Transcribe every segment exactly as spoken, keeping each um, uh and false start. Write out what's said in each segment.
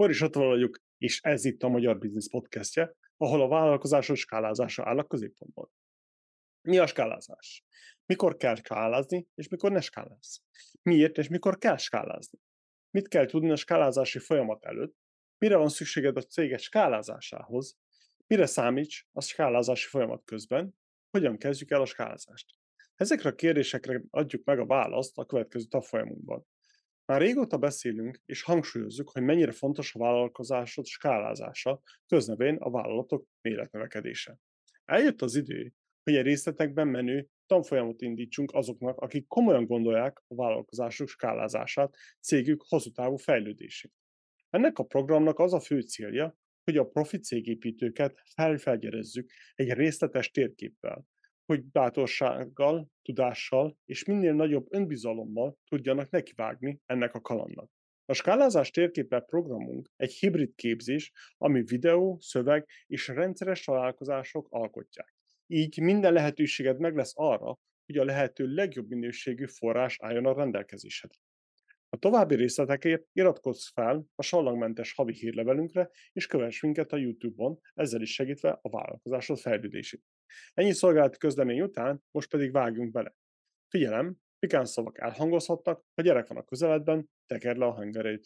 Boris Attila vagyok, és ez itt a Magyar Biznisz Podcastje, ahol a vállalkozások skálázása áll a középpontban. Mi a skálázás? Mikor kell skálázni, és mikor ne skálázz? Miért és mikor kell skálázni? Mit kell tudni a skálázási folyamat előtt? Mire van szükséged a céged skálázásához? Mire számíts a skálázási folyamat közben? Hogyan kezdjük el a skálázást? Ezekre a kérdésekre adjuk meg a választ a következő tanfolyamunkban. Már régóta beszélünk és hangsúlyozzuk, hogy mennyire fontos a vállalkozások skálázása, köznevén a vállalatok méretnövekedése. Eljött az idő, hogy a részletekben menő tanfolyamot indítsunk azoknak, akik komolyan gondolják a vállalkozások skálázását, cégük hosszú távú fejlődését. Ennek a programnak az a fő célja, hogy a profi cégépítőket felfelgyerezzük egy részletes térképpel, hogy bátorsággal, tudással és minél nagyobb önbizalommal tudjanak nekivágni ennek a kalandnak. A skálázás térképpel programunk egy hibrid képzés, ami videó, szöveg és rendszeres találkozások alkotják. Így minden lehetőséged meg lesz arra, hogy a lehető legjobb minőségű forrás álljon a rendelkezésedre. A további részletekért iratkozz fel a sallagmentes havi hírlevelünkre, és kövess minket a YouTube-on, ezzel is segítve a vállalkozásod fejlődését. Ennyi szolgálati közlemény után most pedig vágjunk bele. Figyelem, pikán szavak elhangozhatnak, ha gyerek van a közeledben, tekerd le a hangerét.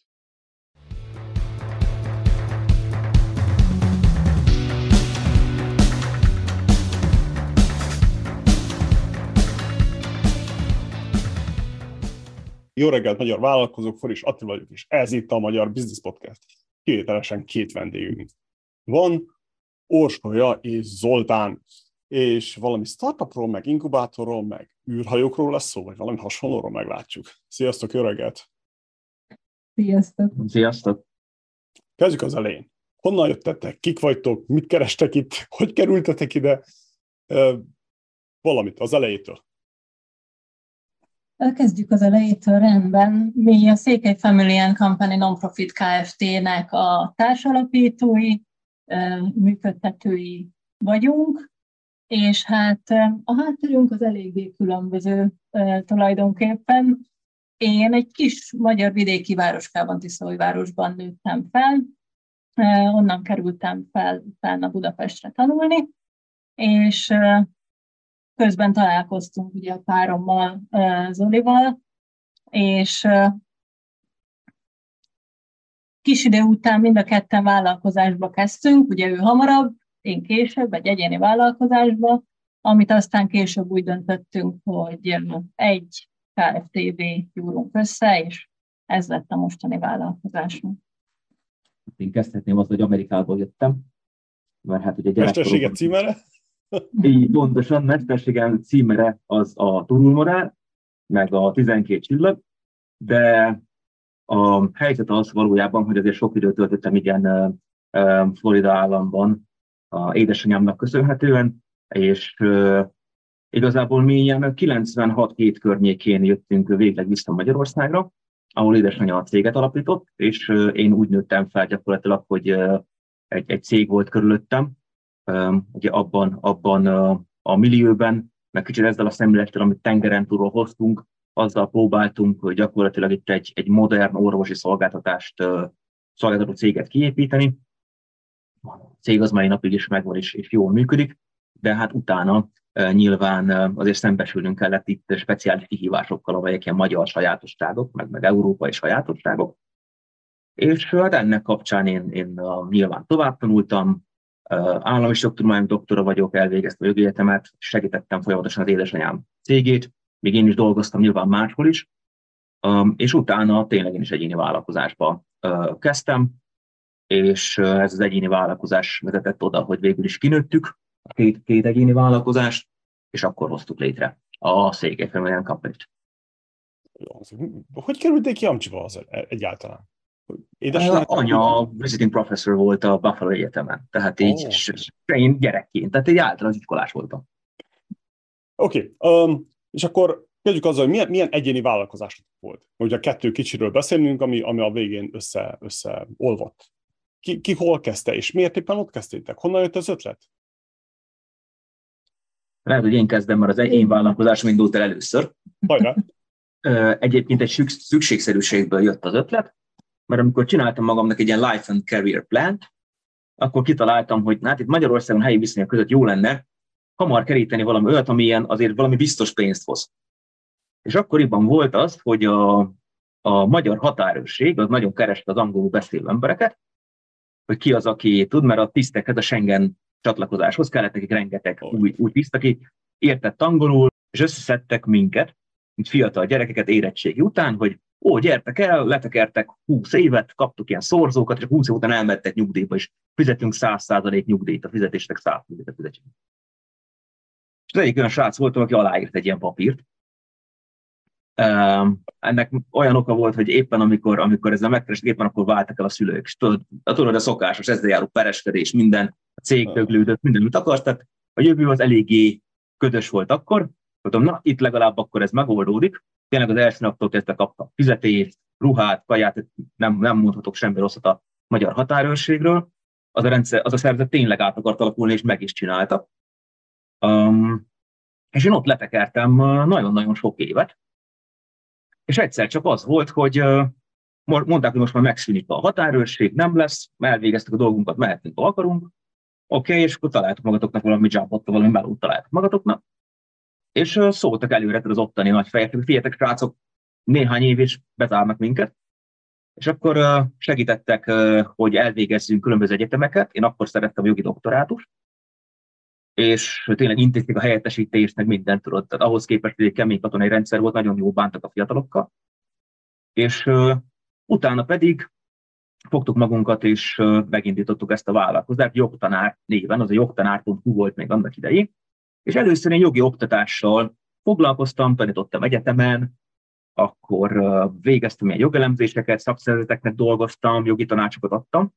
Jó reggelt, magyar vállalkozók, Boris Attila vagyok, és ez itt a Magyar Business Podcast. Kivételesen két vendégünk van, Orsolya és Zoltán, és valami startupról, meg inkubátorról, meg űrhajókról lesz szó, vagy valami hasonlóról meglátjuk. Sziasztok, jó reggelt! Sziasztok! Sziasztok! Kezdjük az elején. Honnan jöttetek? Kik vagytok? Mit kerestek itt? Hogy kerültetek ide? Uh, valamit az elejétől. Kezdjük az elejétől, rendben. Mi a Székely Family and Company Non-Profit Kft-nek a társalapítói, működtetői vagyunk, és hát a hátterünk az eléggé különböző tulajdonképpen. Én egy kis magyar vidéki városkában, Tiszaújvárosban nőttem fel, onnan kerültem fel utána Budapestre tanulni, és közben találkoztunk ugye a párommal, Zolival, és kis idő után mind a ketten vállalkozásba kezdtünk, ugye ő hamarabb, én később, egy egyéni vállalkozásba, amit aztán később úgy döntöttünk, hogy egy ká ef té vé gyúrunk össze, és ez lett a mostani vállalkozásunk. Én kezdhetném azt, hogy Amerikából jöttem, mert hát ugye Mestersége címere? Így pontosan, mesterségem címere az a turulmorál, meg a tizenkét csillag, de a helyzet az valójában, hogy azért sok időt töltöttem igen Florida államban a édesanyámnak köszönhetően, és igazából mi ilyen kilencvenhat hét környékén jöttünk végleg vissza Magyarországra, ahol édesanyja a céget alapított, és én úgy nőttem fel gyakorlatilag, hogy egy, egy cég volt körülöttem, ugye abban, abban a millióben, meg kicsit ezzel a szemlélettel, amit tengeren túlról hoztunk, azzal próbáltunk hogy gyakorlatilag itt egy, egy modern orvosi szolgáltatást, szolgáltató céget kiépíteni. A cég az mai napig is megvan és, és jól működik, de hát utána nyilván azért szembesülnünk kellett itt speciális kihívásokkal, amelyek ilyen magyar sajátosságok, meg, meg európai sajátosságok. És hát ennek kapcsán én, én nyilván tovább tanultam, állami jogtudományi doktora vagyok, elvégeztem a jogi egyetemet, segítettem folyamatosan az édesanyám cégét, még én is dolgoztam nyilván máshol is, és utána tényleg én is egyéni vállalkozásba kezdtem, és ez az egyéni vállalkozás vezetett oda, hogy végül is kinőttük a két, két egyéni vállalkozást, és akkor hoztuk létre a Székely Family and Company-t. Hogy kerültél ki Amcsiba az egyáltalán? Édesanyám anya visiting professor volt a Buffalo Egyetemen, tehát így oh. Én gyerekként, tehát egy általános iskolás voltam. Oké, okay. um, és akkor kezdjük azzal, hogy milyen, milyen egyéni vállalkozás volt. Ugye a kettő kicsiről beszélünk, ami, ami a végén össze, összeolvadt. Ki, ki hol kezdte, és miért éppen ott kezdtétek? Honnan jött az ötlet? Lehet, hogy én kezdem, mert az én vállalkozásom indult el először. Hajrá! Egyébként egy szükségszerűségből jött az ötlet. mert amikor csináltam magamnak egy ilyen life and career plan, akkor kitaláltam, hogy hát itt Magyarországon helyi viszonyok között jó lenne hamar keríteni valami olyat, ami ilyen azért valami biztos pénzt hoz. És akkoriban volt az, hogy a, a magyar határőrség az nagyon kereste az angolul beszélő embereket, hogy ki az, aki tud, mert a tisztekhez, a Schengen csatlakozáshoz kellett nekik rengeteg oh. új, új tiszt, aki értett angolul, és összeszedtek minket, mint fiatal gyerekeket érettségi után, hogy ó, gyertek el, letekertek húsz évet, kaptuk ilyen szorzókat, és húsz év után elmentek nyugdíjba, és fizetünk száz százalék nyugdíjat, a fizetésnek száz százalékot fizetünk. És az egyik olyan srác voltam, aki aláírt egy ilyen papírt. Um, ennek olyan oka volt, hogy éppen amikor, amikor ezzel megkerestek, éppen akkor váltak el a szülők. És tudod, tudod, a szokásos, ezzel járó pereskedés, minden, a cég döglődött, minden, mit akarsz, tehát a jövő az eléggé ködös volt akkor. Mondom, na, itt legalább akkor ez megoldódik. Tényleg az első naptól kezdve kaptam fizetést, ruhát, kaját, nem, nem mondhatok semmi rosszat a magyar határőrségről. Az a, rendszer, az a szervezet tényleg át akart alakulni, és meg is csinálta. Um, és én ott letekertem nagyon-nagyon sok évet. És egyszer csak az volt, hogy uh, mondták, hogy most már megszűnik a határőrség, nem lesz, elvégeztük a dolgunkat, mehetünk, ha akarunk. Oké, okay, és akkor találtuk magatoknak valami jobbot, valami melót találtuk magatoknak. És uh, szóltak előre az ottani nagy fejek, hogy figyeljetek, srácok, néhány év is bezárnak minket. És akkor uh, segítettek, uh, hogy elvégezzünk különböző egyetemeket. Én akkor szerettem a jogi doktorátust. És tényleg intézték a helyettesítést, meg mindent tudod. Tehát ahhoz képest, hogy egy kemény katonai rendszer volt, nagyon jól bántak a fiatalokkal. És uh, utána pedig fogtuk magunkat, és uh, megindítottuk ezt a vállalkozást, Jogtanár néven, az a jogtanár pont hu volt még annak idején. És először én jogi oktatással foglalkoztam, tanítottam egyetemen, akkor uh, végeztem ilyen jogelemzéseket, szakszervezeteknek dolgoztam, jogi tanácsokat adtam.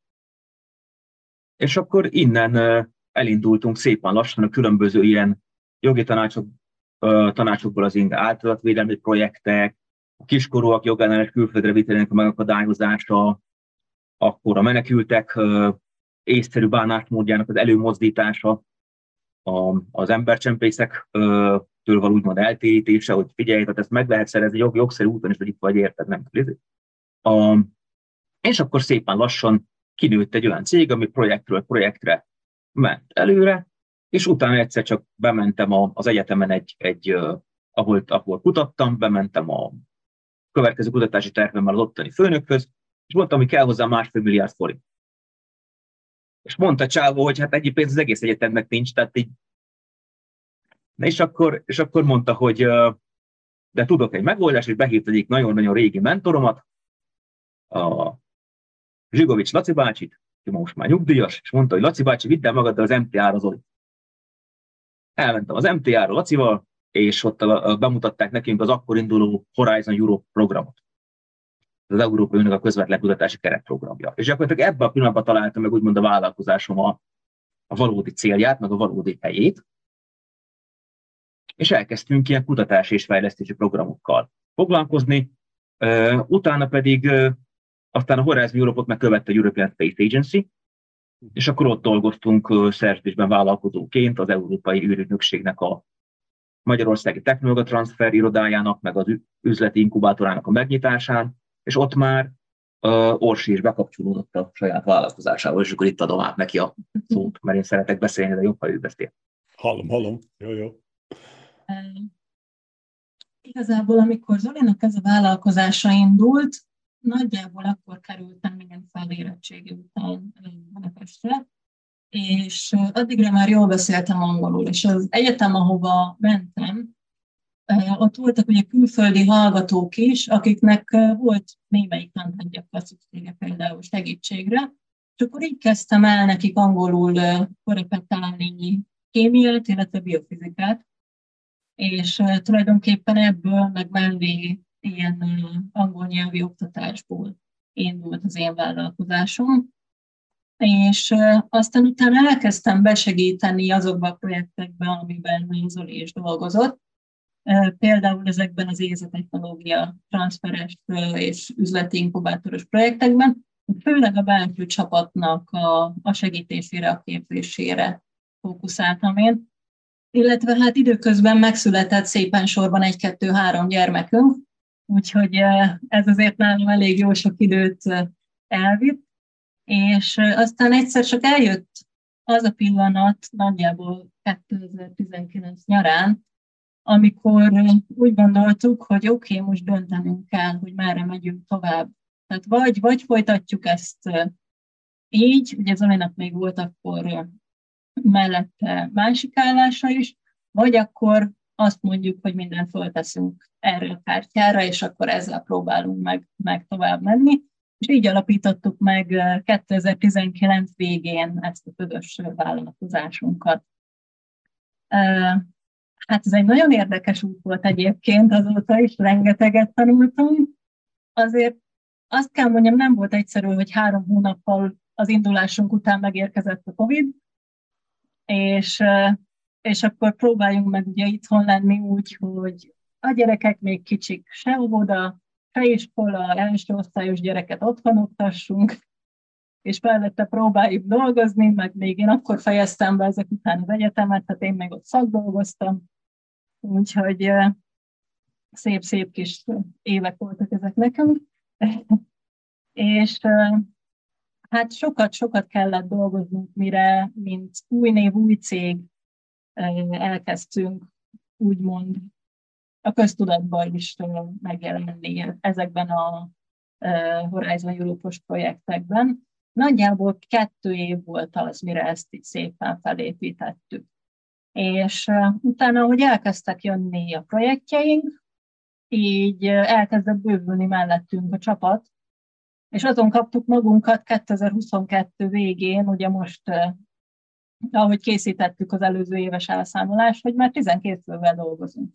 És akkor innen uh, elindultunk szépen lassan a különböző ilyen jogi tanácsok, uh, tanácsokból az ilyen általatvédelmi projektek, a kiskorúak jogellenes külföldre vitelének a megakadályozása, akkor a menekültek uh, észszerű bánásmódjának az előmozdítása, a, az embercsempészek uh, től való úgymond eltérítése, hogy figyelj, tehát ezt meg lehet szerezni jog, jogszerű úton is, hogy itt vagy, érted, nem kérdezik. Uh, és akkor szépen lassan kinőtt egy olyan cég, ami projektről projektre ment előre, és utána egyszer csak bementem a, az egyetemen egy, egy uh, ahol, ahol kutattam, bementem a következő kutatási tervemmel az ottani főnökhöz, és mondtam, hogy kell hozzá másfél milliárd forint. És mondta Csávó, hogy hát ennyi pénz az egész egyetemnek nincs, tehát így. És akkor, és akkor mondta, hogy uh, de tudok egy megoldást, és behívt egyik nagyon-nagyon régi mentoromat, a Zsigovics Laci bácsit, ki most már nyugdíjas, és mondta, hogy Laci bácsi, vidd el magaddal az em té á-ra Zolit. Elmentem az em té á-ra Lacival, és ott a, a, bemutatták nekünk az akkor induló Horizon Europe programot. Az Európai Uniónak a közvetlen kutatási keretprogramja. És gyakorlatilag ebben a pillanatban találtam meg úgymond a vállalkozásom a, a valódi célját, meg a valódi helyét. És elkezdtünk ilyen kutatási és fejlesztési programokkal foglalkozni. Uh, utána pedig uh, aztán a Horizon Europe-ot megkövette a European Space Agency, és akkor ott dolgoztunk uh, szerződésben vállalkozóként az Európai űrügynökségnek a Magyarországi Technológia Transfer irodájának, meg az üzleti inkubátorának a megnyitásán, és ott már uh, Orsi is bekapcsolódott a saját vállalkozásával, és akkor itt adom át neki a szót, mert én szeretek beszélni, de jobb, ha ő beszél. Hallom, hallom. Jó, jó. Um, igazából, amikor Zolinak ez a vállalkozása indult, nagyjából akkor kerültem ilyen felérettségi után Budapestre, és addigra már jól beszéltem angolul, és az egyetem, ahova mentem, ott voltak ugye külföldi hallgatók is, akiknek volt némelyik tanárgyakkal szüksége például segítségre, és akkor így kezdtem el nekik angolul korrepetálni kémiát, illetve biofizikát, és tulajdonképpen ebből meg mellé ilyen angol nyelvi oktatásból indult az én vállalkozásom. És aztán utána elkezdtem besegíteni azokban a projektekben, amiben Zoli is dolgozott. Például ezekben az éza technológia transferes és üzleti inkubátoros projektekben, főleg a belső csapatnak a, a segítésére, a képzésére fókuszáltam én. Illetve hát időközben megszületett szépen sorban egy-kettő-három gyermekünk, úgyhogy ez azért nálam elég jó sok időt elvitt, és aztán egyszer csak eljött az a pillanat, nagyjából kétezer-tizenkilenc nyarán, amikor úgy gondoltuk, hogy oké, okay, most döntenünk kell, hogy merre megyünk tovább. Tehát vagy, vagy folytatjuk ezt így, ugye Zolinak még volt akkor mellette másik állása is, vagy akkor azt mondjuk, hogy mindent fölteszünk erre a kártyára, és akkor ezzel próbálunk meg, meg tovább menni. És így alapítottuk meg kétezer-tizenkilenc végén ezt a közös vállalkozásunkat. Hát ez egy nagyon érdekes út volt egyébként, azóta is rengeteget tanultunk. Azért azt kell mondjam, nem volt egyszerű, hogy három hónappal az indulásunk után megérkezett a Covid, és, és akkor próbáljunk meg ugye itthon lenni úgy, hogy a gyerekek még kicsik, se óvoda, se iskola, első osztályos gyereket otthon oktassunk, és mellette próbáljuk dolgozni, meg még én akkor fejeztem be ezek után az egyetemet, tehát én még ott szakdolgoztam, úgyhogy szép-szép kis évek voltak ezek nekünk, és hát sokat-sokat kellett dolgoznunk, mire, mint új név, új cég elkezdtünk, úgymond a köztudatban is megjelenni ezekben a Horizon Europe-os projektekben. Nagyjából kettő év volt az, mire ezt így szépen felépítettük. És utána, ahogy elkezdtek jönni a projektjeink, így elkezdett bővülni mellettünk a csapat, és azon kaptuk magunkat kétezer-huszonkettő végén, ugye most, ahogy készítettük az előző éves elszámolást, hogy már tizenkét fővel dolgozunk.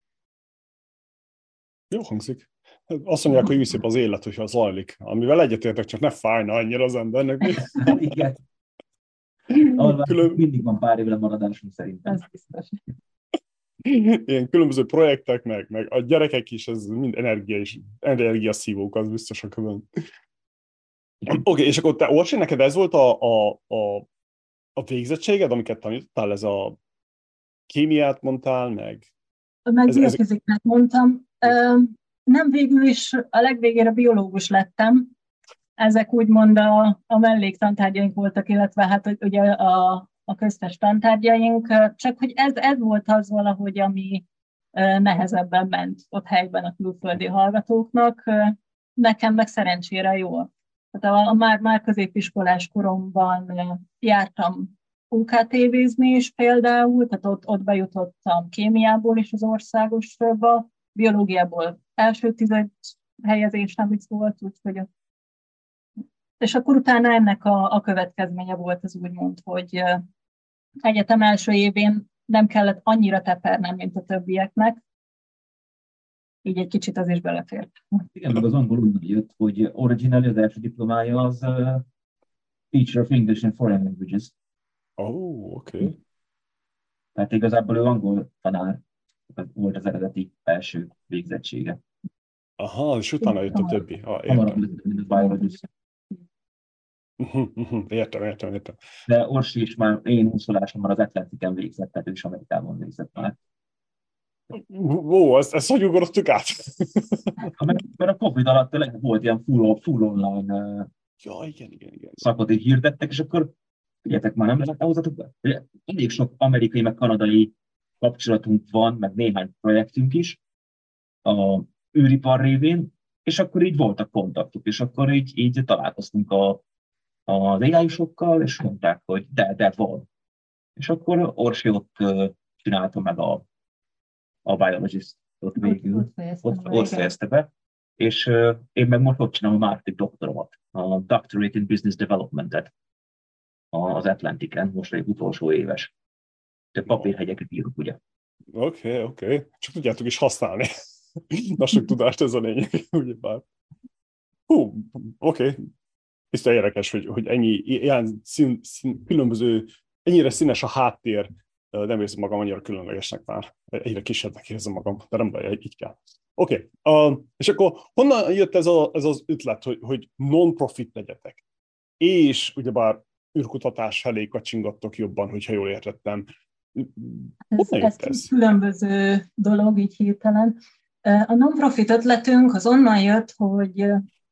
Jó hangzik. Azt mondják, hogy szép az élet, hogyha zajlik. Amivel egyetértek, csak ne fájna annyira az embernek. Igen. Külön... Mindig van pár évre maradásunk szerintem. Ez biztos. Ilyen különböző projektek, meg, meg a gyerekek is, ez mind energia és energiaszívók, az biztos a közön. Oké, okay, és akkor te, Orsi, neked ez volt a, a, a, a végzettséged, amiket tanítottál, ez a kémiát mondtál, meg... Meg biofizikát mondtam. Ö, nem végül is, a legvégére biológus lettem. Ezek úgymond a, a melléktantárgyaink voltak, illetve hát ugye a, a köztes tantárgyaink, csak hogy ez, ez volt az valahogy, ami nehezebben ment ott helyben a külföldi hallgatóknak. Nekem meg szerencsére jól. Tehát a, a már, már középiskolás koromban jártam ó ká té vézni is például, tehát ott, ott bejutottam kémiából is az országosba, biológiából első tized helyezésem is volt, úgyhogy és akkor utána ennek a, a következménye volt az úgymond, hogy egyetem első évén nem kellett annyira tepernem, mint a többieknek, így egy kicsit az is belefért. Igen, meg az angol úgy jött, hogy originally az első diplomája az uh, Teacher of English and Foreign Languages. Oh, oké. Okay. Tehát igazából ő angol tanár volt az eredeti első végzettsége. Aha, és utána jött a többi. Ah, Hamarabb lett, mint a biologist. Értem, értem, értem. De Orsi is már én húszolásomban az Atlantiken végzett, tehát ő is Amerikában végzett már. Ó, ezt, ezt hogy ugrottuk át? Mert a Covid alatt volt ilyen full, full online ja, igen, igen, igen. szakot így hirdettek, és akkor figyeljetek, már nem lehet hozzatok be. Elég sok amerikai, meg kanadai kapcsolatunk van, meg néhány projektünk is a űripar révén, és akkor így voltak kontaktuk, és akkor így, így találkoztunk a, az á í-sokkal, és mondták, hogy de, de van. És akkor Orsi ott csinálta meg a, a biologist-ot végül, ott, ott, ott fejezte be, és uh, én meg most ott csinálom a második doktoromat, a Doctorate in Business Development-et az Atlantiken, most egy utolsó éves. De papírhegyeket írunk, ugye. Oké, okay, oké. Okay. Csak tudjátok is használni. Na, sok tudást, ez a lényeg, ugyebár. Hú, oké. Okay. Tiszta érdekes, hogy, hogy ennyi ilyen szín, szín, különböző, ennyire színes a háttér, nem érzem magam annyira különlegesnek már. Egyre kisebbnek érzem magam, de nem baj, így kell. Oké, okay. uh, és akkor honnan jött ez, a, ez az ötlet, hogy, hogy non-profit legyetek? És ugyebár űrkutatás felé kacsingattok jobban, hogyha jól értettem. Ez, ez, ez különböző dolog, így hirtelen. A non-profit ötletünk az onnan jött, hogy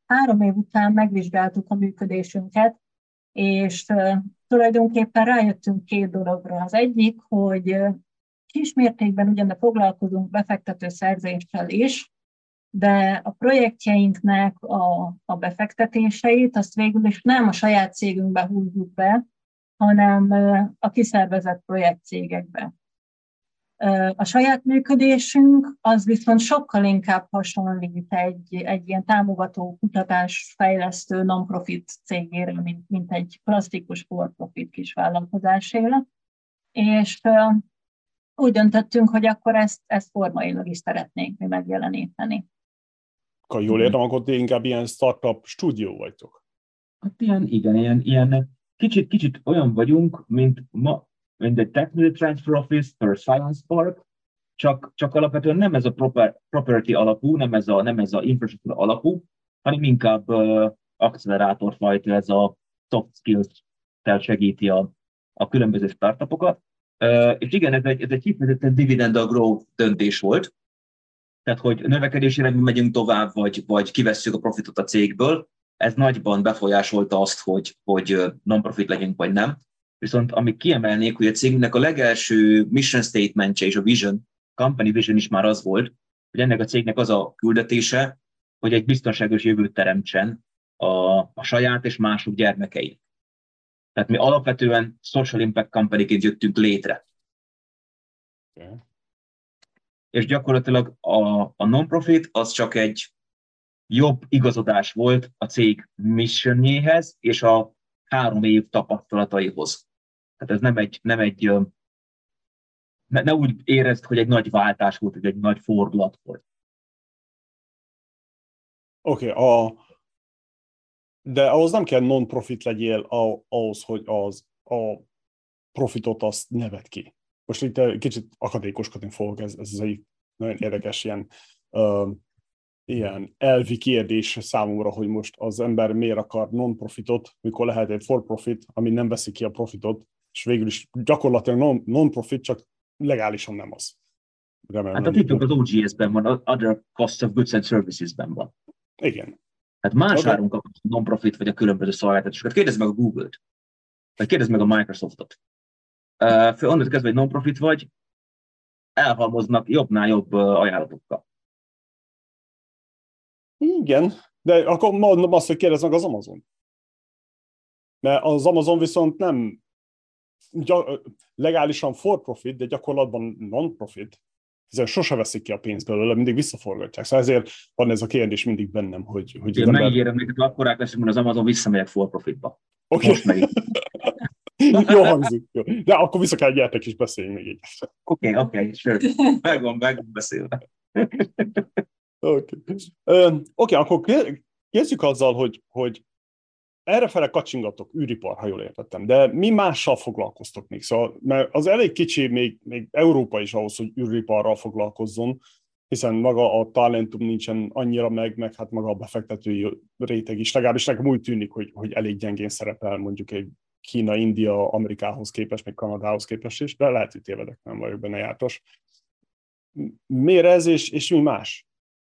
három év után megvizsgáltuk a működésünket, és tulajdonképpen rájöttünk két dologra. Az egyik, hogy kismértékben ugyan foglalkozunk befektető szerzéssel is, de a projektjeinknek a, a befektetéseit azt végül is nem a saját cégünkbe húzzuk be, hanem a kiszervezett projektcégekbe. A saját működésünk az viszont sokkal inkább hasonlít egy, egy ilyen támogató, kutatás, fejlesztő non-profit cégére, mint, mint egy klasszikus for-profit kisvállalkozásére. És uh, úgy döntöttünk, hogy akkor ezt, ezt formailag is szeretnénk mi megjeleníteni. Ha jól értem, akkor inkább ilyen startup stúdió vagytok. Hát ilyen, igen, ilyen, ilyen kicsit, kicsit olyan vagyunk, mint ma, mint egy Technical Transfer Office per Science Park, csak, csak alapvetően nem ez a proper, property alapú, nem ez a, nem ez a infrastructure alapú, hanem inkább uh, accelerátorfajta, ez a soft skills-tel segíti a, a különböző startupokat. Uh, és igen, ez egy, ez egy kifejezetten dividend or growth döntés volt, tehát hogy növekedési irányba megyünk tovább, vagy, vagy kivesszük a profitot a cégből, ez nagyban befolyásolta azt, hogy, hogy non-profit legyünk, vagy nem. Viszont amit kiemelnék, hogy a cégnek a legelső mission statementje és a vision, company vision is már az volt, hogy ennek a cégnek az a küldetése, hogy egy biztonságos jövőt teremtsen a, a saját és mások gyermekeinek. Tehát mi alapvetően social impact company-ként jöttünk létre. Okay. És gyakorlatilag a, a non-profit az csak egy jobb igazodás volt a cég missionjéhez és a három év tapasztalataihoz. Tehát ez nem egy, nem egy ne, ne úgy érezd, hogy egy nagy váltás volt, hogy egy nagy fordulat volt. Oké, okay, de ahhoz nem kell non-profit legyél ahhoz, hogy az a profitot azt neved ki. Most itt kicsit akadékoskodni fogok, ez, ez egy nagyon érdekes ilyen, uh, ilyen elvi kérdés számomra, hogy most az ember miért akar non-profitot, mikor lehet egy for-profit, ami nem veszi ki a profitot, és végül is gyakorlatilag non- non-profit, csak legálisan nem az. Remélem, hát a titok az o gé es-ben van, az Other Cost of Goods and Services-ben van. Igen. Tehát más okay. árunk a non-profit vagy a különböző szolgáltatásokat. Kérdezd meg a Google-t, vagy kérdezd meg a Microsoftot. Uh, Onnantól kezdve, hogy non-profit vagy, elhalmoznak jobbnál jobb uh, ajánlatokkal. Igen, de akkor mondom azt, hogy kérdezd meg az Amazon. Mert az Amazon viszont nem legálisan for profit, de gyakorlatban non-profit, hiszen sose veszik ki a pénzt belőle, mindig visszaforgatják. Szóval ezért van ez a kérdés mindig bennem, hogy... hogy Én megígérem neked, akkorák leszünk, hogy az Amazon visszamegyek for profitba. Oké. Okay. Jó hangzik. Jó. De akkor vissza kell, gyertek is beszéljünk még így. Oké, okay, oké, okay, sure. Megvan, meg beszélve. Oké, okay. okay, akkor kezdjük azzal, hogy, hogy errefele kacsingatok, űripar, ha jól értettem, de mi mással foglalkoztok még? Szóval, mert az elég kicsi, még, még Európa is ahhoz, hogy űriparral foglalkozzon, hiszen maga a talentum nincsen annyira meg, meg hát maga a befektetői réteg is. Legalábbis nekem úgy tűnik, hogy, hogy elég gyengén szerepel mondjuk egy Kína, India, Amerikához képest, meg Kanadához képest is, de lehet, hogy tévedek, nem vagyok benne jártas. Miért ez, és, és mi más?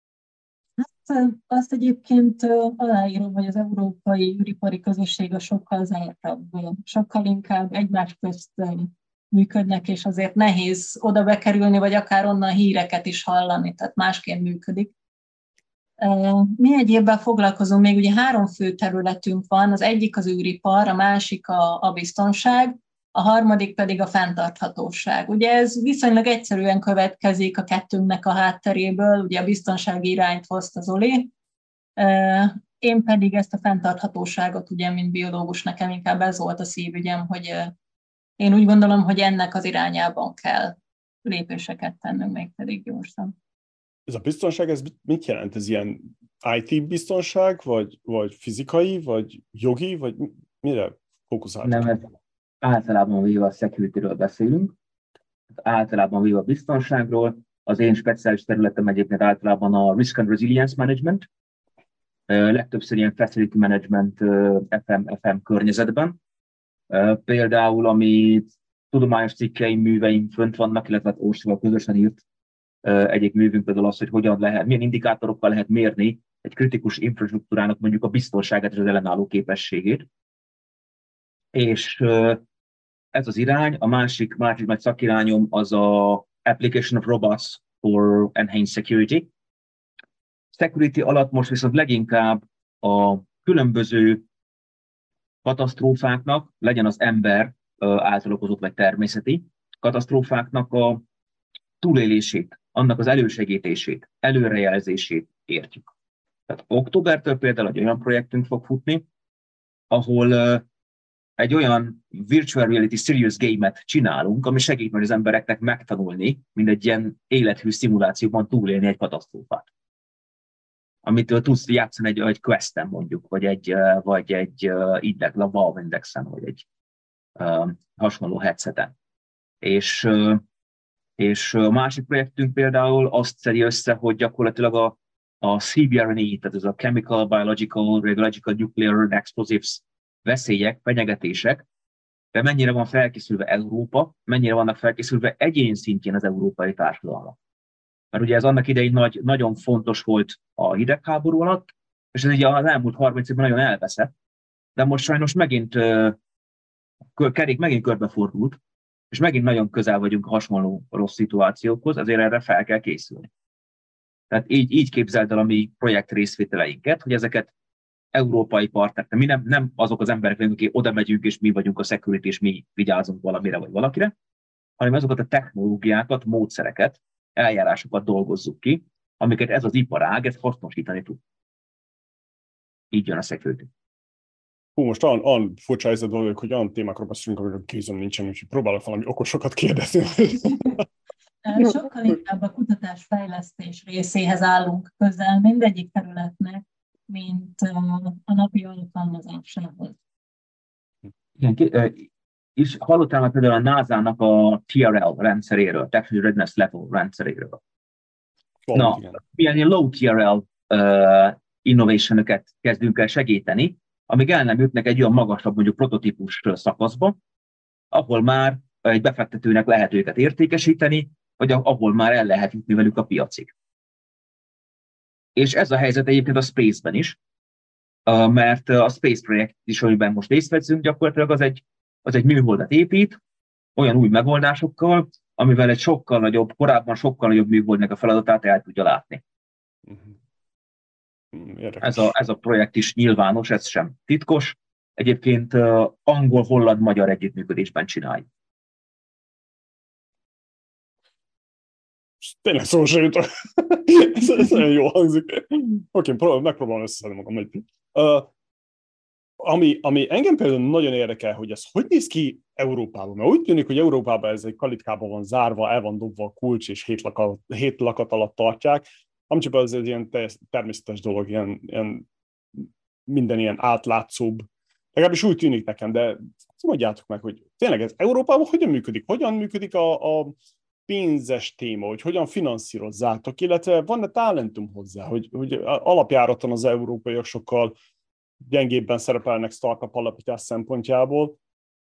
Hát azt egyébként aláírom, hogy az európai űripari közösség a sokkal zártabb, sokkal inkább egymás közt működnek, és azért nehéz oda bekerülni, vagy akár onnan híreket is hallani, tehát másként működik. Mi egyébben foglalkozunk, még ugye három fő területünk van, az egyik az űripar, a másik a, a biztonság, a harmadik pedig a fenntarthatóság. Ugye ez viszonylag egyszerűen következik a kettőnknek a hátteréből, ugye a biztonsági irányt hozta Zoli, én pedig ezt a fenntarthatóságot, ugye, mint biológus, nekem inkább ez volt a szívügyem, hogy én úgy gondolom, hogy ennek az irányában kell lépéseket tennünk, még pedig gyorsan. Ez a biztonság, ez mit jelent? Ez ilyen i té biztonság, vagy, vagy fizikai, vagy jogi, vagy mire fókuszáltok? Nem, ez általában véve a security-ről beszélünk, általában véve a biztonságról. Az én speciális területem egyébként általában a risk and resilience management, legtöbbször ilyen facility management ef em, ef em környezetben. Például, amit tudományos cikkeim, műveim fönt vannak, illetve Orsival közösen írt egyik művünk például az, hogy hogyan lehet, milyen indikátorokkal lehet mérni egy kritikus infrastruktúrának mondjuk a biztonságát és az ellenálló képességét. És ez az irány, a másik, másik nagy szakirányom az a Application of Robots for Enhanced Security. Security alatt most viszont leginkább a különböző katasztrófáknak, legyen az ember által okozott vagy természeti katasztrófáknak a túlélését, annak az elősegítését, előrejelzését értjük. Tehát októbertől például egy olyan projektünk fog futni, ahol egy olyan virtual reality serious game-et csinálunk, ami segít majd az embereknek megtanulni, mint egy ilyen élethű szimulációban túlélni egy katasztrófát. Amitől tudsz játszani egy, egy questen mondjuk, vagy egy, vagy egy uh, index, a Valve Indexen, vagy egy uh, hasonló headseten. És, uh, és a másik projektünk például azt szedi össze, hogy gyakorlatilag a, a C B R N E, tehát ez a Chemical, Biological, Radiological, Nuclear, Explosives veszélyek, fenyegetések, de mennyire van felkészülve Európa, mennyire vannak felkészülve egyén szintjén az európai társadalmak. Mert ugye ez annak idején nagy, nagyon fontos volt a hidegháború alatt, és ez ugye az elmúlt harminc évben nagyon elveszett, de most sajnos megint uh, kerék megint körbefordult, és megint nagyon közel vagyunk a hasonló rossz szituációkhoz, azért erre fel kell készülni. Tehát így, így képzeld el a mi projekt részvételeinket, hogy ezeket európai partnerek, mi nem, nem azok az emberek, akik oda megyünk, és mi vagyunk a security, és mi vigyázunk valamire vagy valakire, hanem azokat a technológiákat, módszereket, eljárásokat dolgozzuk ki, amiket ez az iparág ez hasznosítani tud. Így jön a security. Hú, most olyan, olyan furcsa helyzetben vagyok, hogy olyan témákról beszélünk, amikor kézem nincsen, úgyhogy próbálok valami okosokat kérdezni. Sokkal inkább a kutatás-fejlesztés részéhez állunk közel mindegyik területnek, mint a napi alkalmazásához. Igen, és hallottál már például a nászának a T R L rendszeréről, Technology Readiness Level rendszeréről. Na, milyen ilyen low T R L uh, innovation-öket kezdünk el segíteni, amíg el nem jutnak egy olyan magasabb, mondjuk prototípus szakaszba, ahol már egy befektetőnek lehet őket értékesíteni, vagy ahol már el lehet jutni velük a piacig. És ez a helyzet egyébként a Space-ben is, mert a Space projekt is, amiben most részt veszünk, gyakorlatilag az egy, az egy műholdat épít, olyan új megoldásokkal, amivel egy sokkal nagyobb, korábban sokkal nagyobb műholdnak a feladatát el tudja látni. Ez a, ez a projekt is nyilvános, ez sem titkos. Egyébként uh, angol-holland-magyar együttműködésben csináljuk. Tényleg szó sem jutok. ez, ez nagyon jó hangzik. Oké, okay, megpróbálom összeszedni magam. Uh, ami, ami engem például nagyon érdekel, hogy ez hogy néz ki Európában. Mert úgy tűnik, hogy Európában ez egy kalitkában van zárva, el van dobva a kulcs, és hét lakat, hét lakat alatt tartják. Amcsibb az egy ilyen természetes dolog, ilyen, ilyen, minden ilyen átlátszóbb. Legalábbis úgy tűnik nekem, de mondjátok meg, hogy tényleg ez Európában hogyan működik? Hogyan működik a, a pénzes téma, hogy hogyan finanszírozzátok, illetve van-e talentum hozzá, hogy, hogy alapjáraton az európaiak sokkal gyengébben szerepelnek startup alapítás szempontjából.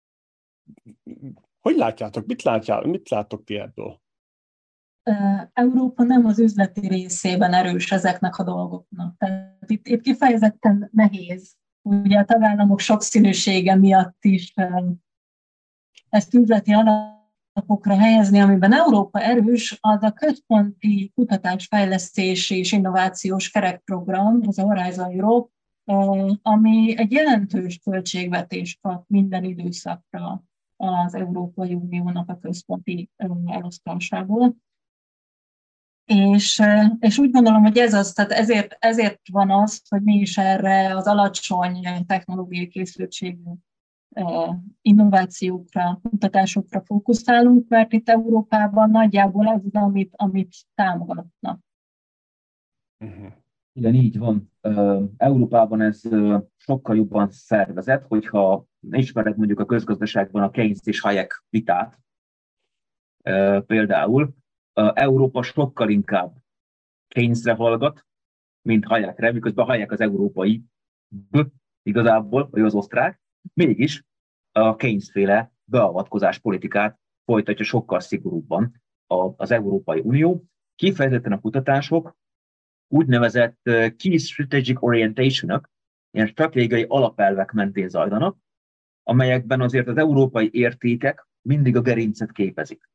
Hogy látjátok? Mit, látjátok? Mit láttok ti ebből? Európa nem az üzleti részében erős ezeknek a dolgoknak. Tehát itt, itt kifejezetten nehéz. Ugye a tagállamok sokszínűsége miatt is ezt üzleti alapokra helyezni, amiben Európa erős, az a központi kutatásfejlesztési és innovációs kerekprogram, az a Horizon Europe, ami egy jelentős költségvetést kap minden időszakra az Európai Uniónak a központi elosztásából. És, és úgy gondolom, hogy ez az, tehát ezért, ezért van az, hogy mi is erre az alacsony technológiai készültségű innovációkra, kutatásokra fókuszálunk, mert itt Európában nagyjából ez az, amit, amit támogatnak. Uh-huh. Igen, így van. Európában ez sokkal jobban szervezett, hogyha ismered mondjuk a közgazdaságban a Keynes és Hayek vitát, például, Európa sokkal inkább Keynesre hallgat, mint Hayekre, miközben Hayek az európai, igazából, vagy az osztrák, mégis a Keynes-féle beavatkozás politikát folytatja sokkal szigorúbban az Európai Unió. Kifejezetten a kutatások úgynevezett Key Strategic Orientation-ök, ilyen stratégiai alapelvek mentén zajlanak, amelyekben azért az európai értékek mindig a gerincet képezik.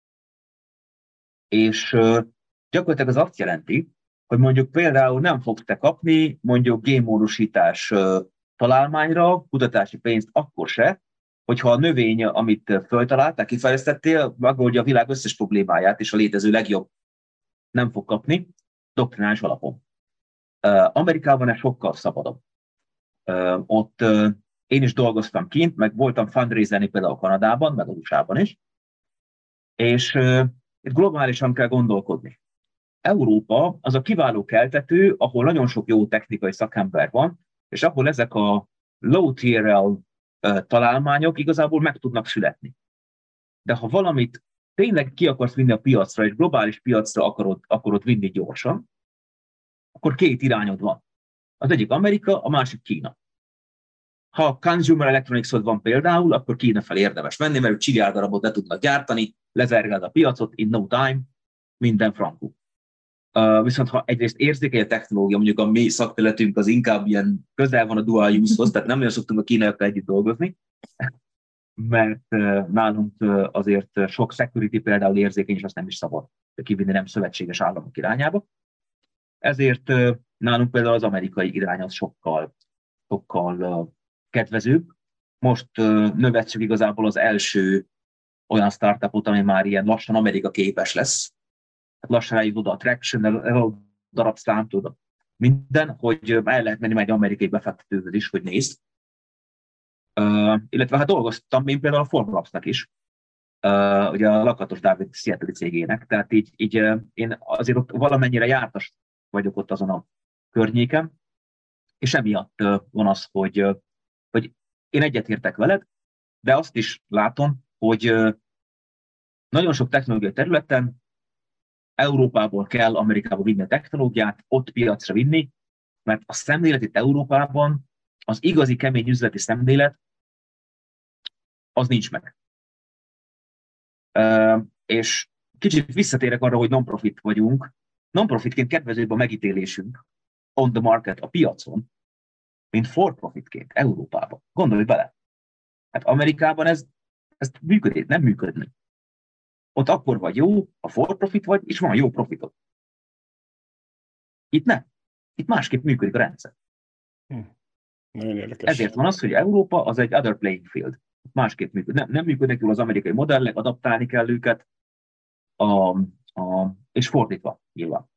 És gyakorlatilag az azt jelenti, hogy mondjuk például nem fogsz te kapni mondjuk génmódosítás találmányra kutatási pénzt akkor se, hogyha a növény, amit föltaláltál, kifejlesztettél, megoldja a világ összes problémáját, és a létező legjobb nem fog kapni doktrinális alapon. Amerikában ez sokkal szabadabb. Ott én is dolgoztam kint, meg voltam fundraiserni például Kanadában, meg az u es á-ban is, és itt globálisan kell gondolkodni. Európa az a kiváló keltető, ahol nagyon sok jó technikai szakember van, és ahol ezek a low tier el találmányok igazából meg tudnak születni. De ha valamit tényleg ki akarsz vinni a piacra, és globális piacra akarod, akarod vinni gyorsan, akkor két irányod van. Az egyik Amerika, a másik Kína. Ha consumer electronics-od van például, akkor Kína felé érdemes menni, mert csiliárd darabot le tudnak gyártani, lezergeld a piacot, in no time, minden frankú. Uh, viszont ha egyrészt érzékeny a technológia, mondjuk a mi szakterületünk az inkább ilyen közel van a dual use-hoz, tehát nem nagyon szoktunk a kínaiakkal együtt dolgozni, mert uh, nálunk uh, azért sok security például érzékeny, és azt nem is szabad kivinni nem szövetséges államok irányába. Ezért uh, nálunk például az amerikai irány az sokkal, sokkal uh, kedvezőbb. Most uh, növekszük igazából az első olyan startupot, ami már ilyen lassan Amerika képes lesz. Hát lassan eljut oda a traction, a darabszám, tudod, minden, hogy el lehet menni egy amerikai befektetőhöz is, hogy nézd. Uh, illetve hát dolgoztam én például a Formlabsnak is, uh, ugye a Lakatos Dávid Seattle cégének, tehát így, így uh, én azért ott valamennyire jártas vagyok ott azon a környéken, és emiatt uh, van az, hogy, uh, hogy én egyetértek veled, de azt is látom, hogy uh, nagyon sok technológiai területen Európából kell Amerikába vinni a technológiát, ott piacra vinni, mert a szemlélet itt Európában, az igazi kemény üzleti szemlélet, az nincs meg. Uh, és kicsit visszatérek arra, hogy non-profit vagyunk. Non-profitként kedvezőbb a megítélésünk on the market, a piacon, mint for-profitként Európában. Gondolj bele. Hát Amerikában ez, ez működik, nem működni. Ott akkor vagy jó, a for-profit vagy, és van jó profitot. Itt nem. Itt másképp működik a rendszer. Hm. Nagyon érdekes. Ezért van az, hogy Európa az egy other playing field. Másképp működik. Nem, nem működnek jól az amerikai modellek, adaptálni kell őket, a, a, és fordítva nyilván.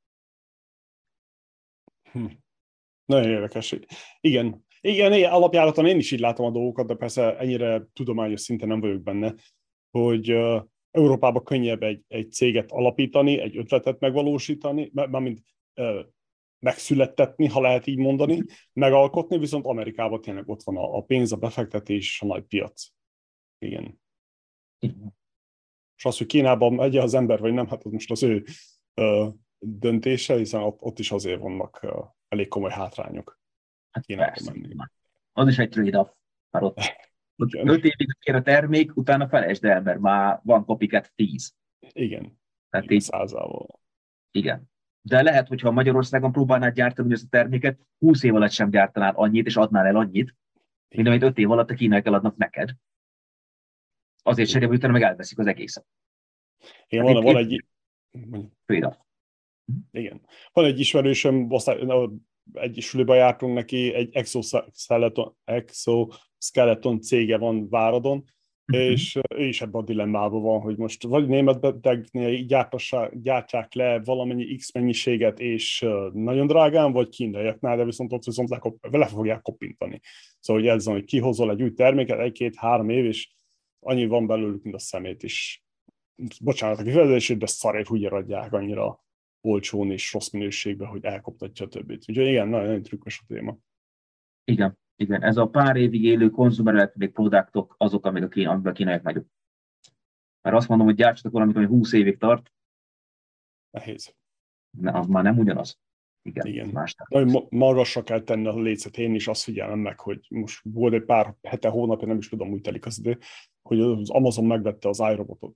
Hm. Nagyon érdekes. Igen. Igen, igen, alapjáraton én is így látom a dolgokat, de persze ennyire tudományos szinten nem vagyok benne, hogy uh, Európában könnyebb egy, egy céget alapítani, egy ötletet megvalósítani, mármint uh, megszülettetni, ha lehet így mondani, megalkotni, viszont Amerikában tényleg ott van a, a pénz, a befektetés, a nagy piac. Igen. Igen. És az, hogy Kínában megy az ember, vagy nem, hát az most az ő uh, döntése, hiszen ott, ott is azért vannak uh, elég komoly hátrányok. Hát Kínában menni. Az is egy trade-off. Már ott, ott öt évig kér a termék, utána felejtsd el, mert már van copycat tíz. Igen. Tehát Igen, így, százával. igen. De lehet, hogyha Magyarországon próbálnád gyártani ezt a terméket, húsz év alatt sem gyártanál annyit, és adnál el annyit, mint amit öt év alatt a kínaiak eladnak neked. Azért cserébe utána meg elveszik az egészet. Igen, Hát van, van egy... Trade-off. Igen. Van egy ismerősöm, egyesülőben jártunk neki, egy exoskeleton, exoskeleton cége van Váradon, uh-huh. és ő is ebben a dilemmában van, hogy most vagy német betegnél gyártsák le valamennyi X mennyiséget, és nagyon drágán, vagy kínaiaknál, de viszont ott viszont le, le fogják kopintani. Szóval, hogy ez van, hogy kihozol egy új terméket, egy-két-három év, és annyi van belőlük, mint a szemét is. Bocsánat, a kifejezését, de szarért úgy adják annyira olcsón és rossz minőségben, hogy elkoptatja a többit. Úgyhogy igen, nagyon, nagyon trükkös a téma. Igen, igen. Ez a pár évig élő consumer electronic produktok azok, amik a, kín, amik a kínaiak nagyobb. Mert azt mondom, hogy gyártsatok valamit, ami húsz évig tart. Nehéz. Ne, az már nem ugyanaz. Igen, igen. Más nagyon magasra kell tenni a lécet. Én is azt figyelem meg, hogy most volt egy pár hete, hónapja, nem is tudom, úgy telik az idő, hogy az Amazon megvette az iRobotot.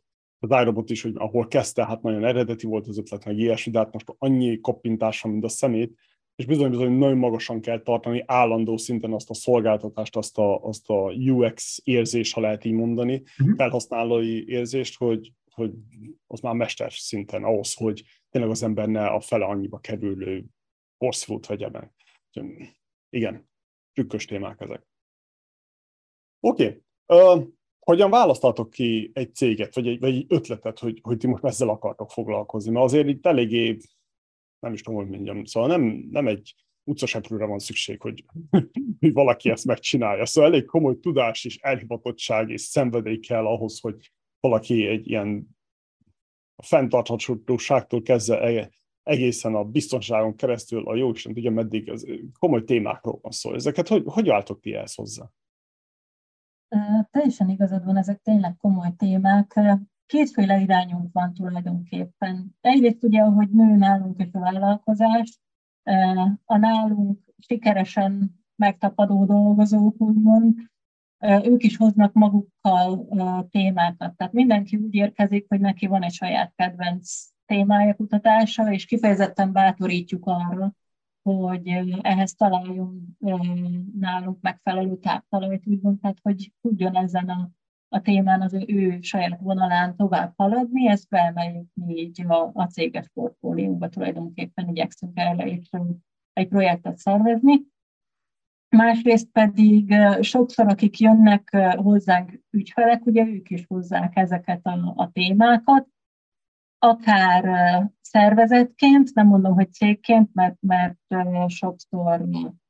az iRobot is, hogy ahol kezdte, hát nagyon eredeti volt az ötlet, meg ilyesmi, de hát most annyi koppintása, mint a szemét, és bizony-bizony nagyon magasan kell tartani állandó szinten azt a szolgáltatást, azt a, azt a u iksz érzést, ha lehet így mondani, uh-huh. felhasználói érzést, hogy, hogy az már mester szinten ahhoz, hogy tényleg az ember ne a fele annyiba kerülő porszívót vegye meg. Igen, trükkös témák ezek. Oké. Okay. Uh, hogyan választatok ki egy céget, vagy egy, vagy egy ötletet, hogy, hogy ti most ezzel akartok foglalkozni? Mert azért itt eléggé, nem is tudom, hogy mondjam, szóval nem, nem egy utcaseprőre van szükség, hogy, hogy valaki ezt megcsinálja. Szóval elég komoly tudás és elhivatottság és szenvedély kell ahhoz, hogy valaki egy ilyen fenntarthatóságtól kezdve egészen a biztonságon keresztül, a jóisten tudja meddig, az komoly témákról van szó. Ezeket hogy, hogy álltok ti ehhez hozzá? Teljesen igazad van, ezek tényleg komoly témák. Kétféle irányunk van tulajdonképpen. Egyrészt ugye, ahogy nő nálunk is a vállalkozás, a nálunk sikeresen megtapadó dolgozók, úgymond, ők is hoznak magukkal témákat. Tehát mindenki úgy érkezik, hogy neki van egy saját kedvenc témája, kutatása, és kifejezetten bátorítjuk arra, hogy ehhez találjon nálunk megfelelő táptalajt, úgymond, tehát hogy tudjon ezen a, a témán az ő, ő saját vonalán tovább haladni, ezt beemeljük mi így a, a céges portfólióba, tulajdonképpen igyekszünk erre is egy projektet szervezni. Másrészt pedig sokszor, akik jönnek hozzánk ügyfelek, ugye ők is hozzák ezeket a, a témákat, akár szervezetként, nem mondom, hogy cégként, mert, mert sokszor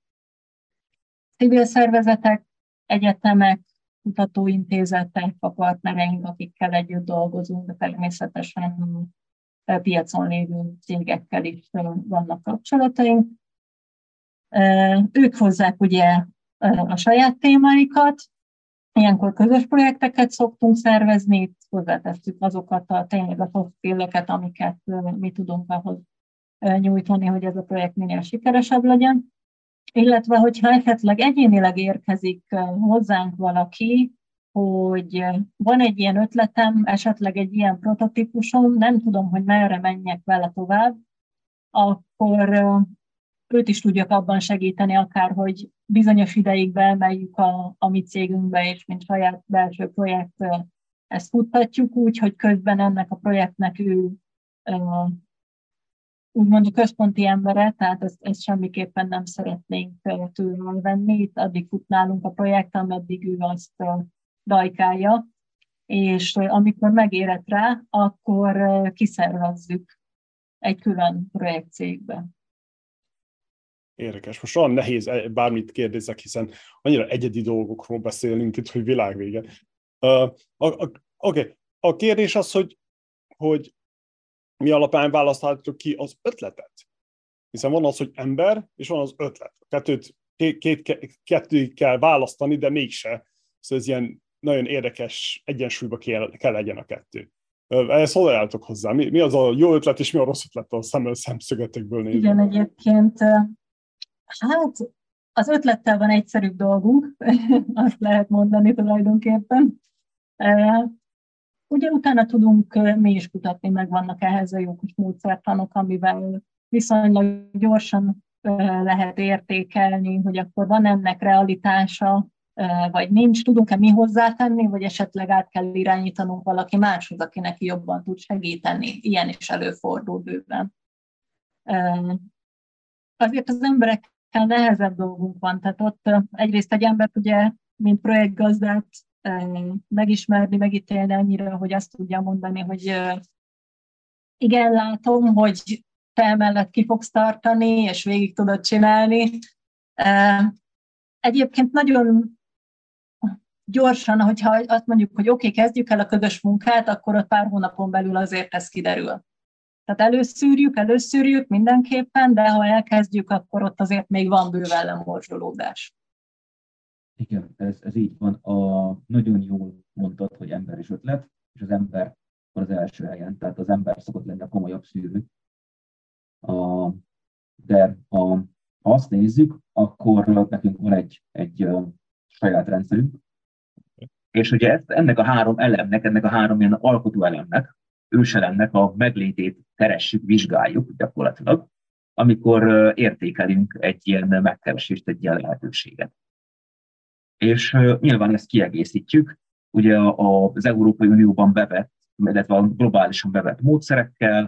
civil szervezetek, egyetemek, kutatóintézetek, a partnereink, akikkel együtt dolgozunk, de természetesen piacon lévő cégekkel is vannak kapcsolataink. Ők hozzák ugye a saját témáikat, ilyenkor közös projekteket szoktunk szervezni, itt hozzátesszük azokat a tényleg a soft skill-eket, amiket mi tudunk ahhoz nyújtani, hogy ez a projekt minél sikeresebb legyen. Illetve, hogyha esetleg egyénileg érkezik hozzánk valaki, hogy van egy ilyen ötletem, esetleg egy ilyen prototípusom, nem tudom, hogy merre menjek vele tovább, akkor őt is tudjak abban segíteni, akár, hogy bizonyos ideig beemeljük a, a mi cégünkbe, és mint saját belső projekt ezt futtatjuk úgy, hogy közben ennek a projektnek ő úgymond a központi embere, tehát ezt, ezt semmiképpen nem szeretnénk tőle elvenni. Itt addig fut nálunk a projekt, ameddig ő azt dajkálja, és amikor megérett rá, akkor kiszervezzük egy külön projektcégbe. Érdekes. Most olyan nehéz bármit kérdezzek, hiszen annyira egyedi dolgokról beszélünk itt, hogy világvége. Uh, Oké, okay. A kérdés az, hogy, hogy mi alapján választhatjuk ki az ötletet. Hiszen van az, hogy ember, és van az ötlet. Kettőt, két, két, kettőt kell választani, de mégse. Szóval ez ilyen nagyon érdekes egyensúlyba kell, kell legyen a kettő. Ehhez hol álltok hozzá? Mi, mi az a jó ötlet, és mi a rossz ötlet a szem, szemszögetekből nézve? Igen, egyébként, hát az ötlettel van egyszerűbb dolgunk, azt lehet mondani tulajdonképpen. Ugye utána tudunk mi is kutatni, meg vannak ehhez a jó kis módszertanok, amivel viszonylag gyorsan lehet értékelni, hogy akkor van ennek realitása, vagy nincs, tudunk-e mi hozzátenni, vagy esetleg át kell irányítanunk valaki máshoz, aki neki jobban tud segíteni. Ilyen is előfordul bőven. Azért az emberekkel nehezebb dolgunk van, tehát ott egyrészt egy embert ugye, mint projektgazdát megismerni, megítélni annyira, hogy azt tudja mondani, hogy igen, látom, hogy te emellett ki fogsz tartani, és végig tudod csinálni. Egyébként nagyon gyorsan, hogyha azt mondjuk, hogy oké, okay, kezdjük el a közös munkát, akkor ott pár hónapon belül azért ez kiderül. Tehát előszűrjük, előszűrjük mindenképpen, de ha elkezdjük, akkor ott azért még van bőven lemorzsolódás. Igen, ez, ez így van. A, nagyon jól mondtad, hogy ember és ötlet, és az ember van az első helyen, tehát az ember szokott lenni a komolyabb szűrő. A, de ha, ha azt nézzük, akkor nekünk van egy, egy uh, saját rendszerünk, És ugye ezt, ennek a három elemnek, ennek a három ilyen alkotó elemnek, őselemnek a meglétét keressük, vizsgáljuk gyakorlatilag, amikor értékelünk egy ilyen megkeresést, egy ilyen lehetőséget. És nyilván ezt kiegészítjük, ugye az Európai Unióban bevett, illetve a globálisan bevett módszerekkel,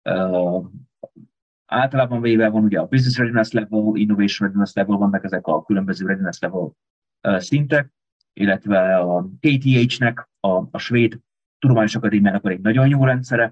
általában véve van ugye a Business Readiness Level, Innovation Readiness Level, vannak ezek a különböző Readiness Level szintek, illetve a K T H-nek, a, a Svéd Tudományos Akadémiának egy nagyon jó rendszere,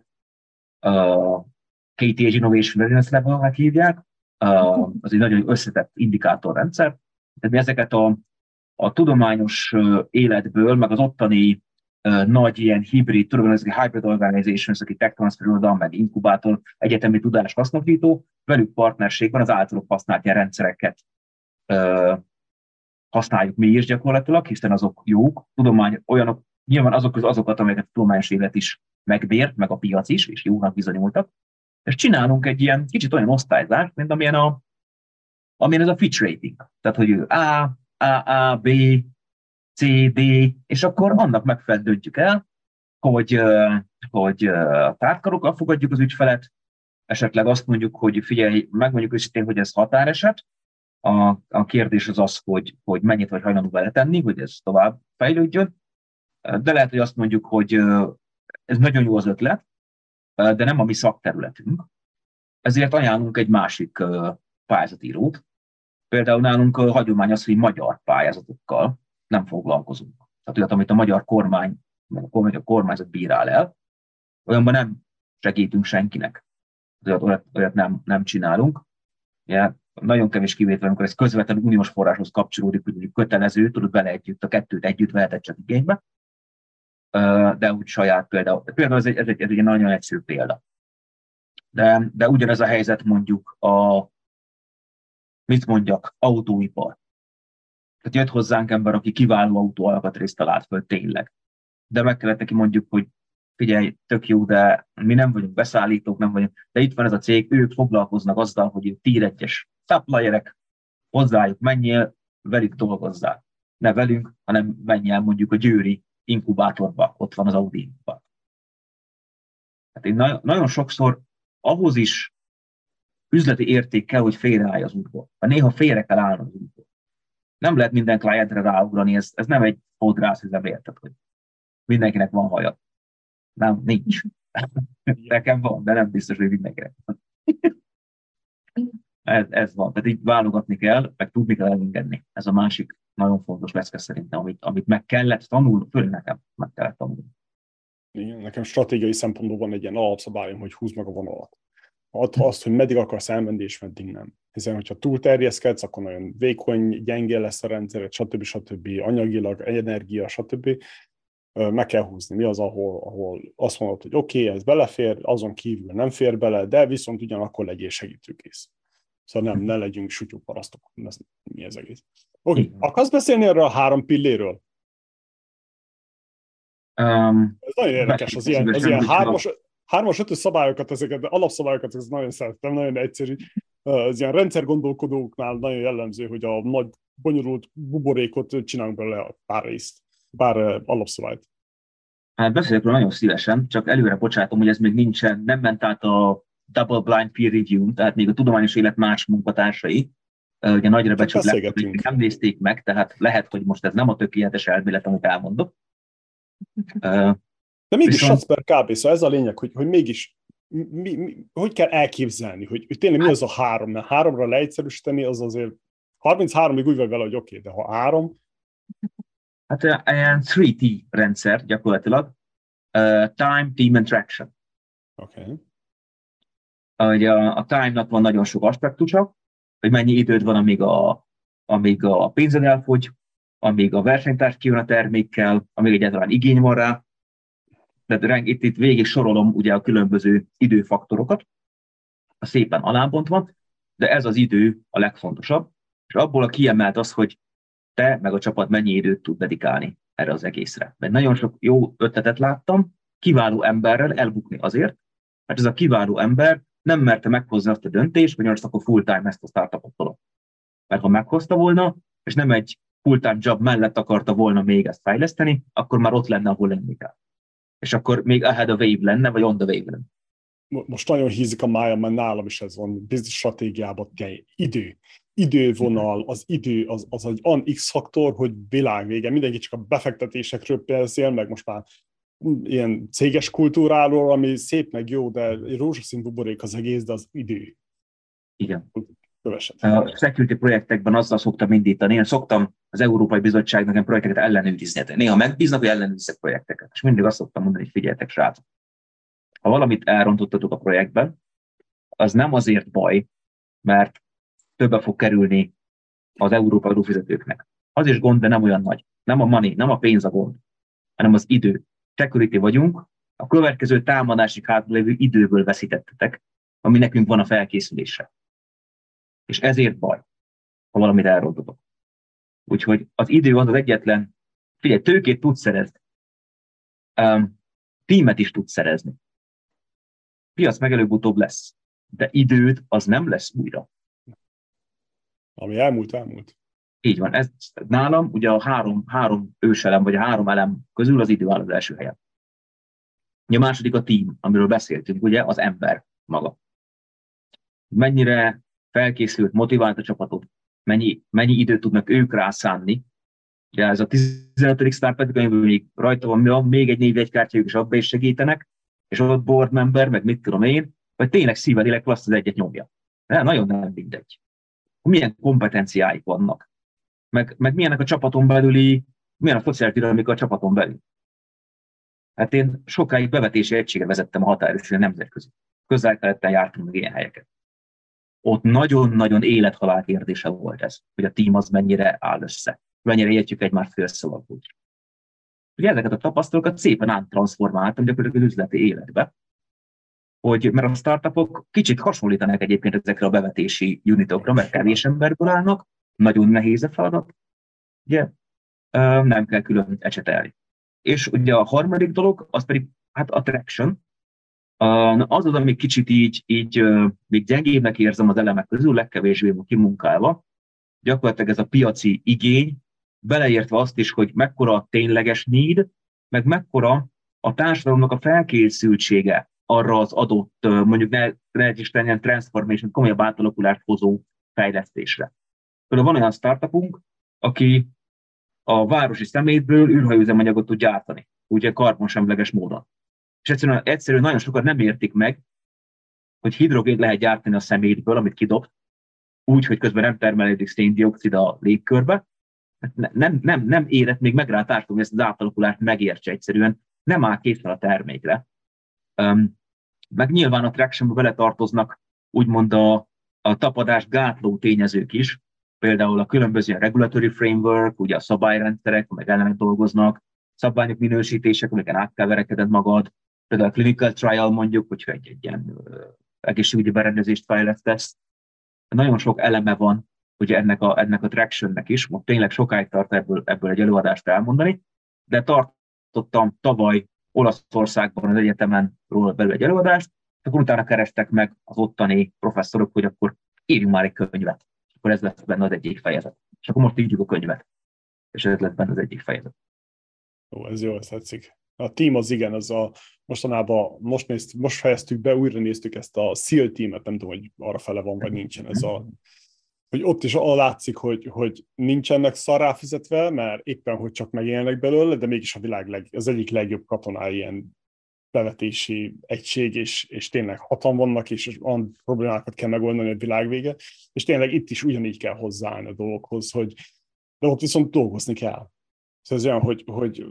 a K T H Innovation Readiness Level-nek hívják, az egy nagyon összetett indikátorrendszer. Tehát mi ezeket a, a tudományos életből, meg az ottani uh, nagy ilyen hibrid, tudományos hybrid organizations, akik tech transfer iroda, meg inkubátor, egyetemi tudás hasznosító, velük partnerségben az általuk használt ilyen rendszereket uh, használjuk mi is gyakorlatilag, hiszen azok jók, tudomány, olyanok, nyilván azok közül azokat, amelyeket a tudományos élet is megbért, meg a piac is, és jónak bizonyultak. És csinálunk egy ilyen kicsit olyan osztályzást, mint amilyen, a, amilyen ez a Fitch rating. Tehát, hogy A, A A, B, C, D, és akkor annak megfelelően döntjük el, hogy, hogy tártkarokkal fogadjuk az ügyfelet, esetleg azt mondjuk, hogy figyelj, megmondjuk őszintén, hogy ez határeset. A, a kérdés az az, hogy, hogy mennyit vagy hajlandó beletenni, hogy ez tovább fejlődjön. De lehet, hogy azt mondjuk, hogy ez nagyon jó az ötlet, de nem a mi szakterületünk. Ezért ajánlunk egy másik pályázatírót. Például nálunk a hagyomány az, hogy magyar pályázatokkal nem foglalkozunk. Tehát olyat, amit a magyar kormány, vagy a kormányzat bírál el, olyanban nem segítünk senkinek. Olyat, olyat, olyat nem, nem csinálunk. Ja, nagyon kevés kivétel, amikor ez közvetlenül uniós forráshoz kapcsolódik, hogy kötelező, tudod bele együtt, a kettőt együtt vehetett csak igénybe, de úgy saját például. Például ez egy, ez egy, ez egy nagyon egyszerű példa. De, de ugyanez a helyzet mondjuk a, mit mondjak, autóipar. Tehát jött hozzánk ember, aki kiváló autó alkatrészt talált föl tényleg. De meg kellett neki mondjuk, hogy figyelj, tök jó, de mi nem vagyunk beszállítók, nem vagyunk, de itt van ez a cég, ők foglalkoznak azzal, hogy tier egyes supplierek, hozzájuk menjél, velük dolgozzál. Ne velünk, hanem menj el mondjuk a győri inkubátorba, ott van az Audi inkubátor. Hát én na- nagyon sokszor ahhoz is üzleti érték kell, hogy félreállj az útból. Mert néha félre kell állni az útból. Nem lehet minden klientre ráugrani, ez, ez nem egy fodrászüzem, érted, hogy mindenkinek van haja. Nem, nincs. Nekem van, de nem biztos, hogy mindenkinek van. ez, ez van. Tehát így válogatni kell, meg tudni kell elengedni. Ez a másik nagyon fontos leszke szerintem, amit, amit meg kellett tanulni, főleg nekem meg kellett tanulni. Igen, nekem stratégiai szempontból van egy ilyen alapszabályom, hogy húzd meg a vonalat. Azt, hogy meddig akarsz elmenni, és meddig nem. Hiszen, hogyha túl terjeszkedsz, akkor nagyon vékony, gyenge lesz a rendszer, stb. stb. Anyagilag, energia, stb. Meg kell húzni. Mi az, ahol, ahol azt mondod, hogy oké, okay, ez belefér, azon kívül nem fér bele, de viszont ugyanakkor legyél segítőkész. Szóval nem, ne legyünk sutyó parasztok. Ez, mi ez egész. Oké, okay. Akarsz beszélni erről a három pilléről? Um, ez nagyon érdekes, az ilyen, az ilyen hármas, hármas, ötös szabályokat, ezeket, alapszabályokat, ez nagyon szeretem, nagyon egyszerű. Az ilyen rendszergondolkodóknál nagyon jellemző, hogy a nagy, bonyolult buborékot csinálunk belőle pár részt, pár alapszabályt. Hát beszélek nagyon szívesen, csak előre bocsátom, hogy ez még nincsen, nem ment át a double blind peer review, tehát még a tudományos élet más munkatársai, ugye nagyra becsült leptek, nem nézték meg, tehát lehet, hogy most ez nem a tökéletes elmélet, amit elmondok. De mégis viszont... Schatzberg kb. Szóval ez a lényeg, hogy, hogy mégis mi, mi, hogy kell elképzelni, hogy, hogy tényleg mi az a három, mert háromra leegyszerűsíteni, az azért harminchárom-ig úgy vagy vele, hogy oké, okay, de ha három... Hát ilyen három té rendszer gyakorlatilag. Uh, time, team and traction. Oké. Okay. Ugye a, a time-nak van nagyon sok aspektusa, hogy mennyi időd van, amíg a, amíg a pénzed elfogy, amíg a versenytárs kijön a termékkel, amíg egyáltalán igény van rá. Tehát itt, itt végig sorolom ugye a különböző időfaktorokat, a szépen alábontva, de ez az idő a legfontosabb, és abból a kiemelt az, hogy te meg a csapat mennyi időt tud dedikálni erre az egészre. Mert nagyon sok jó ötletet láttam, kiváló emberrel elbukni azért, mert ez a kiváló ember nem merte meghozni azt a döntést, hogy most akkor full time ezt a startupot tolom. Mert ha meghozta volna, és nem egy full-time job mellett akarta volna még ezt fejleszteni, akkor már ott lenne, ahol lenni kell. És akkor még ahead of wave lenne, vagy on the wave lenne. Most nagyon hízik a májam, mert nálam is ez van, biztos stratégiában, idő. Idővonal, az idő, az, az egy olyan X-faktor, hogy világvége. Mindenki csak a befektetésekről beszél, meg most már ilyen céges kultúráról, ami szép meg jó, de rózsaszín buborék az egész, de az idő. Igen. Kövesed. A security projektekben azzal szoktam indítani, én szoktam az Európai Bizottságnak ilyen projekteket ellenőrizni. Néha megbíznak, hogy ellenőrizzek projekteket. És mindig azt szoktam mondani, hogy figyeljetek, srácok. Ha valamit elrontottatok a projektben, az nem azért baj, mert többe fog kerülni az európai adófizetőknek. Az is gond, de nem olyan nagy. Nem a money, nem a pénz a gond, hanem az idő. Security vagyunk, a következő támadásig hátralévő időből veszítettetek, ami nekünk van a felkészülésre. És ezért baj, ha valamit elrontotok. Úgyhogy az idő az az egyetlen, figyelj, tőkét tudsz szerezni, um, tímet is tudsz szerezni. Piac meg előbb-utóbb lesz, de időd az nem lesz újra. Ami elmúlt, elmúlt. Így van. Ez nálam ugye a három, három őselem, vagy a három elem közül az idő áll az első helyen. A második a team, amiről beszéltünk, ugye az ember maga. Mennyire felkészült, motivált a csapatot, mennyi, mennyi időt tudnak ők rászánni. Ugye ez a tizenötödik sztárpedkönyvből még rajta van, még egy névjegykártyájuk, és abba is segítenek, és ott board member, meg mit tudom én, vagy tényleg szívedileg azt az egyet nyomja. De nagyon nem mindegy. Milyen kompetenciáik vannak, meg, meg milyenek a csapaton belüli, milyen a szociális dinamika a csapaton belül. Hát én sokáig bevetési egységet vezettem a határőrségre nemzetközi. Közel-keleten jártunk meg ilyen helyeket. Ott nagyon-nagyon élet-halál kérdése volt ez, hogy a tím az mennyire áll össze, mennyire értjük egymást félszavakból. Ugye ezeket a tapasztalatokat szépen áttranszformáltam gyakorlatilag az üzleti életbe, hogy, mert a startupok kicsit hasonlítanak egyébként ezekre a bevetési unitokra, mert kevés emberből állnak, nagyon nehéz a feladat, ugye nem kell külön ecsetelni. És ugye a harmadik dolog, az pedig hát a traction. Az az, ami kicsit így, így még gyengébbnek érzem az elemek közül, legkevésbé van kimunkálva. Gyakorlatilag ez a piaci igény, beleértve azt is, hogy mekkora a tényleges need, meg mekkora a társadalomnak a felkészültsége arra az adott, mondjuk ne, ne is legyen transformation, komolyabb átalakulást hozó fejlesztésre. Például van olyan startupunk, aki a városi szemétből űrhajóüzemanyagot tud gyártani, ugye karbonsemleges módon. És egyszerűen, egyszerűen nagyon sokan nem értik meg, hogy hidrogént lehet gyártani a szemétből, amit kidobt, úgy, hogy közben nem termelődik széndioxid a légkörbe. Nem, nem, nem érett még meg rá a társadalom, hogy ezt az átalakulást megértse egyszerűen, nem áll készen a termékre. Um, meg nyilván a tractionba beletartoznak úgymond a, a tapadást gátló tényezők is, például a különböző regulatory framework, ugye a szabályrendszerek, amelyek ellenek dolgoznak, szabványok minősítések, amiken át kell verekedned magad, például a clinical trial mondjuk, hogyha egy, egy ilyen uh, egészségügyi berendezést fejlesztesz. Nagyon sok eleme van ugye ennek a, ennek a tractionnek is, most tényleg sokáig tart ebből, ebből egy előadást elmondani, de tartottam tavaly Olaszországban az egyetemen róla belül egy előadást, akkor utána kerestek meg az ottani professzorok, hogy akkor írjunk már egy könyvet. Akkor ez lesz benne az egyik fejezet. És akkor most írjuk a könyvet. És ez lesz benne az egyik fejezet. Jó, ez jó, ez tetszik. A team az igen, az a mostanában, most, nézt, most fejeztük be, újra néztük ezt a SEAL teamet, nem tudom, hogy arra fele van, vagy nincsen ez a, hogy ott is látszik, hogy, hogy nincsenek szarrá fizetve, mert éppen, hogy csak megélnek belőle, de mégis a világ leg, az egyik legjobb katonái ilyen bevetési egység, és, és tényleg hatan vannak, és olyan problémákat kell megoldani a világ vége, és tényleg itt is ugyanígy kell hozzáállni a dolgokhoz, hogy de ott viszont dolgozni kell. Szóval ez olyan, hogy, hogy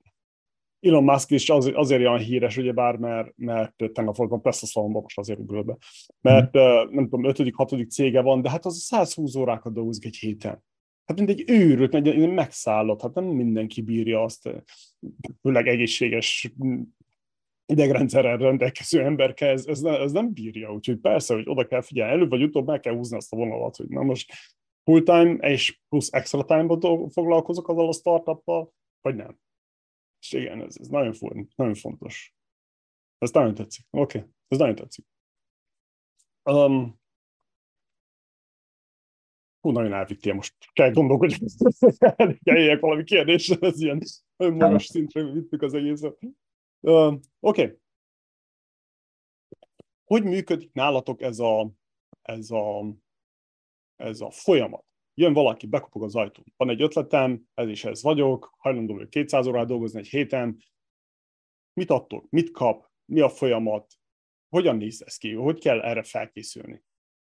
Elon Musk is az, azért olyan híres, ugyebár, mert, mert tegnap voltam Tesla szalomban, most azért ugrott be, mert mm. nem tudom, ötödik, hatodik cége van, de hát az százhúsz órákat dolgozik egy héten. Hát mint egy őrült, egy megszállott, hát nem mindenki bírja azt, főleg egészséges idegrendszerrel rendelkező emberke, ez, ez, ez nem bírja, úgyhogy persze, hogy oda kell figyelni, előbb vagy utóbb meg kell húzni azt a vonalat, hogy na most full-time és plusz extra time-ban foglalkozok azzal a startuppal, vagy nem. És igen, ez, ez nagyon, nagyon fontos. Ez nagyon tetszik. Oké, okay. Ez nagyon tetszik. Um, Hú, nagyon elvittél most. Kell gondolkodni, hogy eljegyek valami kérdésre, ez ilyen nagyon magas szintre vittük az egészet. Uh, Oké. Okay. Hogy működik nálatok ez a, ez a, ez a folyamat? Jön valaki, bekopog az ajtón. Van egy ötletem, ez is ez vagyok, hajlandó vagyok kétszáz órát dolgozni egy héten. Mit adtok? Mit kap? Mi a folyamat? Hogyan néz ez ki? Hogy kell erre felkészülni?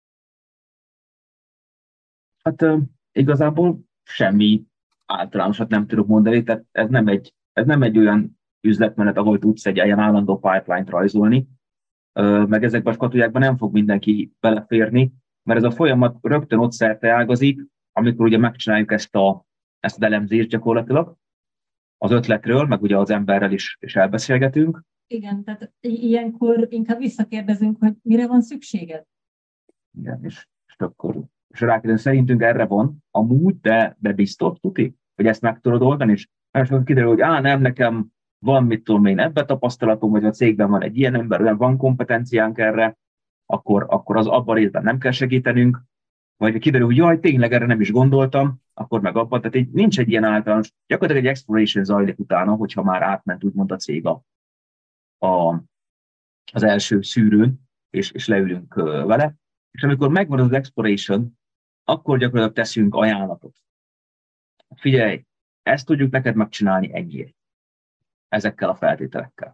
Hát uh, igazából semmi általánosat nem tudok mondani, tehát ez nem egy, ez nem egy olyan üzletmenet, ahol tudsz egy ilyen állandó pipeline-t rajzolni, uh, meg ezekben a skatujákban nem fog mindenki beleférni, mert ez a folyamat rögtön ott szerteágazik, amikor ugye megcsináljuk ezt a, ezt az elemzést gyakorlatilag az ötletről, meg ugye az emberrel is, is elbeszélgetünk. Igen, tehát ilyenkor inkább visszakérdezünk, hogy mire van szükséged? Igen, és, és akkor és rákérdezünk, szerintünk erre van amúgy, de, de biztos, tuti, hogy ezt meg tudod oldani, és akkor kiderül, hogy á, nem, nekem van, mit tudom én, ebbe tapasztalatom, vagy a cégben van egy ilyen ember, olyan van kompetenciánk erre, akkor, akkor az abban részben nem kell segítenünk, vagy kiderül, hogy jaj, tényleg erre nem is gondoltam, akkor meg abban, tehát így nincs egy ilyen általános, gyakorlatilag egy exploration zajlik utána, hogyha már átment úgymond a cég a, a, az első szűrőn, és, és leülünk uh, vele, és amikor megvan az exploration, akkor gyakorlatilag teszünk ajánlatot. Figyelj, ezt tudjuk neked megcsinálni ennyiért. Ezekkel a feltételekkel.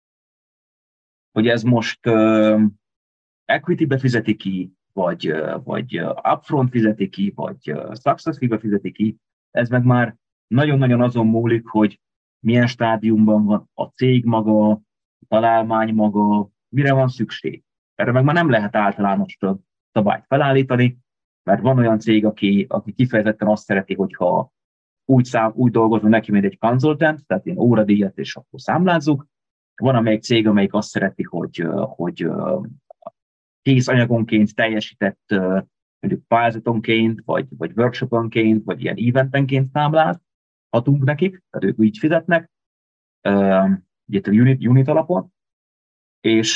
Hogy ez most uh, equity-be fizeti ki, vagy, uh, vagy uh, upfront fizeti ki, vagy uh, success fee-be fizeti ki, ez meg már nagyon-nagyon azon múlik, hogy milyen stádiumban van a cég maga, a találmány maga, mire van szükség. Erre meg már nem lehet általános szabályt felállítani, mert van olyan cég, aki, aki kifejezetten azt szereti, hogyha úgy, szám, úgy dolgozunk neki, mint egy consultant, tehát ilyen óradíjat, és akkor számlázzuk. Van amelyik cég, amelyik azt szereti, hogy, hogy kész anyagonként teljesített, mondjuk pályázatonként, vagy, vagy workshoponként, vagy ilyen eventenként számlázhatunk nekik, tehát ők így fizetnek, ugye a unit, unit alapon, és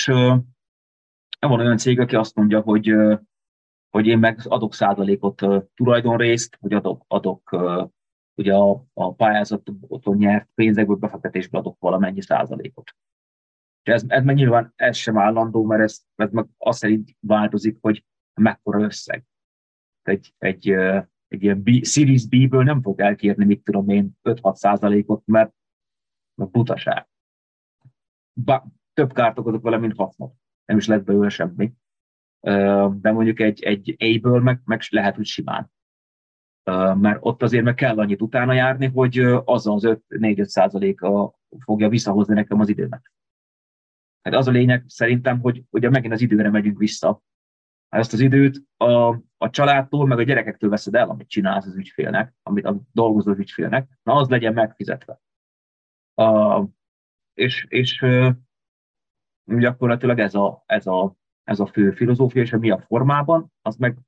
van olyan cég, aki azt mondja, hogy, hogy én meg adok százalékot tulajdonrészt, hogy adok, adok ugye a, a pályázaton nyert pénzekből, befektetésből adok valamennyi százalékot. És ez, ez meg nyilván ez sem állandó, mert ez, ez meg azt szerint változik, hogy mekkora összeg. Egy, egy, egy ilyen B, Series B-ből nem fog elkérni, mit tudom én, öt-hat százalékot, mert, mert butaság. Ba, több kárt okozok vele, mint hasznot. Nem is lett belőle semmi. De mondjuk egy, egy A-ből meg, meg lehet, hogy simán. Mert ott azért meg kell annyit utána járni, hogy az az öt-négy-öt százaléka fogja visszahozni nekem az időmet. Hát az a lényeg szerintem, hogy ugye megint az időre megyünk vissza. Ezt az időt a, a családtól, meg a gyerekektől veszed el, amit csinálsz az ügyfélnek, amit a dolgozó az ügyfélnek, na az legyen megfizetve. A, és és gyakorlatilag ez a, ez, a, ez a fő filozófia, és a mi a formában, az meg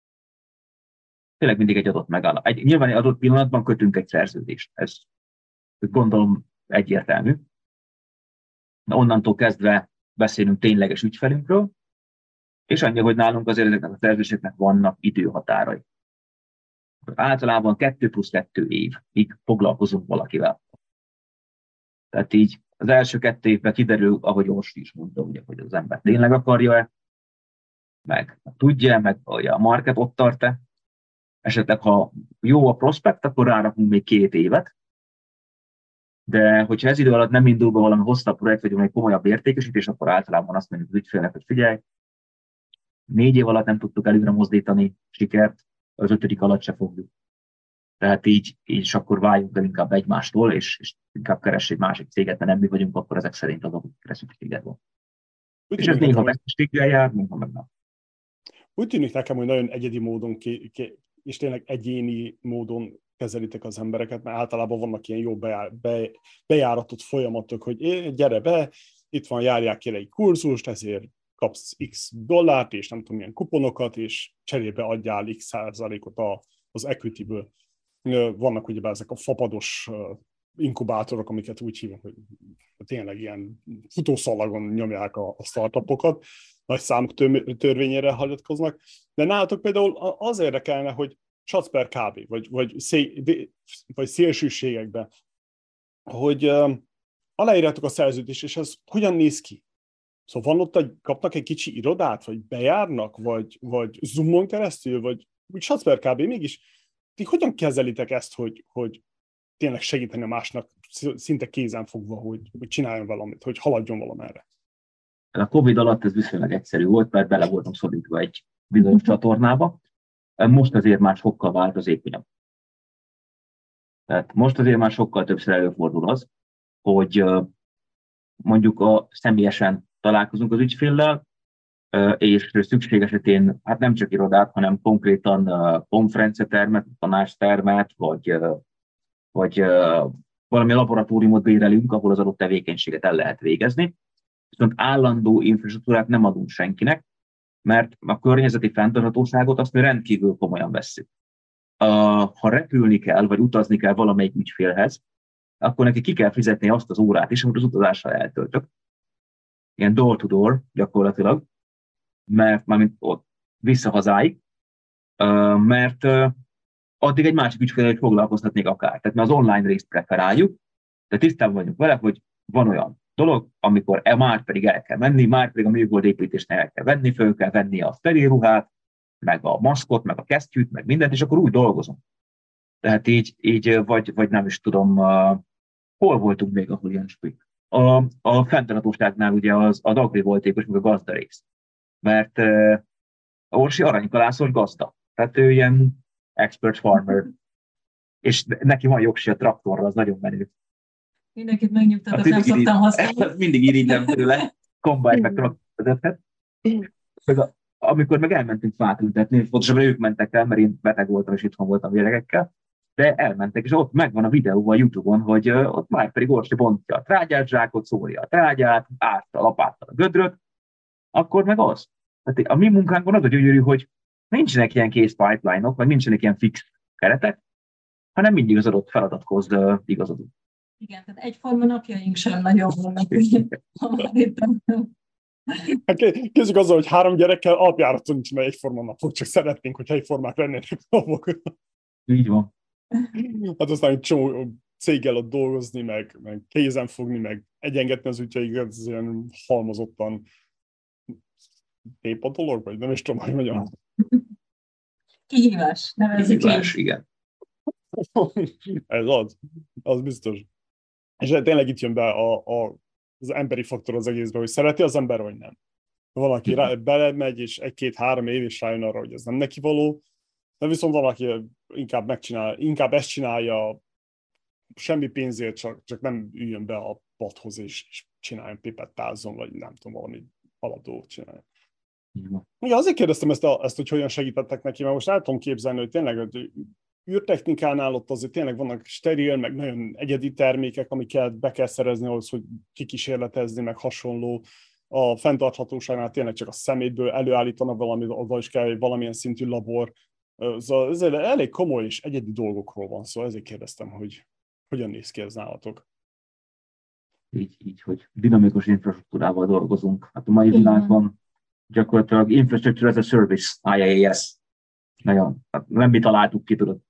tényleg mindig egy adott megállapodás. Egy, nyilván egy adott pillanatban kötünk egy szerződést. Ez gondolom egyértelmű. De onnantól kezdve beszélünk tényleges ügyfelünkről, és annyi, hogy nálunk azért ezeknek a szerződéseknek vannak időhatárai. Általában kettő plusz kettő év, míg foglalkozunk valakivel. Tehát így az első kettő évben kiderül, ahogy most is mondtam, ugye, hogy az ember tényleg akarja-e, meg tudja, meg a market ott tart-e. Esetleg, ha jó a prospekt, akkor rárakunk még két évet, de hogyha ez idő alatt nem indul be valami hosszabb projekt, vagy valami komolyabb értékesítés, akkor általában azt mondjuk az ügyfélnek, hogy figyelj, négy év alatt nem tudtuk előre mozdítani sikert, az ötödik alatt se fogjuk. Tehát így, így és akkor váljunk el inkább egymástól, és, és inkább keress egy másik céget, mert nem mi vagyunk, akkor ezek szerint azok szükséged van. És ez néha veszteséggel jár, néha meg nem. Úgy tűnik nekem, hogy nagyon egyedi módon, ki, ki, és tényleg egyéni módon kezelitek az embereket, mert általában vannak ilyen jó bejár, be, bejáratott folyamatok, hogy é, gyere be, itt van, járják ki egy kurzust, ezért kapsz x dollárt, és nem tudom milyen kuponokat, és cserébe adjál x százalékot a, az equity-ből. Vannak ugye ezek a fapados inkubátorok, amiket úgy hívunk, hogy tényleg ilyen futószalagon nyomják a, a startupokat, nagy számok törvényére hagyatkoznak. De nálatok például az érdekelne, hogy sac per kb, vagy, vagy, szé, vagy szélsőségekben, hogy uh, aláírjátok a szerződést, és ez hogyan néz ki? Szóval van ott, hogy kapnak egy kicsi irodát, vagy bejárnak, vagy, vagy Zoomon keresztül, vagy úgy sac per kb. Mégis ti hogyan kezelitek ezt, hogy, hogy tényleg segíteni a másnak szinte kézen fogva, hogy, hogy csináljon valamit, hogy haladjon valamerre? A Covid alatt ez viszonylag egyszerű volt, mert bele voltam szorítva egy bizonyos csatornába. Most azért már sokkal változékonyabb. Tehát most azért már sokkal többször előfordul az, hogy mondjuk a személyesen találkozunk az ügyféllel, és szükség esetén hát nem csak irodát, hanem konkrétan konferenciatermet, tanácstermet, vagy, vagy valami laboratóriumot bérelünk, ahol az adott tevékenységet el lehet végezni. Viszont állandó infrastruktúrát nem adunk senkinek, mert a környezeti fenntarthatóságot azt mi rendkívül komolyan vesszük. Ha repülni kell, vagy utazni kell valamelyik ügyfélhez, akkor neki ki kell fizetni azt az órát is, amit az utazással eltöltök. Ilyen door-to-door gyakorlatilag, mert mármint ott vissza hazáig, mert addig egy másik ügyféllel foglalkoztatnék akár. Tehát mi az online részt preferáljuk, de tisztában vagyunk vele, hogy van olyan dolog, amikor e már pedig el kell menni, már pedig a műholdépítésnél el kell venni, föl kell venni a steril meg a maszkot, meg a kesztyűt, meg mindent, és akkor úgy dolgozunk. Tehát így, így vagy, vagy nem is tudom, uh, hol voltunk még, ahol ilyen spik. A, a fenntarthatóságnál ugye az, az agrivoltékos, meg a gazdarész. Mert uh, Orsi aranykalászos gazda. Tehát ő ilyen expert farmer. És neki van jogsi a traktorra, az nagyon menő. Mindenkit megnyugtatok, nem szoktam használni. Mindig irigylem tőle, kombány meg traktorvezethet. Amikor meg elmentünk fát ültetni, pontosabban ők mentek el, mert én beteg voltam és itthon voltam gyerekekkel, de elmentek, és ott megvan a videó a YouTube-on, hogy uh, ott már pedig Orsi bontja a trágyát, zsákot, szórja a trágyát, ásta a lapáttal a gödröt, akkor meg az. Tehát a mi munkánkban az a gyönyörű, hogy nincsenek ilyen kész pipeline-ok, vagy nincsenek ilyen fix keretek, hanem mindig az adott feladathoz uh, igazodunk. Igen, tehát egyforma napjaink sem nagyon vannak. Hát kezdjük azzal, hogy három gyerekkel alapjáraton nincsen egyforma napok, csak szeretnénk, hogyha egyformák lennének napok. Így van. Hát aztán egy csomó céggel ott dolgozni, meg, meg kézen fogni, meg egyengetni az ügyeiket, ez ilyen halmozottan épp a dolog, vagy nem is tudom, hogy mondjam. Kihívás, nevezzük így. Kihívás, igen. Ez az, az biztos. És tényleg itt jön be a, a, az emberi faktor az egészbe, hogy szereti az ember, vagy nem. Valaki rá, belemegy, és egy-két-három év is rájön arra, hogy ez nem neki való, de viszont valaki inkább megcsinál, inkább ezt csinálja semmi pénzért, csak, csak nem üljön be a padhoz, és, és csináljon pipettázzon, vagy nem tudom, valami alapdolgot csinálja. Ja, azért kérdeztem ezt, a, ezt, hogy hogyan segítettek neki, mert most el tudom képzelni, hogy tényleg hogy űrtechnikánál ott azért tényleg vannak steril, meg nagyon egyedi termékek, amiket be kell szerezni ahhoz, hogy kikísérletezni, meg hasonló. A fenntarthatóságnál tényleg csak a szemétből előállítanak valamit, oda is kell valamilyen szintű labor. Szóval ez elég komoly és egyedi dolgokról van, szóval ezért kérdeztem, hogy hogyan néz ki ez nálatok. Így, így, hogy dinamikus infrastruktúrával dolgozunk. Hát a mai világban gyakorlatilag Infrastructure as a Service, I A S. Nagyon, hát nem mi találtuk ki, tudod.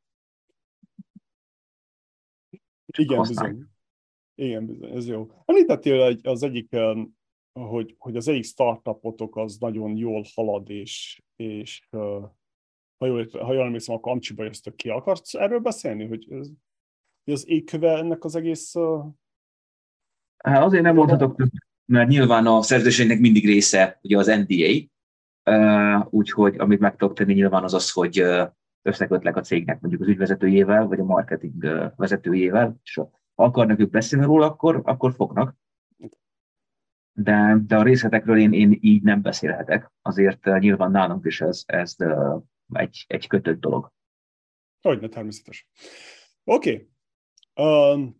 Igen, bizony. Igen, bizony, ez jó. Említettél az egyik, hogy, hogy az egyik startupotok az nagyon jól halad, és, és ha jól, ha jól emlékszem, akkor Amcsiba jöttök ki. Akarsz erről beszélni, hogy, ez, hogy az égköve ennek az egész... Hát azért nem mondhatok, mert nyilván a szerződésnek mindig része ugye az N D A, Uh, úgyhogy amit meg tudok tenni nyilván az az, hogy uh, összekötlek a cégnek mondjuk az ügyvezetőjével, vagy a marketing uh, vezetőjével, és ha akarnak ők beszélni róla, akkor, akkor fognak. De, de a részletekről én, én így nem beszélhetek, azért uh, nyilván nálunk is ez, ez uh, egy, egy kötött dolog. Hogyne, természetes. Oké. Okay. Um,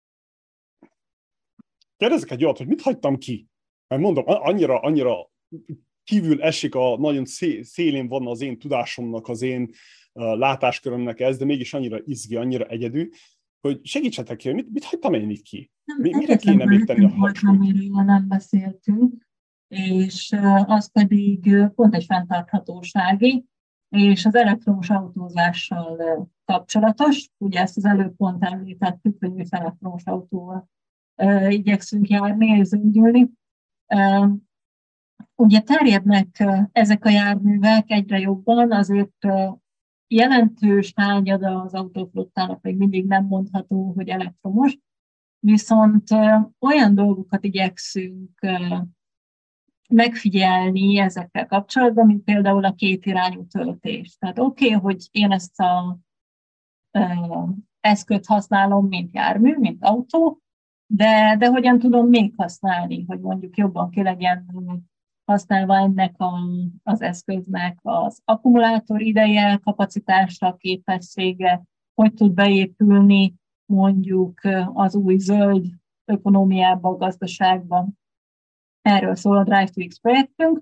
kérdezek egy olyat, hogy mit hagytam ki? Mert mondom, annyira, annyira kívül esik, a nagyon szélén van az én tudásomnak, az én uh, látáskörömnek ez, de mégis annyira izgi, annyira egyedű, hogy segítsetek ki, hogy mit, mit hagytam én itt ki? Nem, Mi, mire kéne még tenni a hangsúlyt? Amiről nem beszéltünk, és uh, az pedig uh, pont egy fenntarthatósági, és az elektromos autózással kapcsolatos. Ugye ezt az előbb pont említettük, hogy mi elektromos autóval uh, igyekszünk járni és zöldülni. Uh, ugye terjednek uh, ezek a járművek egyre jobban, azért uh, jelentős hányada az autóflottának még mindig nem mondható, hogy elektromos, viszont uh, olyan dolgokat igyekszünk uh, megfigyelni ezekkel kapcsolatban, mint például a kétirányú töltés. Tehát oké, okay, hogy én ezt az uh, eszközt használom, mint jármű, mint autó, de, de hogyan tudom még használni, hogy mondjuk jobban ki legyen használva ennek a, az eszköznek az akkumulátor ideje, kapacitásra, képessége, hogy tud beépülni mondjuk az új zöld ökonómiába, gazdaságban. Erről szól a Drive to X projektünk.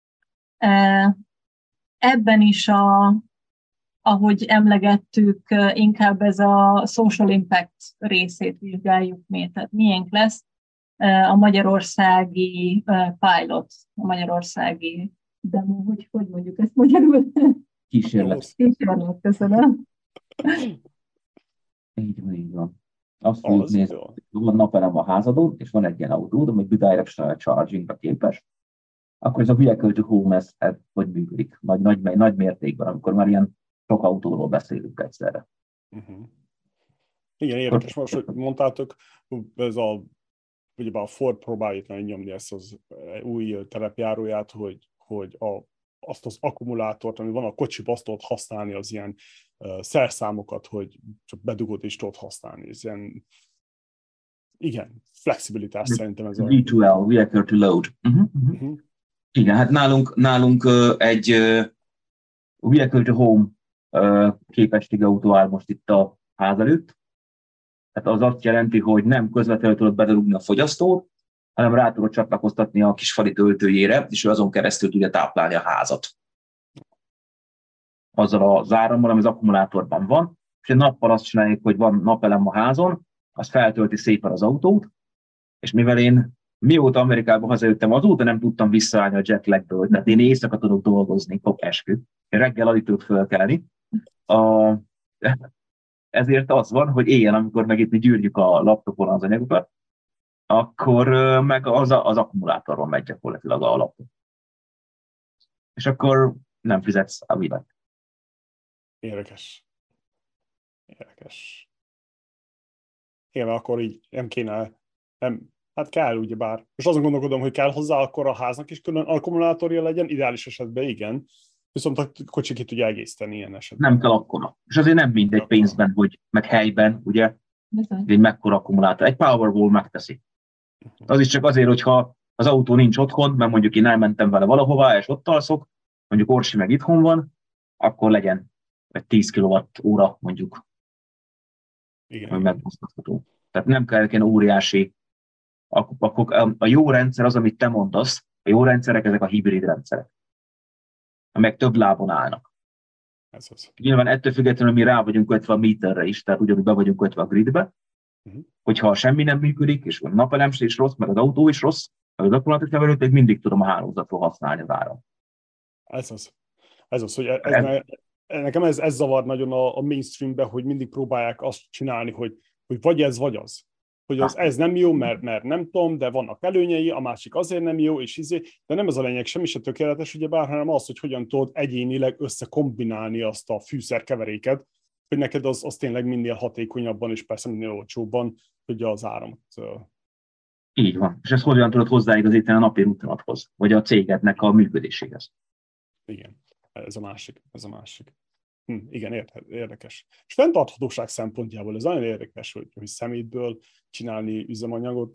Ebben is, a, ahogy emlegettük, inkább ez a social impact részét vizsgáljuk mi. Tehát miénk lesz a magyarországi pilot, a magyarországi demo, hogy, hogy mondjuk ezt magyarul? Kísérlet. Kísérlet, köszönöm. Így van, így van. Azt fogjuk nézni, hogy van napelem a házadon, és van egy ilyen autód, ami bidirectional chargingra képes, akkor ez a vehicle to home, ez, ez hogy működik? Nagy, nagy, nagy mértékben, amikor már ilyen sok autóról beszélünk egyszerre. Uh-huh. Igen, érdekes, most, hogy mondtátok, ez a, ugye a Ford próbálja itt nyomni ezt az új terepjáróját, hogy, hogy a, azt az akkumulátort, ami van a kocsiba, azt tudod használni, az ilyen uh, szerszámokat, hogy csak bedugod és tudod használni. Ez ilyen, igen, flexibilitás szerintem ez a... vé kettő el, Vehicle to Load. Uh-huh, uh-huh. Uh-huh. Igen, hát nálunk, nálunk uh, egy uh, Vehicle to Home uh, képessége autó áll most itt a ház előtt. Tehát az azt jelenti, hogy nem közvetlenül tudod bedugni a fogyasztót, hanem rá tudod csatlakoztatni a kis fali töltőjére, és ő azon keresztül tudja táplálni a házat. Azzal az árammal, ami az akkumulátorban van, és egy nappal azt csináljuk, hogy van napelem a házon, az feltölti szépen az autót, és mivel én mióta Amerikába hazajöttem, azóta nem tudtam visszaállni a jetlagből, tehát én éjszaka tudok dolgozni, fog eskü. Én reggel alig tudok fölkelni. A... Ezért az van, hogy éjjel, amikor meg itt gyűrjük a laptopon az anyagokat, akkor meg az, a, az akkumulátorról megy gyakorlatilag a laptop. És akkor nem fizetsz a világ. Érdekes. Érdekes. Igen, akkor így nem kéne, nem, hát kell ugyebár. És azon gondolkodom, hogy kell hozzá akkor a háznak is külön akkumulátorja legyen, ideális esetben igen. Viszont a kocsi ki tudja egészteni ilyen esetben. Nem kell akkora. És azért nem mindegy pénzben, hogy meg helyben, ugye, egy mekkora akkumulátor. Egy Powerwall megteszi. Az is csak azért, hogyha az autó nincs otthon, mert mondjuk én elmentem vele valahová, és ott alszok, mondjuk Orsi meg itthon van, akkor legyen egy tíz kilowatt óra mondjuk, igen, hogy meghozható. Tehát nem kell ilyen óriási. Akkor a jó rendszer az, amit te mondasz, a jó rendszerek, ezek a hibrid rendszerek, amelyek több lábon állnak. Ez az. Nyilván ettől függetlenül mi rá vagyunk kötve a meterre is, tehát ugyanúgy be vagyunk kötve a gridbe, uh-huh. Hogyha semmi nem működik, és a napelem is rossz, meg az autó is rossz, meg az akkumulátor nevelőt, még mindig tudom a hálózatról használni az áram. Ez az. Ez az, hogy ez, ez, nekem ez, ez zavar nagyon a, a mainstreamben, hogy mindig próbálják azt csinálni, hogy, hogy vagy ez, vagy az. Hogy az ez nem jó, mert, mert nem tudom, de vannak előnyei, a másik azért nem jó, és izé, de nem ez a lényeg, semmi se tökéletes, ugyebár, hanem az, hogy hogyan tudod egyénileg összekombinálni azt a fűszerkeveréket, hogy neked az, az tényleg minél hatékonyabban, és persze minél olcsóbban tudja az áramot. Így van. És ezt hogyan tudod hozzáigazítani a napi rutinodhoz, vagy a cégednek a működéséhez. Igen, ez a másik, ez a másik. Hm, igen, érdekes. És fenntarthatóság szempontjából ez nagyon érdekes, hogy, hogy szemétből csinálni üzemanyagot.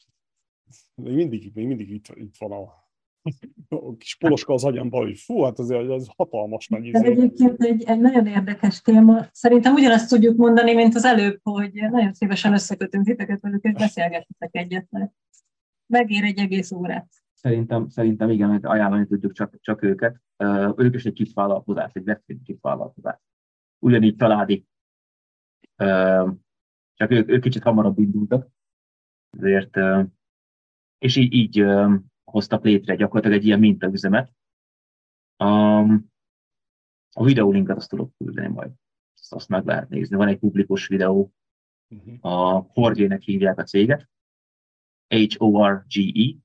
Még mindig, még mindig itt, itt van a, a kis poloska az agyamban, hogy fú, hát ez, ez hatalmas nagy izé. Ez egyébként egy, egy nagyon érdekes téma. Szerintem ugyanazt tudjuk mondani, mint az előbb, hogy nagyon szívesen összekötünk titeket velük, és beszélgettek egyet. Megér egy egész órát. Szerintem, szerintem igen, hogy ajánlani tudjuk csak, csak őket. Uh, ők is egy kis vállalkozás, egy veszélyes kis vállalkozás. Ugyanígy családi. Uh, csak ők, ők kicsit hamarabb indultak. Ezért, uh, és így, így uh, hoztak létre gyakorlatilag egy ilyen mintaüzemet. Um, A videólinket azt tudok küldeni majd. Azt, azt meg lehet nézni. Van egy publikus videó, uh-huh. a Horge-nek hívják a céget, H O R G E,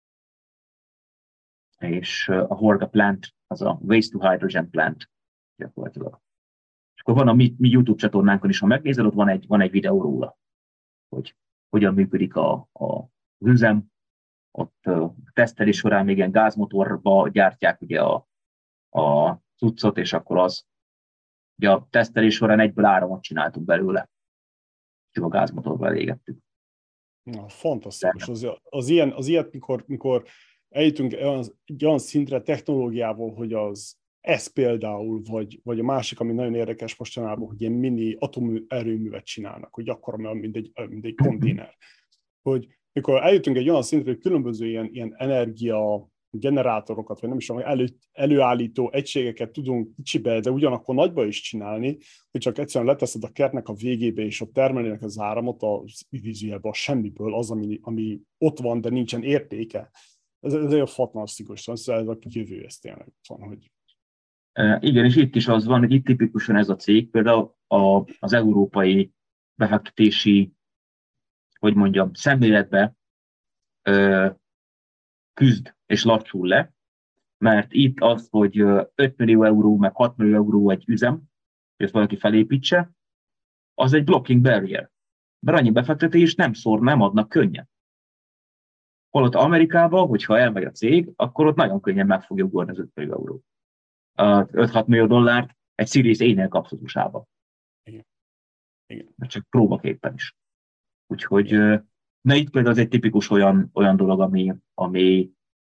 és a Horga Plant, az a Waste to Hydrogen Plant gyakorlatilag. És akkor van a mi, mi YouTube csatornánkon is, ha megnézed, ott van egy, van egy videó róla, hogy hogyan működik a, a üzem. Ott uh, tesztelés során még ilyen gázmotorba gyártják ugye a, a cuccot, és akkor az, ugye a tesztelés során egyből áramot csináltunk belőle. Csak a gázmotorba elégettük. Na, fantasztikus. Az, az, ilyen, az ilyet, mikor, mikor eljutunk egy olyan szintre technológiával, hogy az ez például, vagy, vagy a másik, ami nagyon érdekes mostanában, hogy ilyen mini atomerőművet csinálnak, hogy akkora, mint egy, mint egy konténer. Hogy mikor eljutunk egy olyan szintre, hogy különböző ilyen, ilyen energia generátorokat, vagy nem is tudom, elő, előállító egységeket tudunk kicsibe, de ugyanakkor nagyba is csinálni, hogy csak egyszerűen leteszed a kertnek a végébe, és ott termelnének az áramot az idézőjelben a semmiből, az, ami, ami ott van, de nincsen értéke. Ez, ez egy fantasztikus, szóval ez a jövő, ez tényleg van, hogy... E, igen, és itt is az van, hogy itt tipikusan ez a cég, például a, az európai befektetési, hogy mondjam, szemléletbe ö, küzd és lassul le, mert itt az, hogy öt millió euró, meg hat millió euró egy üzem, hogy ezt valaki felépítse, az egy blocking barrier. Mert annyi befektetés nem szor, nem adnak könnyen. Holott Amerikában, hogyha elmegy a cég, akkor ott nagyon könnyen meg fogja ugorni az öt millió euró. öt-hat millió dollárt egy Series A-nél kapsz az u es á-ba. Igen. Igen. Mert csak próbaképpen is. Úgyhogy, na itt például az egy tipikus olyan, olyan dolog, ami, ami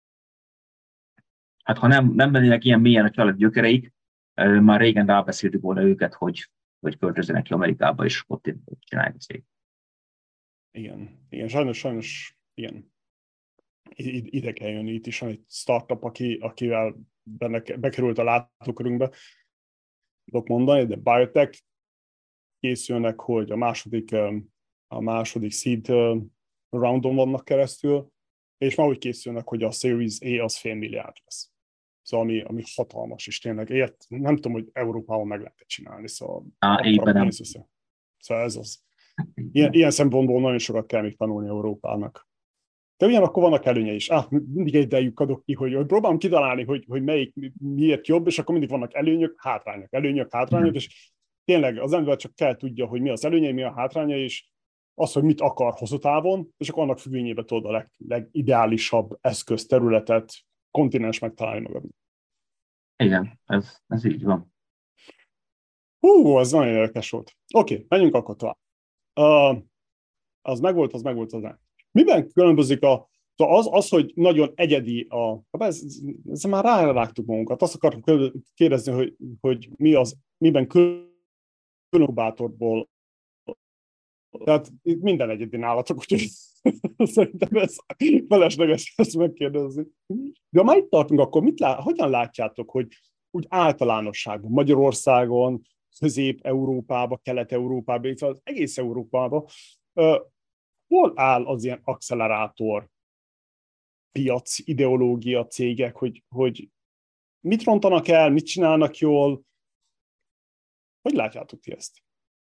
hát ha nem, nem lennének ilyen mélyen a család gyökereik, már régen rábeszéltük volna őket, hogy, hogy költözzenek ki Amerikába, és ott csinálják a cég. Igen, igen, sajnos, sajnos, igen. Ide kell jönni, itt is van egy startup, aki, akivel benne, bekerült a látókörünkbe, tudok mondani, de biotech készülnek, hogy a második, a második seed roundon vannak keresztül, és már úgy készülnek, hogy a Series A az fél milliárd lesz. Szóval ami, ami hatalmas, és tényleg ilyet nem tudom, hogy Európában meg lehet csinálni, szóval Á, nem. Szóval ez az. Ilyen, ilyen szempontból nagyon sokat kell még tanulni Európának. De ugyanakkor vannak előnye is. Ah, mindig egy idejük adok ki, hogy, hogy próbálom kitalálni, hogy, hogy melyik miért jobb, és akkor mindig vannak előnyök, hátrányok, előnyök, hátrányok, mm. és tényleg az ember csak kell tudja, hogy mi az előnye, mi a hátránya, és az, hogy mit akar hosszú távon, és akkor annak függvényében tudod a leg, legideálisabb eszközterületet, kontinens megtalálni magad. Igen, ez, ez így van. Hú, ez nagyon érdekes volt. Oké, okay, menjünk akkor tovább. Uh, az megvolt, az megvolt az. Miben különbözik a, az, az, hogy nagyon egyedi a... Ez, ez már rárágtuk magunkat. Azt akartam kérdezni, hogy, hogy mi az, miben különbözik bátorból. Tehát minden egyedi nálatok, úgyhogy szerintem ez felesleges ezt megkérdezni. De ha már itt tartunk, akkor mit lát, hogyan látjátok, hogy úgy általánosságban Magyarországon, Közép-Európában, Kelet-Európában, illetve az egész Európában, uh, hol áll az ilyen accelerátor piac, ideológia, cégek, hogy, hogy mit rontanak el, mit csinálnak jól? Hogy látjátok ti ezt?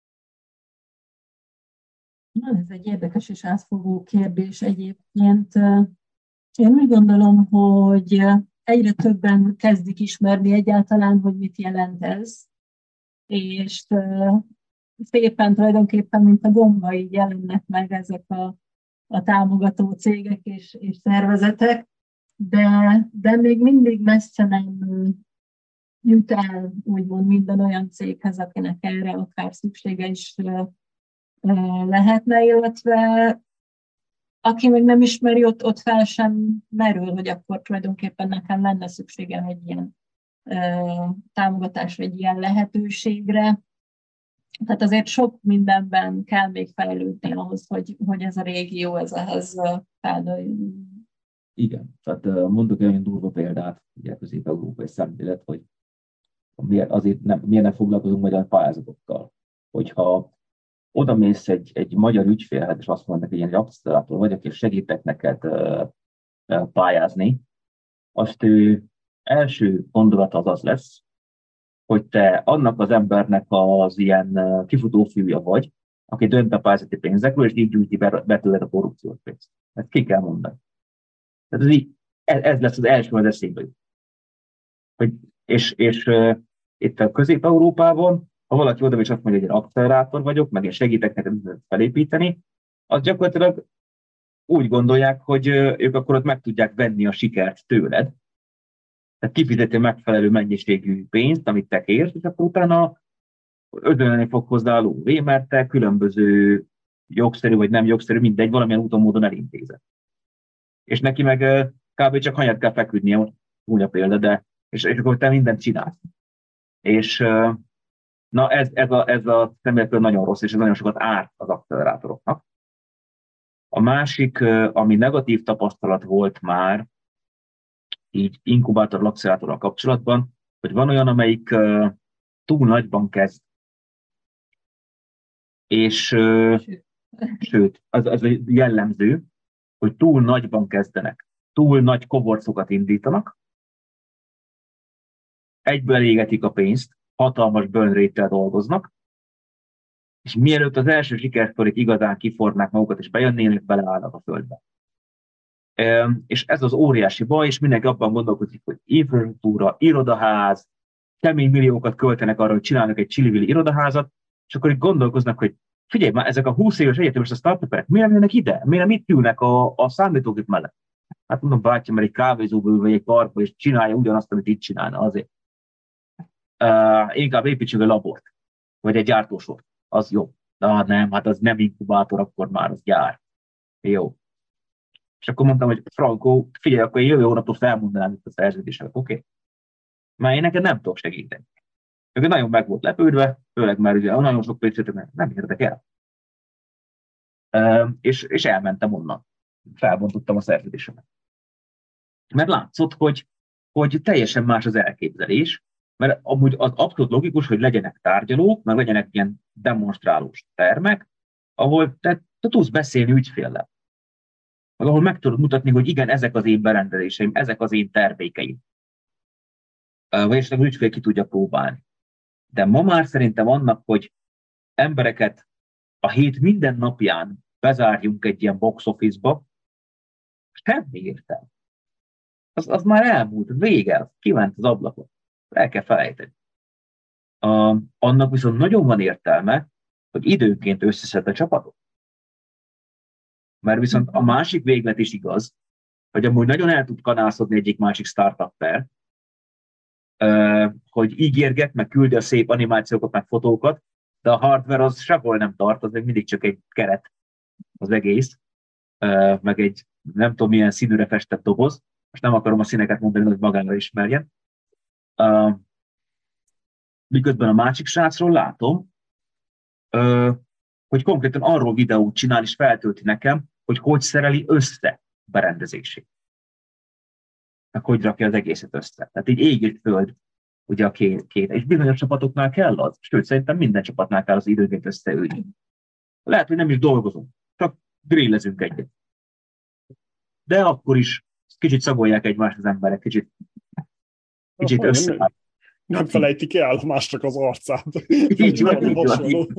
Na, ez egy érdekes és átfogó kérdés egyébként. Én úgy gondolom, hogy egyre többen kezdik ismerni egyáltalán, hogy mit jelent ez, és szépen tulajdonképpen, mint a gomba, így jelennek meg ezek a, a támogató cégek és, és szervezetek, de, de még mindig messze nem jut el, úgymond minden olyan céghez, akinek erre akár szüksége is lehetne, illetve aki még nem ismeri, ott, ott fel sem merül, hogy akkor tulajdonképpen nekem lenne szükségem egy ilyen támogatásra, egy ilyen lehetőségre. Tehát azért sok mindenben kell még fejlődni ahhoz, hogy, hogy ez a régió ez ehhez felnőjön. Igen, tehát mondok egy olyan durva példát, ugye közép-európai szemlélet, hogy miért, azért nem, miért nem foglalkozunk magyar pályázatokkal. Hogyha oda mész egy, egy magyar ügyfélhez, és azt mondnak, hogy ilyen accelerátor vagyok, és segítek neked uh, uh, pályázni, azt ő első gondolat az az lesz, hogy te annak az embernek az ilyen kifutófiúja vagy, aki dönt a pályázati pénzekről, és így gyűjti be tőled a korrupciós pénzt. Ezt ki kell mondani. Tehát ez, így, ez lesz az első az eszébe jut. Hogy, és és uh, itt a Közép-Európában, ha valaki oda és azt mondja, hogy egy accelerátor vagyok, meg én segítek neked felépíteni, az gyakorlatilag úgy gondolják, hogy uh, ők akkor ott meg tudják venni a sikert tőled. Tehát kifizeti megfelelő mennyiségű pénzt, amit te kérsz, és akkor utána ödölni fog hozzá a lóvé, mert te különböző jogszerű vagy nem jogszerű, mindegy, valamilyen úton módon elintézed. És neki meg uh, kb. Csak hanyat kell feküdnie, úgy a példa, de és, és akkor te mindent csinálsz. És uh, na ez, ez a, ez a szemléletből nagyon rossz, és ez nagyon sokat árt az accelerátoroknak. A másik, uh, ami negatív tapasztalat volt már, így inkubátor accelerátorral kapcsolatban, hogy van olyan, amelyik uh, túl nagyban kezd. És uh, sőt, az, az jellemző, hogy túl nagyban kezdenek, túl nagy koborcokat indítanak, egyből égetik a pénzt, hatalmas burn rate-tel dolgoznak, és mielőtt az első sikersztorik igazán kifornák magukat, és bejönnének, beleállnak a földbe. E, és ez az óriási baj, és mindenki abban gondolkodik, hogy infrastruktúra, irodaház, kemény milliókat költenek arra, hogy csinálnak egy csillivili irodaházat, és akkor itt gondolkoznak, hogy figyelj már, ezek a húsz éves egyetemes a startuperek, miért nem jönnek ide? Miért nem itt ülnek a, a számítógép mellett? Hát mondom, bátyám, mert egy kávézóba ül, vagy egy parkba, és csinálja ugyanazt, amit itt csinálna azért. Uh, inkább építsünk egy labort, vagy egy gyártósort, az jó. De nem, hát az nem inkubátor, akkor már az gyár. Jó. És akkor mondtam, hogy Franco, figyelj, akkor én jövő hónaptól felmondanám itt a szerződéseket, oké? Okay? Már én neked nem tudok segíteni. Ők nagyon meg volt lepődve, főleg már ugye nagyon sok pénzét nem, nem érdekel. Uh, és, és elmentem onnan. Felbontottam a szerződésemet. Mert látszott, hogy, hogy teljesen más az elképzelés, mert amúgy az abszolút logikus, hogy legyenek tárgyalók, meg legyenek ilyen demonstrálós termek, ahol te, te tudsz beszélni ügyféllel. Meg ahol meg tudod mutatni, hogy igen, ezek az én berendezéseim, ezek az én termékeim. Vagyis az ügyfél ki tudja próbálni. De ma már szerintem annak, hogy embereket a hét minden napján bezárjunk egy ilyen box office-ba, semmi értelme. Az, az már elmúlt, vége, kiment az ablakot. El kell felejteni. Uh, annak viszont nagyon van értelme, hogy időnként összeszed a csapatot. Mert viszont a másik véglet is igaz, hogy amúgy nagyon el tud kanászodni egyik másik startup-per, uh, hogy ígérget, meg küldi a szép animációkat, meg fotókat, de a hardware az sehol nem tart, az még mindig csak egy keret az egész, uh, meg egy nem tudom milyen színűre festett doboz. Most nem akarom a színeket mondani, hogy magára ismerjen. Uh, miközben a másik srácról látom, uh, hogy konkrétan arról videót csinál és feltölti nekem, hogy hogy szereli össze berendezését. Meg hogy rakja az egészet össze. Tehát így ég és föld, ugye a két, két. És bizonyos csapatoknál kell az. Sőt, szerintem minden csapatnál kell az időnként összeülni. Lehet, hogy nem is dolgozunk, csak grillezünk egyet. De akkor is kicsit szagolják egymást az emberek, kicsit, kicsit összeáll. Nem felejtik el másnak az arcát. Így van, így van. Így,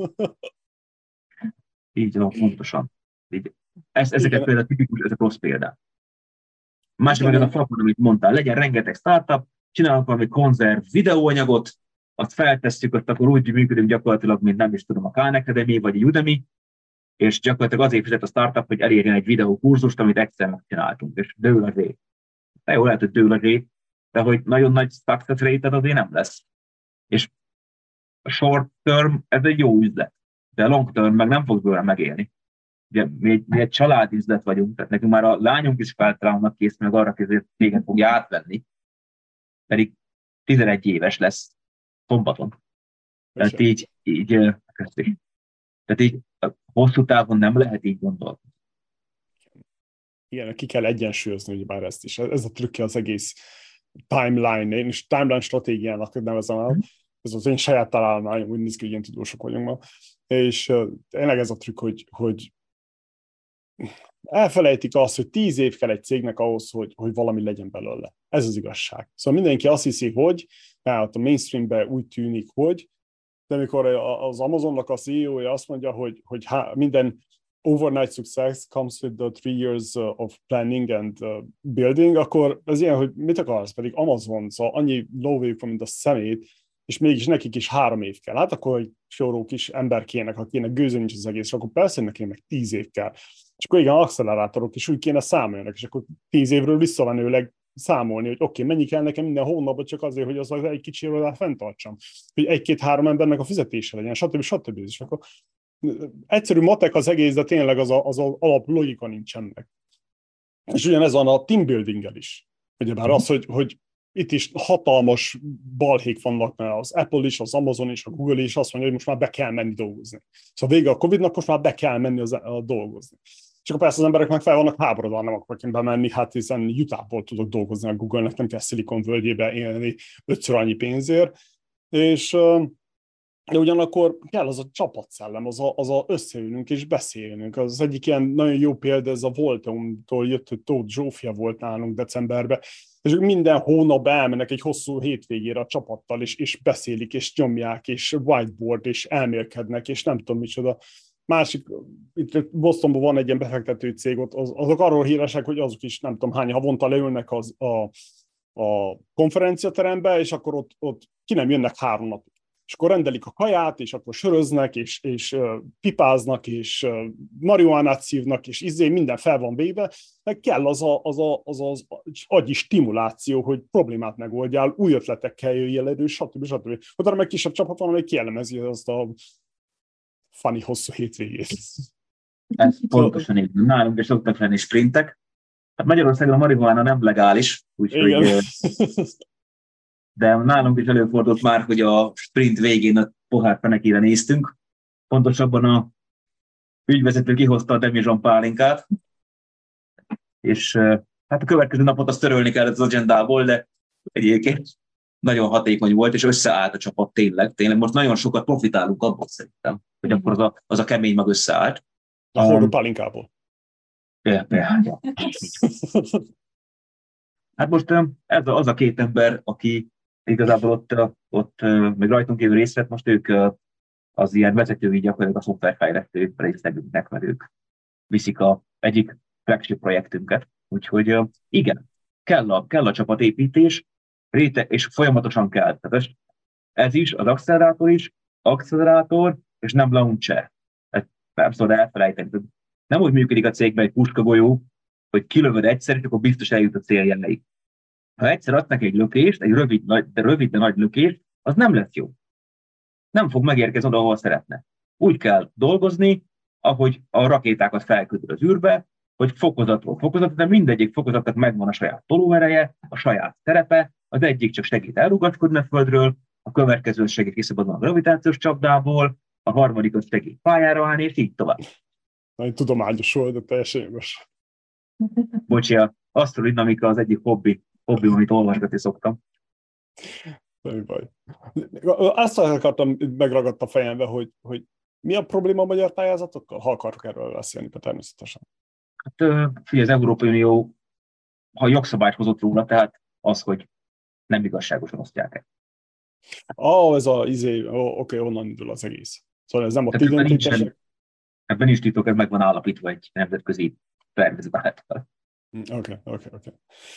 így van, pontosan. Így. Ez, ezeket például tipikus, ezek rossz példák. Másik meg ez a flakon, amit mondtál, legyen rengeteg startup, csinálunk valami konzerv videóanyagot, azt feltesszük, ott akkor úgy működünk gyakorlatilag, mint nem is tudom, a Khan Academy vagy a Udemy, és gyakorlatilag azért fizet a startup, hogy elérjen egy videókurzust, amit egyszer megcsináltunk, és dől a rét. De jó, lehet, hogy dől a rét, de hogy nagyon nagy success rate azért nem lesz. És a short term, ez egy jó üzlet, de long term meg nem fog bőle megélni. Ugye mi egy, mi egy családüzlet vagyunk, tehát nekünk már a lányunk is feltrámnak kész, meg arra készít, téged fogja átvenni, pedig tizenegy éves lesz szombaton. Tehát így, így, tehát így hosszú távon nem lehet így gondolni. Igen, ki kell egyensúlyozni, hogy már ezt is. Ez a trükkje az egész timeline, én is timeline stratégiának nevezem el. Ez az én saját találmányom, úgy néz ki, hogy ilyen tudósok vagyunk ma. És uh, tényleg ez a trükk, hogy, hogy elfelejtik azt, hogy tíz év kell egy cégnek ahhoz, hogy, hogy valami legyen belőle. Ez az igazság. Szóval mindenki azt hiszi, hogy tehát a mainstreamben úgy tűnik, hogy, de amikor az Amazonnak a cé e ó-ja azt mondja, hogy, hogy há, minden overnight success comes with the three years of planning and uh, building, akkor az ilyen, hogy mit akarsz, pedig Amazon, szóval annyi lóvéjük van, mint a szemét, és mégis nekik is három év kell. Hát akkor egy soró kis ember kéne, akinek gőző nincs az egész, akkor persze neki meg tíz év kell. És akkor igen, accelerátorok is úgy kéne számoljanak, és akkor tíz évről visszavenőleg számolni, hogy oké, okay, mennyi kell nekem minden hónapban csak azért, hogy az egy kicsi irodát fenntartsam, hogy egy-két-három embernek a fizetése legyen, stb. stb. És akkor egyszerű matek az egész, de tényleg az az alap logika nincsen meg. És ugyanez van a team building-el is. Ugyebár az, hogy, hogy itt is hatalmas balhék vannak, mert az Apple is, az Amazon is, a Google is azt mondja, hogy most már be kell menni dolgozni. Szóval vége a Covidnak, most már be kell menni az, a dolgozni. És akkor persze az emberek meg fel vannak háborodva, nem akarok én bemenni, hát hiszen Utahból tudok dolgozni a Google-nek, nem kell Silicon völgyébe élni ötször annyi pénzért. És de ugyanakkor kell az a csapatszellem, az a, az a összeülnünk és beszélnünk. Az egyik ilyen nagyon jó példa, ez a Volteum-tól jött, hogy Tóth Zsófia volt nálunk decemberben, és minden hónap elmennek egy hosszú hétvégére a csapattal, és, és beszélik, és nyomják, és whiteboard, és elmélkednek, és nem tudom micsoda. Másik, itt Bostonban van egy ilyen befektető cég, ott az, azok arról híresek, hogy azok is nem tudom hány havonta leülnek az, a, a konferenciaterembe, és akkor ott, ott ki nem jönnek három napig. És akkor rendelik a kaját, és akkor söröznek, és, és uh, pipáznak, és uh, marihuánát szívnak, és izé, minden fel van véve, meg kell az, a, az, a, az, az agyi stimuláció, hogy problémát megoldjál, új ötletekkel jöjjél elő, stb. stb. Utána meg kisebb csapat van, amely kielemezi azt a funny hosszú hétvégét. Ez pontosan így. Nálunk is szoktak lenni sprintek. Hát Magyarországon a marihuána nem legális, úgyhogy... De nálunk is előfordult már, hogy a sprint végén a pohár fenekére néztünk. Pontosabban a ügyvezető kihozta a Demijohn pálinkát, és hát a következő napot azt törölni kellett az agendából, de egyébként nagyon hatékony volt, és összeállt a csapat tényleg. Tényleg most nagyon sokat profitálunk abból szerintem, hogy akkor az a, az a kemény mag összeállt. A horror um, pálinkából. Ja, ja, ja. Hát most ez az a két ember, aki igazából ott, ott még rajtunk kívül részt vett, most ők az ilyen vezetői gyakorlatilag a szoftverfejlesztő részlegünknek, mert ők viszik a egyik flagship projektünket. Úgyhogy igen, kell a, kell a csapatépítés, réte, és folyamatosan kell. Tehát ez is, az accelerátor is, accelerátor, és nem launcher. Ezt nem szabad elfelejteni. Nem úgy működik a cégben egy puskagolyó, hogy kilövöd egyszer, és akkor biztos eljut a céljelleig. Ha egyszer adnak egy lökést, egy rövid, de rövid, de nagy lökést, az nem lesz jó. Nem fog megérkezni oda, ahol szeretne. Úgy kell dolgozni, ahogy a rakétákat felküldöd az űrbe, hogy fokozatról fokozat, de mindegyik fokozatnak megvan a saját tolóereje, a saját terepe, az egyik csak segít elrugaszkodni a Földről, a következő segít kiszabadulni a gravitációs csapdából, a harmadik az segít pályára állni, és így tovább. Nagyon tudományos volt, de teljesen jogos. Bocsánat, asztrodinamika az egyik hobbi, hobbi, amit olvasgatni szoktam. Nem baj. Azt akartam, megragadt a fejembe, hogy, hogy mi a probléma a magyar pályázatokkal? Ha akarok erről beszélni, természetesen. Hát figyelj, az Európai Unió, ha jogszabályt hozott róla, tehát az, hogy nem igazságosan osztják el. Ah, ez a izé, oh, oké, onnan indul az egész. Szóval ez nem a ti döntések. Ebben is titok, ez meg van állapítva egy nemzetközi szervezet által. Oké, oké, oké.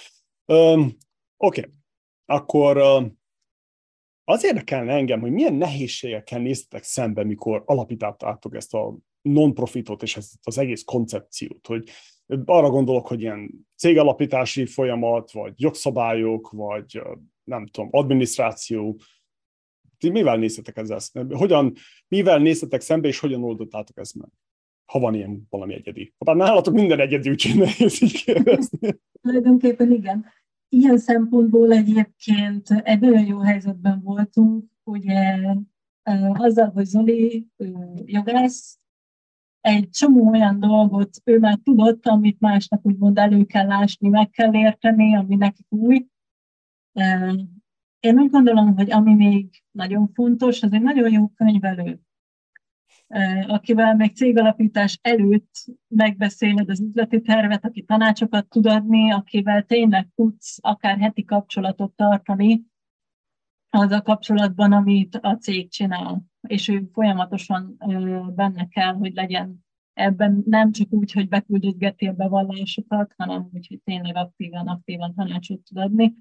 Oké, akkor um, az érdekelne engem, hogy milyen nehézségekkel néztetek szembe, mikor alapítottátok ezt a non-profitot és ezt az egész koncepciót, hogy arra gondolok, hogy ilyen cégalapítási folyamat, vagy jogszabályok, vagy nem tudom, adminisztráció. Ti mivel néztetek ezzel szembe? Hogyan, mivel néztetek szembe, és hogyan oldottátok ezt meg? Ha van ilyen valami egyedi. Bár nálatok minden egyedi, úgyhogy nehéz így kérdezni. Tulajdonképpen igen. Ilyen szempontból egyébként egy nagyon jó helyzetben voltunk, ugye azzal, hogy Zoli jogász, egy csomó olyan dolgot ő már tudott, amit másnak úgymond elő kell ásni, meg kell érteni, ami nekik új. Én úgy gondolom, hogy ami még nagyon fontos, az egy nagyon jó könyvelő, akivel még cégalapítás előtt megbeszéled az üzleti tervet, aki tanácsokat tud adni, akivel tényleg tudsz akár heti kapcsolatot tartani, azzal kapcsolatban, amit a cég csinál, és ő folyamatosan benne kell, hogy legyen ebben, nem csak úgy, hogy beküldözgeti a bevallásokat, hanem úgy, hogy tényleg aktívan, aktívan tanácsot tud adni.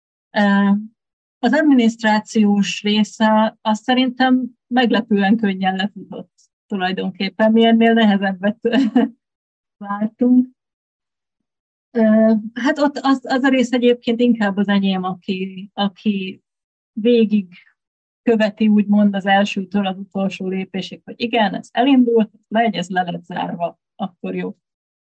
Az adminisztrációs része azt szerintem meglepően könnyen lefutott tulajdonképpen, mi ennél nehezebbet vártunk. Hát ott az, az a rész egyébként inkább az enyém, aki, aki végig követi úgymond az elsőtől az utolsó lépésig, hogy igen, ez elindult, legy, ez le lett zárva, akkor jó.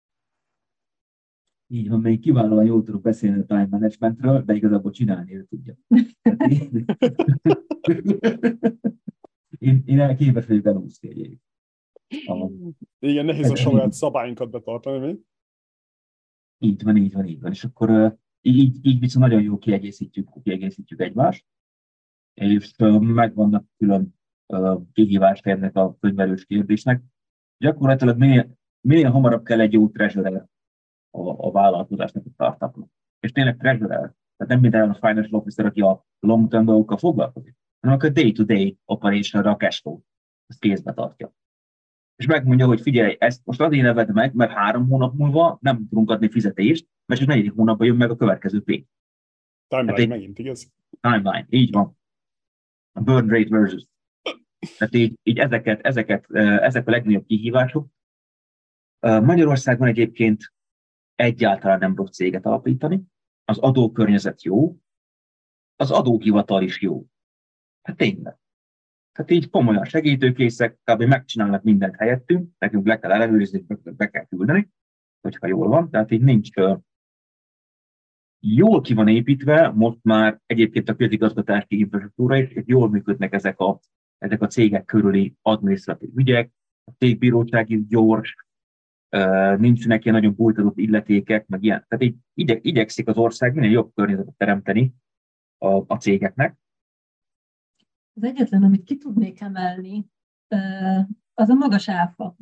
Így van, még kiválóan jól tudok beszélni a time managementről, de igazából csinálni ő tudja. én, én képes vagyok elúszni egyébként. Igen, nehéz a saját szabályunkat betartani, mi? Így van, így van, így van. És akkor uh, így, így viszont nagyon jó kiegészítjük, kiegészítjük egymást, és uh, megvannak külön uh, kihívást ennek a könyvelős kérdésnek. Gyakorlatilag minél, minél hamarabb kell egy jó treasurer a, a vállalkozásnak, a startupnak. És tényleg treasurer, tehát nem minden a financial officer, aki a long-term dolgokkal foglalkozik, hanem akkor day-to-day operationra a cash flow, ezt kézbe tartja. És megmondja, hogy figyelj, ezt most azért neved meg, mert három hónap múlva nem tudunk adni fizetést, mert csak negyedik hónapban jön meg a következő pénz. Timeline hát megint, igaz? Timeline, így van. A burn rate versus. Tehát így, így ezeket, ezeket, ezek a legnagyobb kihívások. Magyarországon egyébként egyáltalán nem rossz céget alapítani. Az adókörnyezet jó, az adóhivatal is jó. Hát tényleg. Tehát így komolyan segítőkészek, kb. Megcsinálnak mindent helyettünk, nekünk le kell ellenőrizni, be kell küldeni, hogyha jól van. Tehát így nincs jól ki van építve, most már egyébként a közigazgatási infrastruktúra is, és jól működnek ezek a, ezek a cégek körüli adminisztratív ügyek, a cégbíróság is gyors, nincsenek ilyen nagyon bújtatott illetékek, meg ilyen. Tehát így igye, igyekszik az ország minél jobb környezetet teremteni a, a cégeknek. Az egyetlen, amit ki tudnék emelni, az a magas áfa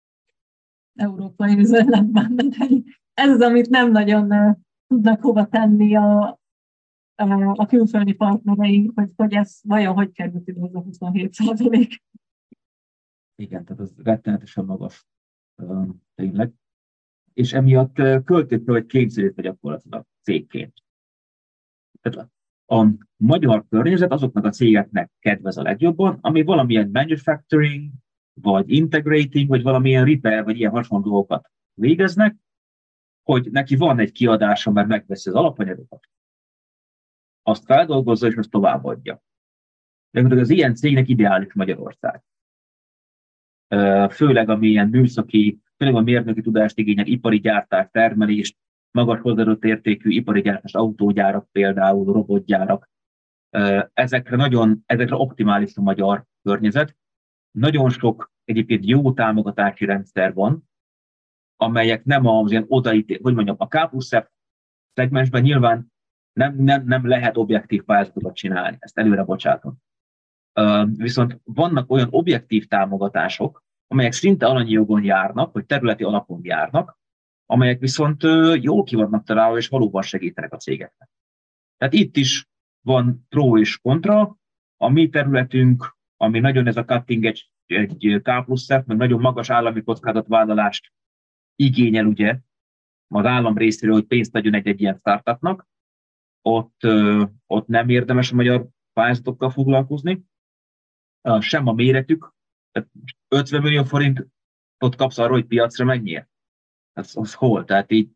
európai üzletben. Ez az, amit nem nagyon tudnak hova tenni a, a, a külföldi partnereink, hogy, hogy ez vajon hogy került ide az a huszonhét százalék. Igen, tehát az rettenetesen magas tényleg. És emiatt költőkről egy képződött gyakorlatilag cégként. Tehát a magyar környezet azoknak a cégeknek kedvez a legjobban, ami valamilyen manufacturing, vagy integrating, vagy valamilyen repair, vagy ilyen hasonló dolgokat végeznek, hogy neki van egy kiadása, mert megveszi az alapanyagokat, azt feldolgozza, és azt továbbadja. De az ilyen cégnek ideális Magyarország. Főleg amilyen műszaki, főleg a mérnöki tudást igényel, ipari gyártás, termelést, magas hozzáadott értékű ipari gyártás, autógyárak például, robotgyárak. Ezekre nagyon, ezekre optimális a magyar környezet. Nagyon sok egyébként jó támogatási rendszer van, amelyek nem az ilyen odaítél, hogy mondjam, a K plusz F szegmensben nyilván nem, nem, nem lehet objektív pályázatokat csinálni, ezt előre bocsátom. Viszont vannak olyan objektív támogatások, amelyek szinte alanyi jogon járnak, vagy területi alapon járnak, amelyek viszont jól ki vannak találva, és valóban segítenek a cégeknek. Tehát itt is van pro és kontra. A mi területünk, ami nagyon ez a cutting edge, egy K plusz F, meg nagyon magas állami kockázatvállalást igényel ugye az állam részéről, hogy pénzt adjon egy-egy ilyen startupnak, ott, ott nem érdemes a magyar pályázatokkal foglalkozni. Sem a méretük, ötven millió forintot kapsz arról, hogy piacra menjél. Az, az hol? Tehát így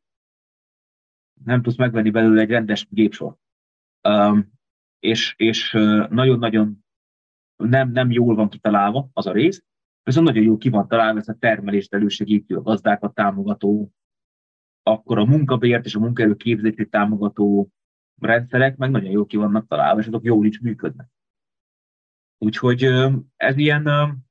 nem tudsz megvenni belőle egy rendes gépsor. Um, és, és nagyon-nagyon nem, nem jól van kitalálva az a rész, viszont nagyon jól ki van találva, ez a termelést elősegítő, a gazdákat támogató, akkor a munkabért és a munkaerő képzését támogató rendszerek meg nagyon jól ki vannak találva, és azok jól is működnek. Úgyhogy ez ilyen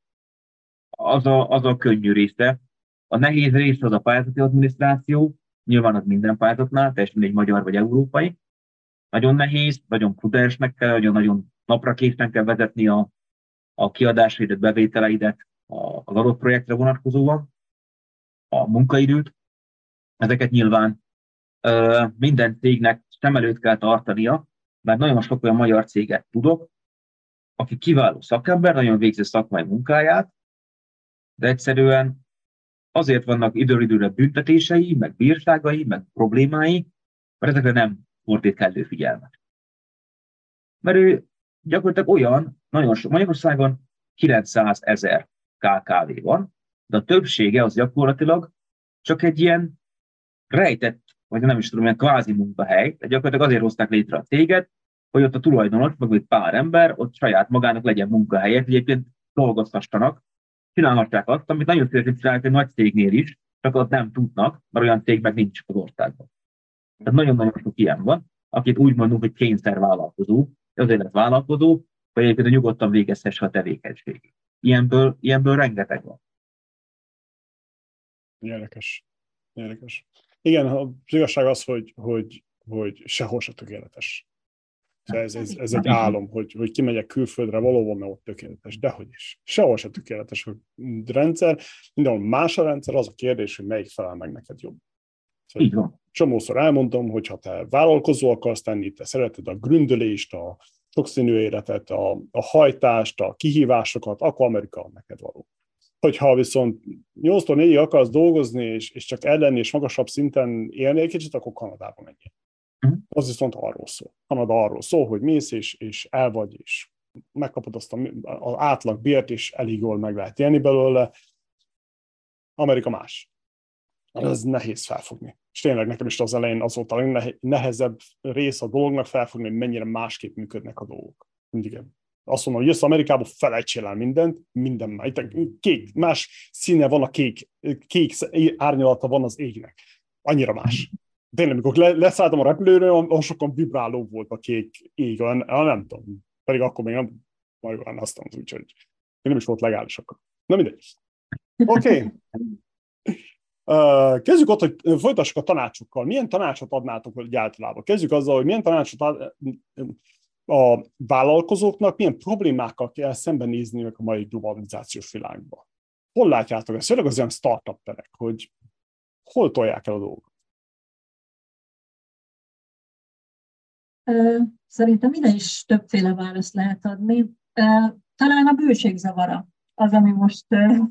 az a, az a könnyű része. A nehéz része az a pályázati adminisztráció, nyilván az minden pályázatnál, teljesen mindegy magyar vagy európai. Nagyon nehéz, nagyon prudensnek kell, nagyon napra készen kell vezetni a, a kiadásaidat, bevételeidet az adott projektre vonatkozóan, a munkaidőt. Ezeket nyilván minden cégnek szem előtt kell tartania, mert nagyon sok olyan magyar céget tudok, aki kiváló szakember, nagyon végzi szakmai munkáját, de egyszerűen azért vannak időről időre büntetései, meg bírságai, meg problémái, mert ezekre nem fordít kellő figyelmet. Mert ő gyakorlatilag olyan, nagyon sok, Magyarországon kilencszázezer ká ká vé van, de a többsége az gyakorlatilag csak egy ilyen rejtett, vagy nem is tudom, ilyen kvázi munkahely, de gyakorlatilag azért hozták létre a céget, hogy ott a tulajdonos, meg egy pár ember, ott saját magának legyen munkahelyet, egyébként dolgoztassanak, csinálhatják azt, amit nagyon szívesen csinálják egy nagy cégnél is, csak ott nem tudnak, mert olyan cég meg nincs az országban. Tehát nagyon-nagyon sok ilyen van, akit úgy mondunk, hogy kényszervállalkozó, azért lett vállalkozó, vagy egyébként nyugodtan végezhesse a tevékenységét. Ilyenből, ilyenből rengeteg van. Érdekes. Érdekes. Igen, az igazság az, hogy, hogy, hogy sehol se tökéletes. Ez, ez, ez egy álom, hogy, hogy kimegyek külföldre, valóban mert ott tökéletes, dehogy is. Sehol se tökéletes a rendszer, mindenhol más a rendszer, az a kérdés, hogy melyik felel meg neked jobb. Szóval így van. Csomószor elmondom, hogy ha te vállalkozó akarsz tenni, te szereted a gründelést, a sokszínű életet, a, a hajtást, a kihívásokat, akkor Amerika neked való. Hogyha viszont nyolctól négyig akarsz dolgozni, és, és csak ellenni, és magasabb szinten élni egy kicsit, akkor Kanadába menjél. Uh-huh. Az viszont arról szól. Kanada arról szól, hogy mész, és, és el vagy, és megkapod azt az átlag bért, és elég jól meg lehet élni belőle. Amerika más. Ez nehéz felfogni. És tényleg nekem is az elején az volt a legnehezebb rész a dolognak felfogni, hogy mennyire másképp működnek a dolgok. Mindig azt mondom, hogy jössz Amerikába, felejtsél el mindent, minden már. Kék, más színe van a kék, kék árnyalata van az égnek. Annyira más. Tényleg, amikor leszálltam a repülőről, olyan sokan vibráló volt a kék ég, nem tudom. Pedig akkor még nem marihuánáztam, úgyhogy nem is volt legális akkor. Na mindegy. Oké. Okay. Uh, kezdjük ott, hogy folytassuk a tanácsokkal. Milyen tanácsot adnátok hogy általában? Kezdjük azzal, hogy milyen tanácsot ad a vállalkozóknak, milyen problémákkal kell szembenézniük a mai globalizációs világban. Hol látjátok ezt? Főleg az olyan startup-terek, hogy hol tolják el a dolgot? Szerintem ide is többféle választ lehet adni. Talán a bőségzavara az, ami most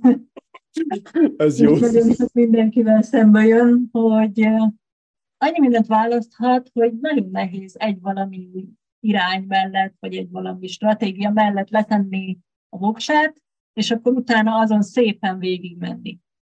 ez jó. mindenkivel szembe jön, hogy annyi mindent választhat, hogy nagyon nehéz egy valami irány mellett, vagy egy valami stratégia mellett letenni a voksát, és akkor utána azon szépen végigmenni.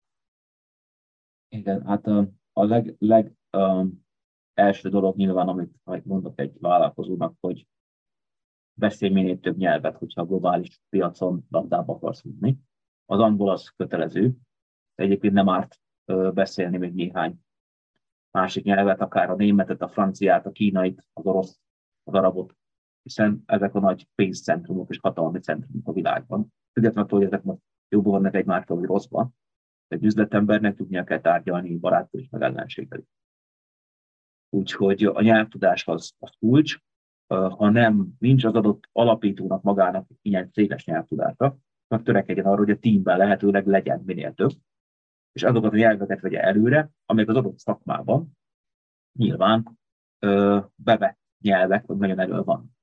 Igen, hát a, a leg, leg um, első dolog nyilván, amit, amit mondok egy vállalkozónak, hogy beszélj minél több nyelvet, hogyha a globális piacon labdába akarsz húzni. Az angol az kötelező, de egyébként nem árt ö, beszélni még néhány másik nyelvet, akár a németet, a franciát, a kínait, az orosz, az arabot, hiszen ezek a nagy pénzcentrumok és hatalmi centrumok a világban. Függetlenül, hogy ezek most jobban vannak egymástól, vagy rosszban. Egy üzletembernek tudnia kell tárgyalni baráttól és meg ellenséggel. Úgyhogy a nyelvtudás az, az kulcs, ha nem, nincs az adott alapítónak magának ilyen széles nyelvtudása, meg törekedjen arra, hogy a teamben lehetőleg legyen minél több, és azokat a nyelveket vegye előre, amelyek az adott szakmában nyilván ö, bevett nyelvek, vagy nagyon elő van.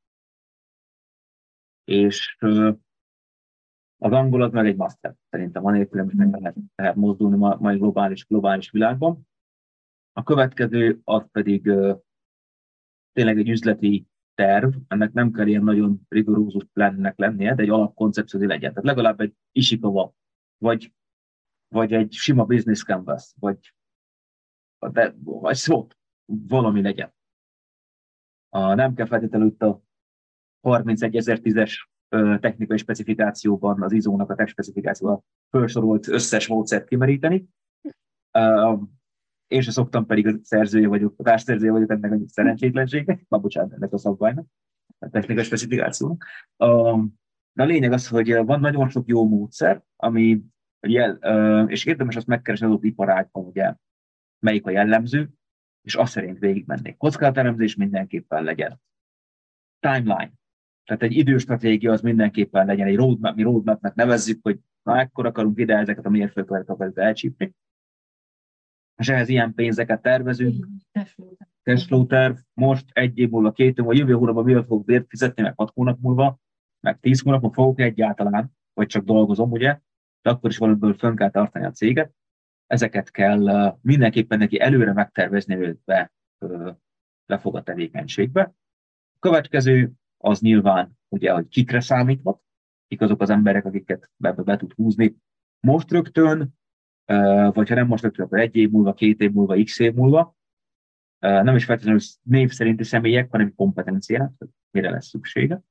És ö, az angol az meg egy must-have, szerintem van nélkül, is meg lehet, lehet mozdulni ma, mai globális, globális világban. A következő az pedig ö, tényleg egy üzleti terv, ennek nem kell ilyen nagyon rigorózus plannek lennie, de egy alapkoncepció legyen. Tehát legalább egy Ishikawa, vagy, vagy egy sima business canvas, vagy, de, vagy szó, valami legyen. A, nem kell feltétlenül itt a harmincegyezer-tízes technikai specifikációban, az i es o-nak a tech specifikációban felsorolt összes módszert kimeríteni. Uh, Én sem szoktam, pedig a szerzője vagyok, a társszerzője vagyok ennek a szerencsétlenségnek, na bocsánat, ennek a szabványnak, a technikai specifikációnak. Uh, de a lényeg az, hogy van nagyon sok jó módszer, ami jel, uh, és érdemes azt megkeresni az ott iparágban, ugye, melyik a jellemző, és azt szerint végigmennék. Kockázatelemzés mindenképpen legyen. Timeline. Tehát egy időstratégia az mindenképpen legyen, egy roadmap, mi roadmapnek nevezzük, hogy na ekkor akarunk ide ezeket a mérföldkövet akarjuk elcsípni. És ehhez ilyen pénzeket tervezünk. cashflow terv, most egy év múlva, két év múlva, jövő hónapban mivel fogok bért fizetni, meg hat hónap múlva, meg tíz hónapban fogok egyáltalán, vagy csak dolgozom, ugye, de akkor is valamiből fönn kell tartani a céget. Ezeket kell mindenképpen neki előre megtervezni, hogy be, lefog a tevékenységbe. A következő az nyilván, ugye, hogy kikre számíthat, kik azok az emberek, akiket be, be tud húzni most rögtön, vagy ha nem most rögtön, akkor egy év múlva, két év múlva, x év múlva. Nem is feltétlenül név szerinti személyek, hanem kompetenciák, mire lesz szüksége.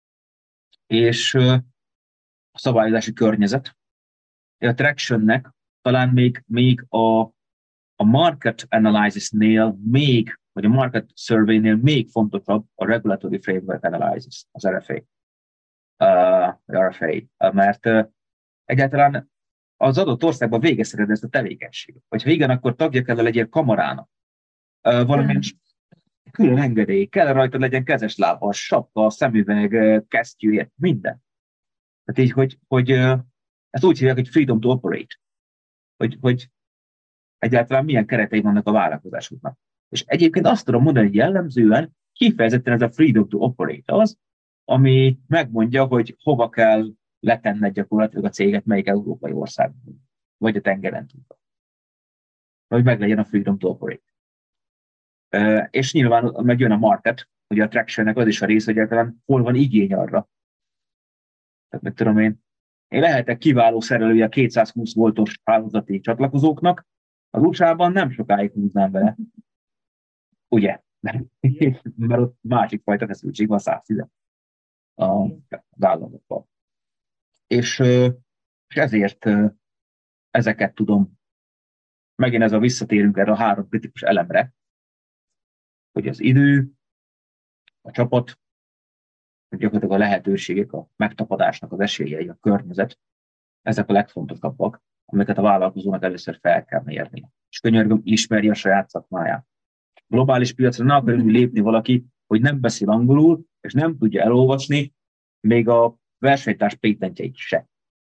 És a szabályozási környezet. A Tractionnek talán még, még a, a market analysis-nél még, vagy a market survey-nél még fontosabb a regulatory framework analysis, az er ef á. Uh, er ef á, mert uh, egyáltalán az adott országban végezheted ezt a tevékenységet. Vagy ha igen, akkor tagja kell legyél kamarának. Uh, valamilyen külön engedély, kell rajta legyen kezeslábas, sapka, szemüveg, kesztyű, minden. Tehát így, hogy, hogy uh, ezt úgy hívják, hogy freedom to operate. Hogy, hogy egyáltalán milyen keretei vannak a vállalkozásoknak. És egyébként azt tudom mondani, hogy jellemzően kifejezetten ez a freedom to operate az, ami megmondja, hogy hova kell letenned gyakorlatilag a céget, melyik európai országban, vagy a tengeren túl. Hogy meglegyen a freedom to operate. Uh, és nyilván megjön a market, ugye a Tractionnek az is a rész, hogy egyáltalán hol van igény arra. Tehát meg tudom én, én lehetek kiváló szerelője a kétszázhúsz voltos hálózati csatlakozóknak, az u es á-ban nem sokáig húznám vele. Ugye? Mert ott másik fajta feszültség van, száztíz az államokban. És, és ezért ezeket tudom, megint ez a visszatérünk erre a három kritikus elemre, hogy az idő, a csapat, gyakorlatilag a lehetőségek, a megtapadásnak az esélyei, a környezet, ezek a legfontosabbak, amiket a vállalkozónak először fel kell mérni. És könyörgöm, ismerje a saját szakmáját. Globális piacra ne akarjuk lépni valaki, hogy nem beszél angolul, és nem tudja elolvasni még a versenytárs pétentjeit se.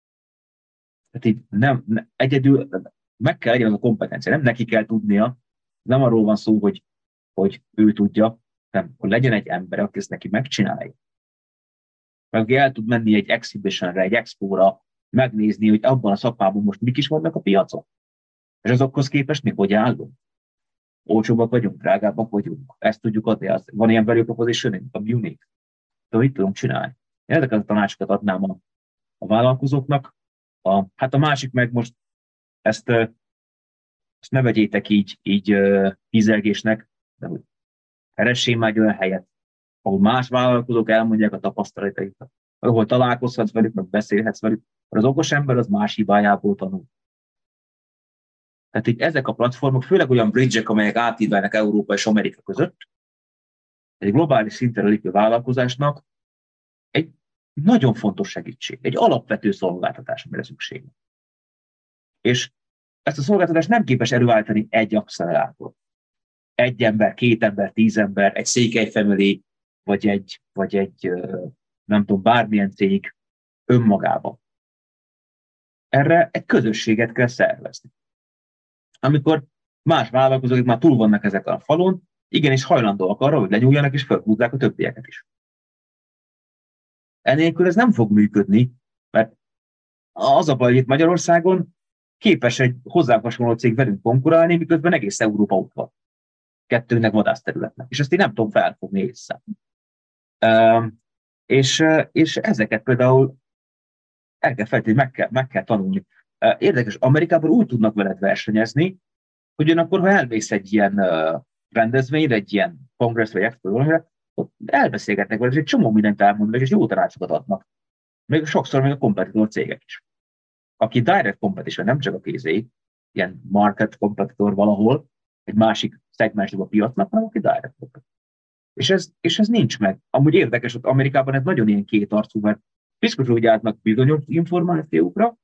Tehát így nem, ne, egyedül meg kell legyen az a kompetencia, nem neki kell tudnia, nem arról van szó, hogy, hogy ő tudja, nem, hogy legyen egy ember, aki ezt neki megcsinálja. Meg el tud menni egy exhibitionre, egy expóra, megnézni, hogy abban a szakmában most mik is vannak a piacon. És azokhoz képest mi hogy állunk? Olcsóbbak vagyunk, drágábbak vagyunk. Ezt tudjuk adni. Az, van ilyen value proposition, a unique. De mit tudunk csinálni? Én ezeket a tanácsokat adnám a, a vállalkozóknak. A, hát a másik meg most ezt, ezt ne vegyétek így, így hízelgésnek, de hogy keressél már egy olyan helyet, ahol más vállalkozók elmondják a tapasztalataikat, ahol találkozhatsz velük, meg beszélhetsz velük, mert az okos ember az más hibájából tanul. Tehát így ezek a platformok, főleg olyan bridge-ek, amelyek átívelnek Európa és Amerika között, egy globális szintre lépő vállalkozásnak egy nagyon fontos segítség, egy alapvető szolgáltatás, amire szükség van. És ezt a szolgáltatást nem képes előállítani egy accelerátor. Egy ember, két ember, tíz ember, egy Székely Family, vagy egy, vagy egy nem tudom, bármilyen cég önmagában. Erre egy közösséget kell szervezni. Amikor más vállalkozók már túl vannak ezeken a falon, igenis hajlandóak arra, hogy lenyúljanak és felhúzzák a többieket is. Ennélkül ez nem fog működni, mert az a baj, hogy itt Magyarországon képes egy hozzánk hasonló cég velünk konkurálni, miközben egész Európa ott van. Kettőnek vadászterületnek. És ezt én nem tudom felfogni észre. Uh, és, és ezeket például el kell feltétlenül, meg kell, meg kell tanulni. Uh, érdekes, Amerikában úgy tudnak veled versenyezni, hogy ugyanakkor, ha elmész egy ilyen uh, rendezvényre, egy ilyen kongress vagy expo, ott elbeszélgetnek veled, és egy csomó mindent elmondanak, és jó tanácsokat adnak. Még sokszor még a kompetitor cégek is. Aki direct competition, nem csak a kézé, ilyen market competitor valahol, egy másik szegmensben a piacnak, hanem aki direct competitor. És ez, és ez nincs meg. Amúgy érdekes, hogy Amerikában ez nagyon ilyen kétarcú, mert biztosan úgy állnak bizonyos információkra,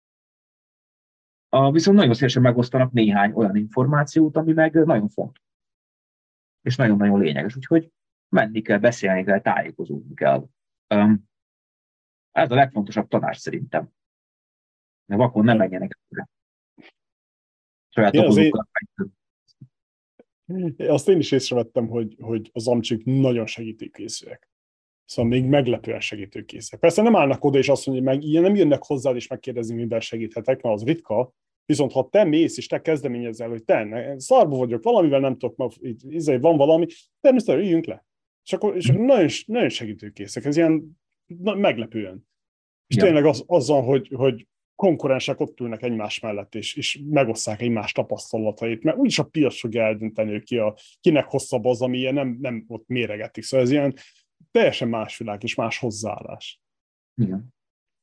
a, viszont nagyon szívesen megosztanak néhány olyan információt, ami meg nagyon fontos. És nagyon-nagyon lényeges. Úgyhogy menni kell, beszélni kell, tájékozódni kell. Um, ez a legfontosabb tanács szerintem. De vakon nem menjenek előre. Saját ja, okozókkal. Azt én is észrevettem, hogy, hogy az amcsik nagyon segítőkészűek. Szóval még meglepően segítőkészek. Persze nem állnak oda, és azt mondja, hogy meg ilyen nem jönnek hozzád, és megkérdezni, miben segíthetek, mert az ritka. Viszont ha te mész, és te kezdeményezel, hogy te, szarba vagyok, valamivel nem tudok, ma, itt, van valami, természetesen üljünk le. És akkor, és akkor nagyon, nagyon segítőkészek. Ez ilyen na, meglepően. És ja. Tényleg az, azzal, hogy, hogy konkurensek ott ülnek egymás mellett, és, és megosszák egymás tapasztalatait, mert úgyis a piac fogja eldönteni, hogy ki a, kinek hosszabb az, ami ilyen nem, nem ott méregetik. Szóval ez ilyen teljesen más világ és más hozzáállás. Igen.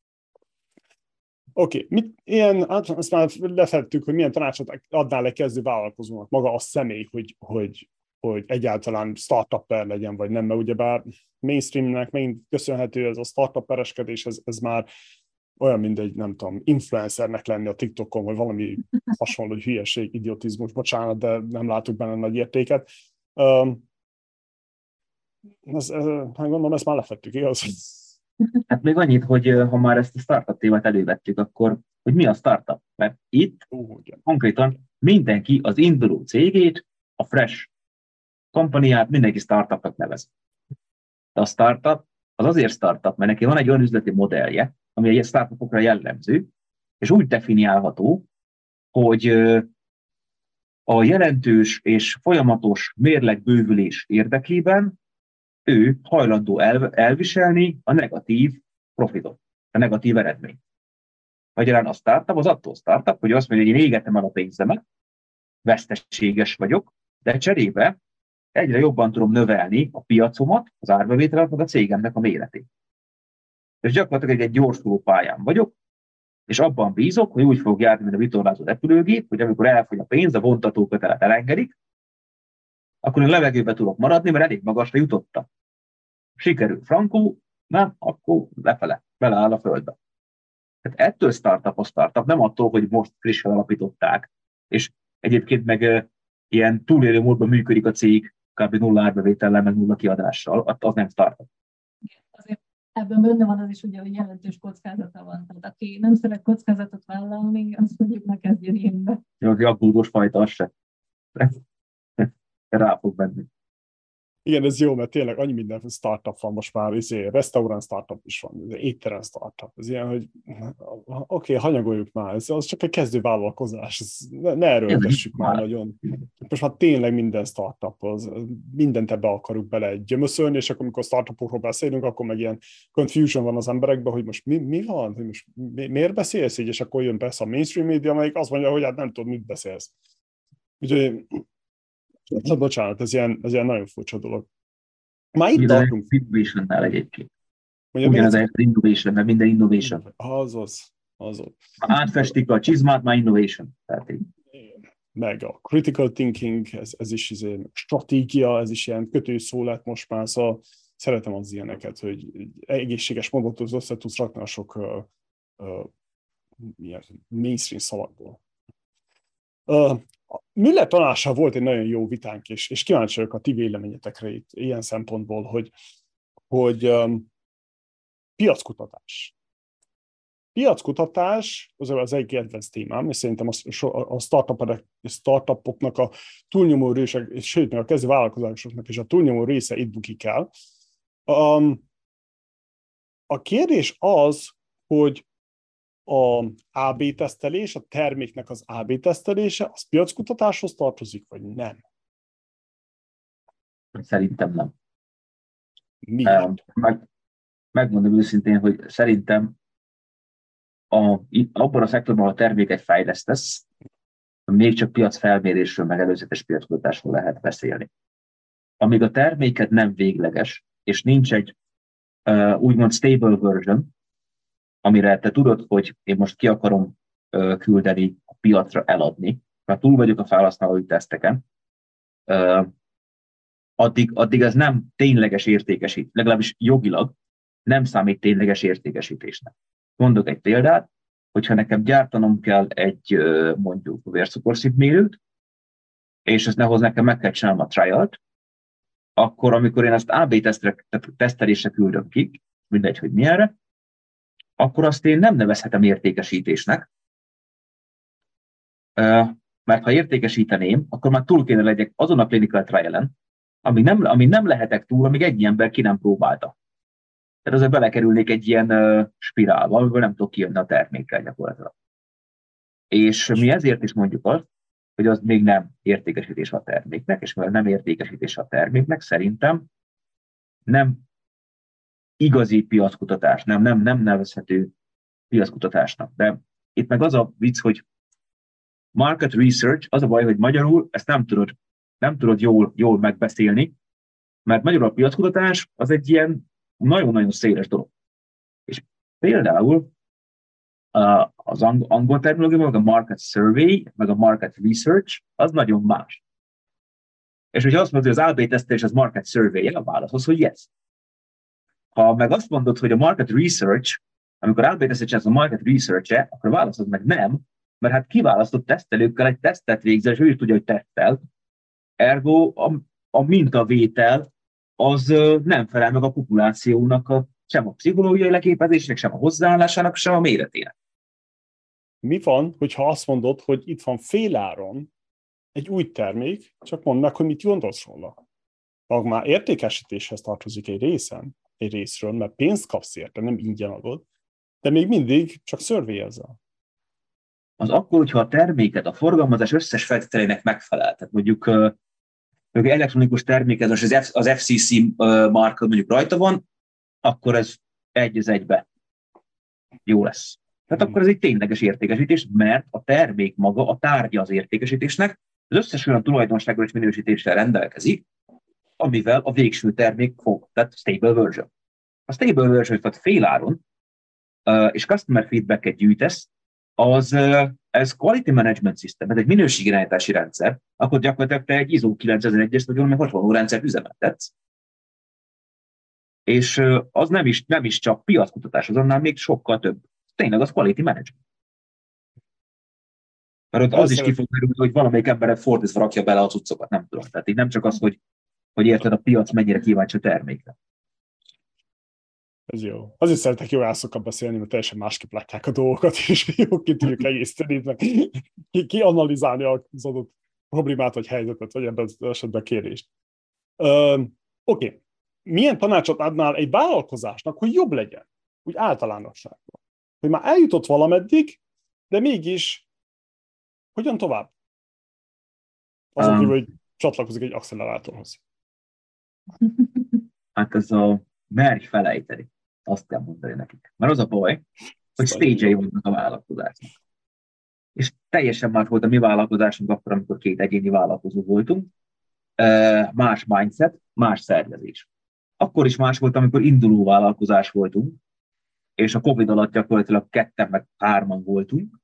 Oké, okay. Ilyen, azt már lefettük, hogy milyen tanácsot adnál egy kezdő vállalkozónak, maga a személy, hogy, hogy, hogy egyáltalán startupper legyen, vagy nem, mert ugyebár mainstreamnek megint köszönhető ez a startuppereskedés, ez, ez már olyan, mint egy, nem tudom, influencernek lenni a TikTokon, vagy valami hasonló hülyeség, idiotizmus, bocsánat, de nem látok benne nagy értéket. Um, ez, ez, gondolom, ezt már lefettük, igaz? Hát még annyit, hogy ha már ezt a startup témát elővettük, akkor hogy mi a startup? Mert itt uh, konkrétan mindenki az induló cégét, a fresh kompaniát mindenki startupnak nevez. De a startup az azért startup, mert neki van egy olyan üzleti modellje, ami egy startupokra jellemző, és úgy definiálható, hogy a jelentős és folyamatos mérlegbővülés érdekében ő hajlandó el, elviselni a negatív profitot, a negatív eredményt. Magyarán a startup az attól startup, hogy azt mondja, hogy én égetem el a pénzemet, veszteséges vagyok, de cserébe egyre jobban tudom növelni a piacomat, az árbevételet, meg a cégemnek a méretét. És gyakorlatilag egy gyorsuló pályán vagyok, és abban bízok, hogy úgy fog járni, mint a vitorlázó repülőgép, hogy amikor elfogy a pénz, a vontatókötelet elengedik, akkor én levegőbe tudok maradni, mert elég magasra jutottam. Sikerül frankó, nem, akkor lefele, beleáll a földbe. Tehát ettől startup a startup, nem attól, hogy most frissen alapították, és egyébként meg e, ilyen túlélő módban működik a cég, kb. Nulla árbevétellel, meg nulla kiadással, az nem startup. Azért ebben benne van az is, ugye, hogy jelentős kockázata van. Tehát aki nem szeret kockázatot vállalni, azt mondjuk ne kezdjen ilyenbe. Jó, az aggódós fajta, az se. Rá fog menni. Igen, ez jó, mert tényleg annyi minden startup van most már, izé, restaurant startup is van, étterem startup. Ez ilyen, hogy oké, okay, hanyagoljuk már, ez az csak egy kezdő vállalkozás, ez, ne, ne erőltessük már nagyon. Most már tényleg minden startup, az, mindent ebbe akarjuk bele gyömöszölni, és akkor, amikor startupokról beszélünk, akkor meg ilyen confusion van az emberekben, hogy most mi, mi van, hogy most mi, miért beszélsz így, és akkor jön persze a mainstream média, amelyik azt mondja, hogy hát nem tudod, mit beszélsz. Úgyhogy bocsánat, ez ilyen, ez ilyen nagyon furcsa dolog. Már itt tartunk. Innovation-nál egyébként. Ugyanaz az innovation, mert minden innovation. Azaz, azaz. Ha átfestik a csizmát, már innovation. Tehát így. Meg a critical thinking, ez, ez is izé, stratégia, ez is ilyen kötőszó lett most már, szóval szeretem az ilyeneket, hogy egészséges mondatot össze tudsz rakni a sok uh, uh, milyen, mainstream szavakból. Uh, Müller tanással volt egy nagyon jó vitánk, és, és kíváncsi vagyok a ti véleményetekre itt ilyen szempontból, hogy, hogy um, piackutatás. Piackutatás az az egy kedvenc témám, és szerintem a, a startupoknak a túlnyomó része, és sőt, meg a kezdő vállalkozásoknak is a túlnyomó része itt bukik el. Um, a kérdés az, hogy a á bé tesztelés, a terméknek az á bé tesztelése, az piackutatáshoz tartozik, vagy nem? Szerintem nem. Miért? Meg, megmondom őszintén, hogy szerintem a, abban a szektorban, ahol a terméket fejlesztesz, még csak piacfelmérésről, meg előzetes piackutatásról lehet beszélni. Amíg a terméket nem végleges, és nincs egy uh, úgymond stable version, amire te tudod, hogy én most ki akarom uh, küldeni a piacra eladni, mert túl vagyok a felhasználói teszteken, uh, addig, addig ez nem tényleges értékesítés, legalábbis jogilag nem számít tényleges értékesítésnek. Mondok egy példát, hogyha nekem gyártanom kell egy uh, mondjuk vércukorszintmérőt, és ezt nehoz nekem meg kell csinálnom a trialt, akkor amikor én ezt á bé tesztre, tesztelésre küldöm ki, mindegy, hogy milyenre, akkor azt én nem nevezhetem értékesítésnek, Mert ha értékesíteném, akkor már túl kéne legyek azon a clinical trial-en, ami nem, ami nem lehetek túl, amíg egy ember ki nem próbálta. Tehát azért belekerülnék egy ilyen uh, spirálba, amiből nem tudok kijönni a termékkel gyakorlatilag. És mi ezért is mondjuk azt, hogy az még nem értékesítés a terméknek, és mivel nem értékesítés a terméknek, szerintem nem igazi piackutatás, nem, nem, nem nevezhető piackutatásnak. De itt meg az a vicc, hogy market research, az a baj, hogy magyarul ezt nem tudod, nem tudod jól, jól megbeszélni, mert magyarul a piackutatás az egy ilyen nagyon-nagyon széles dolog. És például az angol terminológia, meg a market survey, meg a market research, az nagyon más. És hogyha azt mondod, hogy az á bé tesztelés az market survey, a válasz az, hogy yes. Ha meg azt mondod, hogy a market research, amikor á bé tesztelés az a market research-e, akkor válaszod meg nem, mert hát kiválasztott tesztelőkkel egy tesztet végzel, és ő is tudja, hogy tesztel. Ergo a, a mintavétel az nem felel meg a populációnak a, sem a pszichológiai leképezésnek, sem a hozzáállásának, sem a méretének. Mi van, hogyha azt mondod, hogy itt van féláron egy új termék, csak mondd meg, hogy mit gondolsz róla. Ha már értékesítéshez tartozik egy részen, egy részről, mert pénzt kapsz érte, nem ingyen adod, de még mindig csak szörvélyezel. Az akkor, hogyha a terméket a forgalmazás összes feltételének megfelel, tehát mondjuk uh, elektronikus termék, ez az, az ef cé cé uh, marka mondjuk rajta van, akkor ez egy az egybe jó lesz. Tehát hmm. akkor ez egy tényleges értékesítés, mert a termék maga, a tárgya az értékesítésnek, az összes olyan tulajdonsággal és minősítéssel rendelkezik, amivel a végső termék fog, tehát stable version. A stable version, tehát féláron, uh, és customer feedback-et gyűjtesz, az, uh, ez quality management system, ez egy minőségirányítási rendszer, akkor gyakorlatilag te egy i es o kilencezer-es vagy valami hasonló rendszert üzemeltetsz. És uh, az nem is, nem is csak piackutatás, az annál még sokkal több. Tényleg az quality management. Mert ott az is ki fog merülni, hogy valamelyik emberek fordítva rakja bele a cuccokat, nem tudom. Tehát így nem csak az, hogy, hogy érted, a piac mennyire kíváncsi a termékre. Ez jó. Azért szeretek jó elszokat beszélni, mert teljesen másképp látják a dolgokat, és jó ki tudjuk egészteni, ki, ki analizálni az adott problémát, vagy helyzetet, vagy ebben az esetben kérést. Uh, Oké. Okay. Milyen tanácsot adnál egy vállalkozásnak, hogy jobb legyen? Úgy általánosságban. Hogy már eljutott valameddig, de mégis hogyan tovább? Azon um, kívül, hogy csatlakozik egy accelerátorhoz. Hát ez a merj felejteni. Azt kell mondani nekik. Mert az a baj, hogy stage-ei vannak a vállalkozásnak. És teljesen más volt a mi vállalkozásunk akkor, amikor két egyéni vállalkozó voltunk. Más mindset, más szervezés. Akkor is más volt, amikor induló vállalkozás voltunk, és a Covid alatt gyakorlatilag ketten meg hárman voltunk.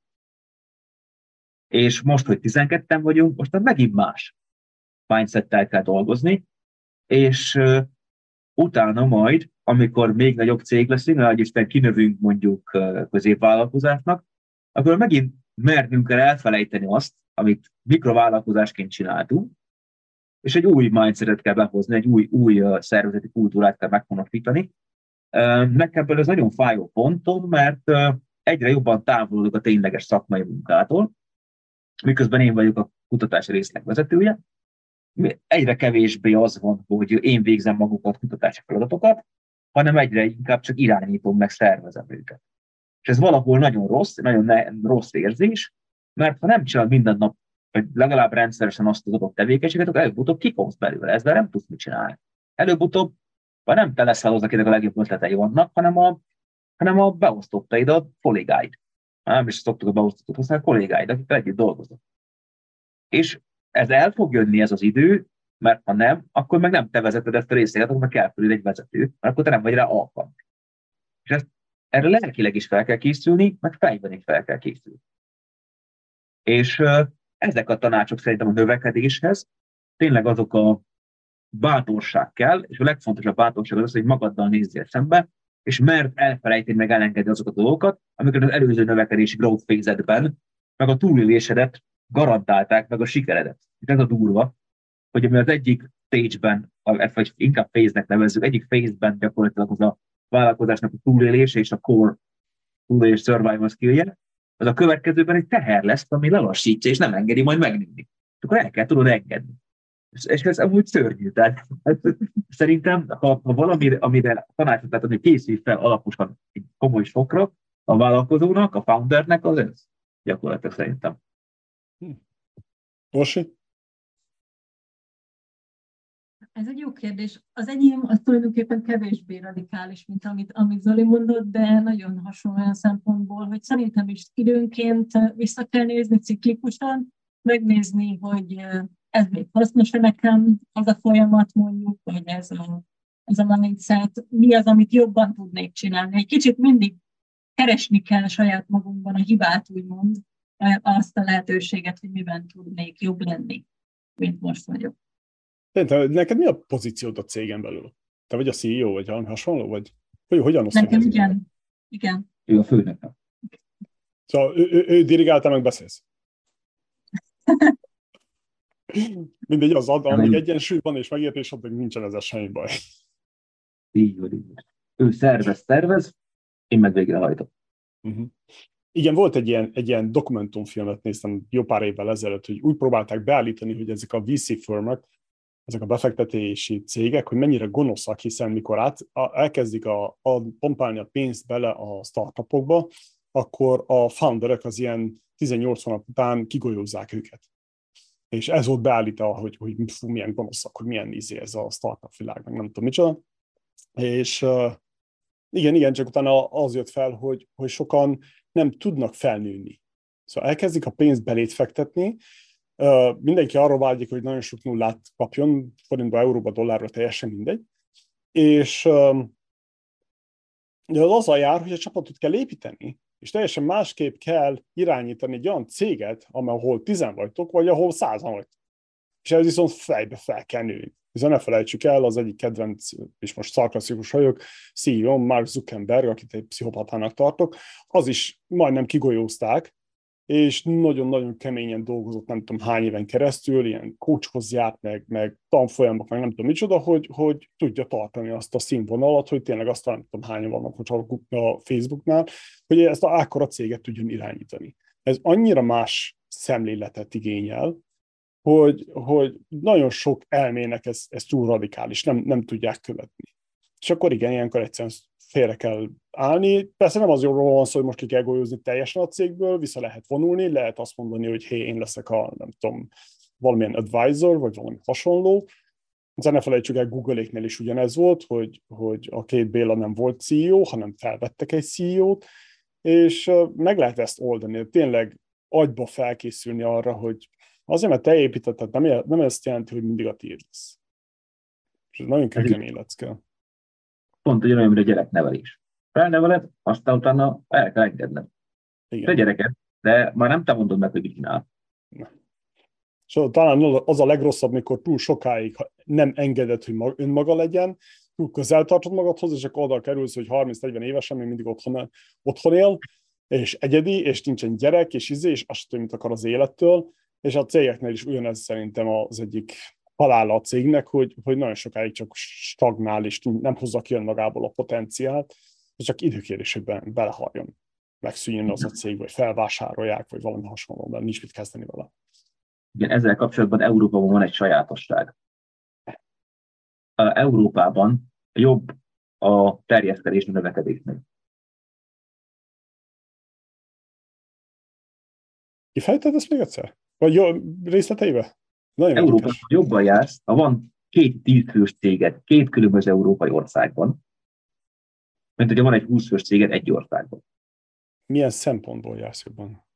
És most, hogy tizenketten vagyunk, most megint más mindsettel kell dolgozni, és uh, utána majd, amikor még nagyobb cég leszünk, hogy Isten kinövünk mondjuk uh, középvállalkozásnak, akkor megint mernünk kell elfelejteni azt, amit mikrovállalkozásként csináltunk, és egy új mindsetet kell behozni, egy új, új uh, szervezeti kultúrát kell meghonosítani. Uh, nekem ez nagyon fájó pontom, mert uh, egyre jobban távolodok a tényleges szakmai munkától, miközben én vagyok a kutatási részleg vezetője. Egyre kevésbé az van, hogy én végzem magukat kutatási feladatokat, hanem egyre inkább csak irányítom, meg szervezem őket. És ez valahol nagyon rossz, nagyon ne, rossz érzés, mert ha nem csinál minden nap, vagy legalább rendszeresen azt az adott tevékenységet, akkor előbb-utóbb kikomsz belőle, ezzel nem tudsz mit csinálni. Előbb-utóbb vagy nem te leszel az, akinek a legjobb ötletei vannak, hanem a, hanem a beosztottaid, a kollégáid. Nem is szoktuk a beosztottat használni, a kollégáid, akikkel együtt dolgozok. És ez el fog jönni ez az idő, mert ha nem, akkor meg nem te vezeted ezt a részleget, akkor meg kell fölül egy vezető, mert akkor te nem vagy rá alkalmas. És ezt, erre lelkileg is fel kell készülni, meg fejben is fel kell készülni. És uh, ezek a tanácsok szerintem a növekedéshez tényleg azok a bátorság kell, és a legfontosabb bátorság az, hogy magaddal nézzél szembe, és mert elfelejteni meg elengedni azokat a dolgokat, amiket az előző növekedési growth phase-edben, meg a túlélésedet garantálták, meg a sikeredet. És ez a durva, hogy ami az egyik stage-ben, vagy inkább phase-nek nevezzük, egyik phase-ben gyakorlatilag az a vállalkozásnak a túlélése és a core túlélés survival skill-je, az a következőben egy teher lesz, ami lelassítja, és nem engedi majd megnőni. Akkor el kell tudod engedni. És, és ez amúgy szörnyű. Tehát szerintem, ha, ha valami, amire tanácsot lehet adni, készülj fel alaposan egy komoly sokra a vállalkozónak, a foundernek, az ez. Gyakorlatilag szerintem. Orsi? Ez egy jó kérdés. Az enyém az tulajdonképpen kevésbé radikális, mint amit, amit Zoli mondott, de nagyon hasonló olyan szempontból, hogy szerintem is időnként vissza kell nézni ciklikusan, megnézni, hogy ez még hasznos-e nekem, ez a folyamat mondjuk, vagy ez a, ez a mindset, mi az, amit jobban tudnék csinálni. Egy kicsit mindig keresni kell saját magunkban a hibát, úgymond, azt a lehetőséget, hogy miben tudnék jobb lenni, mint most vagyok. Te, neked mi a pozíciód a cégen belül? Te vagy a cé e o, vagy valami hasonló? Vagy hogy, hogyan osztod? Nekem igen. igen. Ő a főnök. Szóval ő, ő, ő dirigálta, meg beszélsz? Mindegy, az ad, amíg egyensúly van és megértés, addig nincsen ezzel semmi baj. Így van, így van. Ő szervez, szervez, én meg végrehajtom. Uh-huh. Igen, volt egy ilyen, egy ilyen dokumentumfilmet, néztem jó pár évvel ezelőtt, hogy úgy próbálták beállítani, hogy ezek a vé cé firmek, ezek a befektetési cégek, hogy mennyire gonoszak, hiszen mikor át, a, elkezdik a, a pompálni a pénzt bele a startupokba, akkor a founderek az ilyen tizennyolc hónap után kigolyózzák őket. És ez volt beállítva, hogy, hogy fú, milyen gonoszak, hogy milyen izé ez a startup világ, meg nem tudom micsoda. És uh, igen, igen, csak utána az jött fel, hogy, hogy sokan nem tudnak felnőni. Szóval elkezdik a pénzt belét fektetni, uh, mindenki arra vágyik, hogy nagyon sok nullát kapjon, forintba, euróba, dollárra, teljesen mindegy. És uh, az azzal jár, hogy a csapatot kell építeni, és teljesen másképp kell irányítani egy olyan céget, ahol tizen vagytok, vagy ahol százan vagytok. És ez viszont fejbe fel kell nőni. Hiszen ne felejtsük el, az egyik kedvenc, és most szarkasztikus vagyok, cé e o Mark Zuckerberg, akit egy pszichopatának tartok, az is majdnem kigolyózták, és nagyon-nagyon keményen dolgozott, nem tudom hány éven keresztül, ilyen coachhoz járt, meg, meg tanfolyamok, meg nem tudom micsoda, hogy, hogy tudja tartani azt a színvonalat, hogy tényleg azt nem tudom hányan vannak a Facebooknál, hogy ezt a akkora céget tudjon irányítani. Ez annyira más szemléletet igényel, hogy, hogy nagyon sok elmének ez, ez túl radikális, nem, nem tudják követni. És akkor igen, ilyenkor egyszerűen félre kell állni. Persze nem az jobban van szó, hogy most ki kell golyozni teljesen a cégből, vissza lehet vonulni, lehet azt mondani, hogy hé, én leszek a, nem tudom, valamilyen advisor, vagy valami hasonló. De ne felejtsük el, Google-éknél is ugyanez volt, hogy, hogy a két Béla nem volt cé e o, hanem felvettek egy cé e o-t, és meg lehet ezt oldani. Tényleg agyba felkészülni arra, hogy azért, mert te építetted, nem, nem ezt jelenti, hogy mindig a tiéd lesz. És ez nagyon kőkemény lecke. Pont ugyanolyan, mint a gyereknevelés. Felneveled, aztán utána el kell engedned. Igen. Te gyereket, de már nem te mondod meg, hogy mit csinál. So, talán az a legrosszabb, mikor túl sokáig nem engeded, hogy önmaga legyen, túl közel tartod magadhoz, és akkor oda kerülsz, hogy harminc-negyven évesen még mindig otthon, otthon él, és egyedi, és nincsen gyerek, és izé, és azt mit akar az élettől, és a cégeknél is ugyanez szerintem az egyik halála a cégnek, hogy, hogy nagyon sokáig csak stagnál, és nem hozza ki önmagából a potenciált, és csak időkérdésében belehaljon, megszűnjön az a cég, vagy felvásárolják, vagy valami hasonló, de nincs mit kezdeni vele. Igen, ezzel kapcsolatban Európában van egy sajátosság. Európában jobb a terjeszkedés a növekedésnél. Kifejted ezt még egyszer? Vagy jó, részleteibe? Nagyon Európában jobban jársz, ha van két tízfős céged két különböző európai országban, mint hogyha van egy húszfős céged egy országban. Milyen szempontból jársz jobban?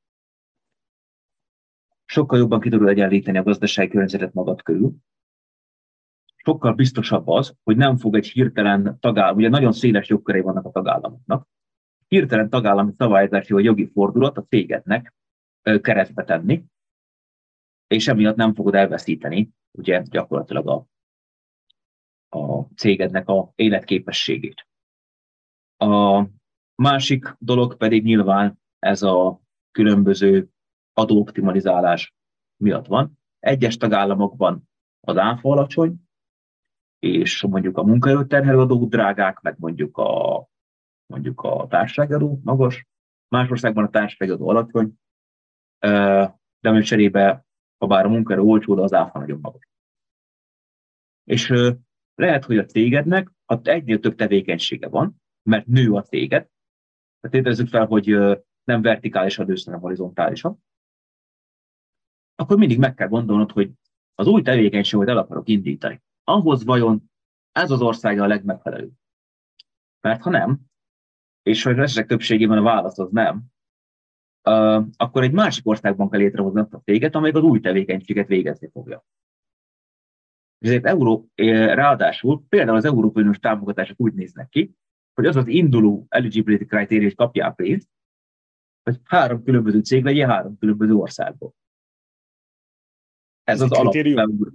Sokkal jobban ki tudod egyenlíteni a gazdasági környezetet magad körül. Sokkal biztosabb az, hogy nem fog egy hirtelen tagállam, ugye nagyon széles jogkörei vannak a tagállamoknak, hirtelen tagállami szabályozási vagy jogi fordulat a cégednek keresztbe tenni, és emiatt nem fogod elveszíteni ugye gyakorlatilag a, a cégednek a életképességét. A másik dolog pedig nyilván ez a különböző adóoptimalizálás miatt van. Egyes tagállamokban az áfa alacsony, és mondjuk a munkaerőterhelő adók drágák, meg mondjuk a, mondjuk a társasági adó magas. Más országban a társasági adó alacsony, de ami cserébe, ha bár a munkaerő olcsó, de az áfa nagyon magas. És lehet, hogy a cégednek egynél több tevékenysége van, mert nő a céged. Tehát tételezzük fel, hogy nem vertikálisan nősz, hanem horizontálisan. Akkor mindig meg kell gondolnod, hogy az új tevékenységet el akarok indítani. Ahhoz vajon ez az ország a legmegfelelőbb? Mert ha nem, és ha az esetek többségében a válasz az nem, uh, akkor egy másik országban kell létrehozni azt a céget, amelyik az új tevékenységet végezni fogja. Ezért Euró, ráadásul például az Európai Uniós támogatások úgy néznek ki, hogy az az induló eligibility criteria, hogy kapjál pénzt, hogy három különböző cég legyen három különböző országból. Ez, ez az alapvető,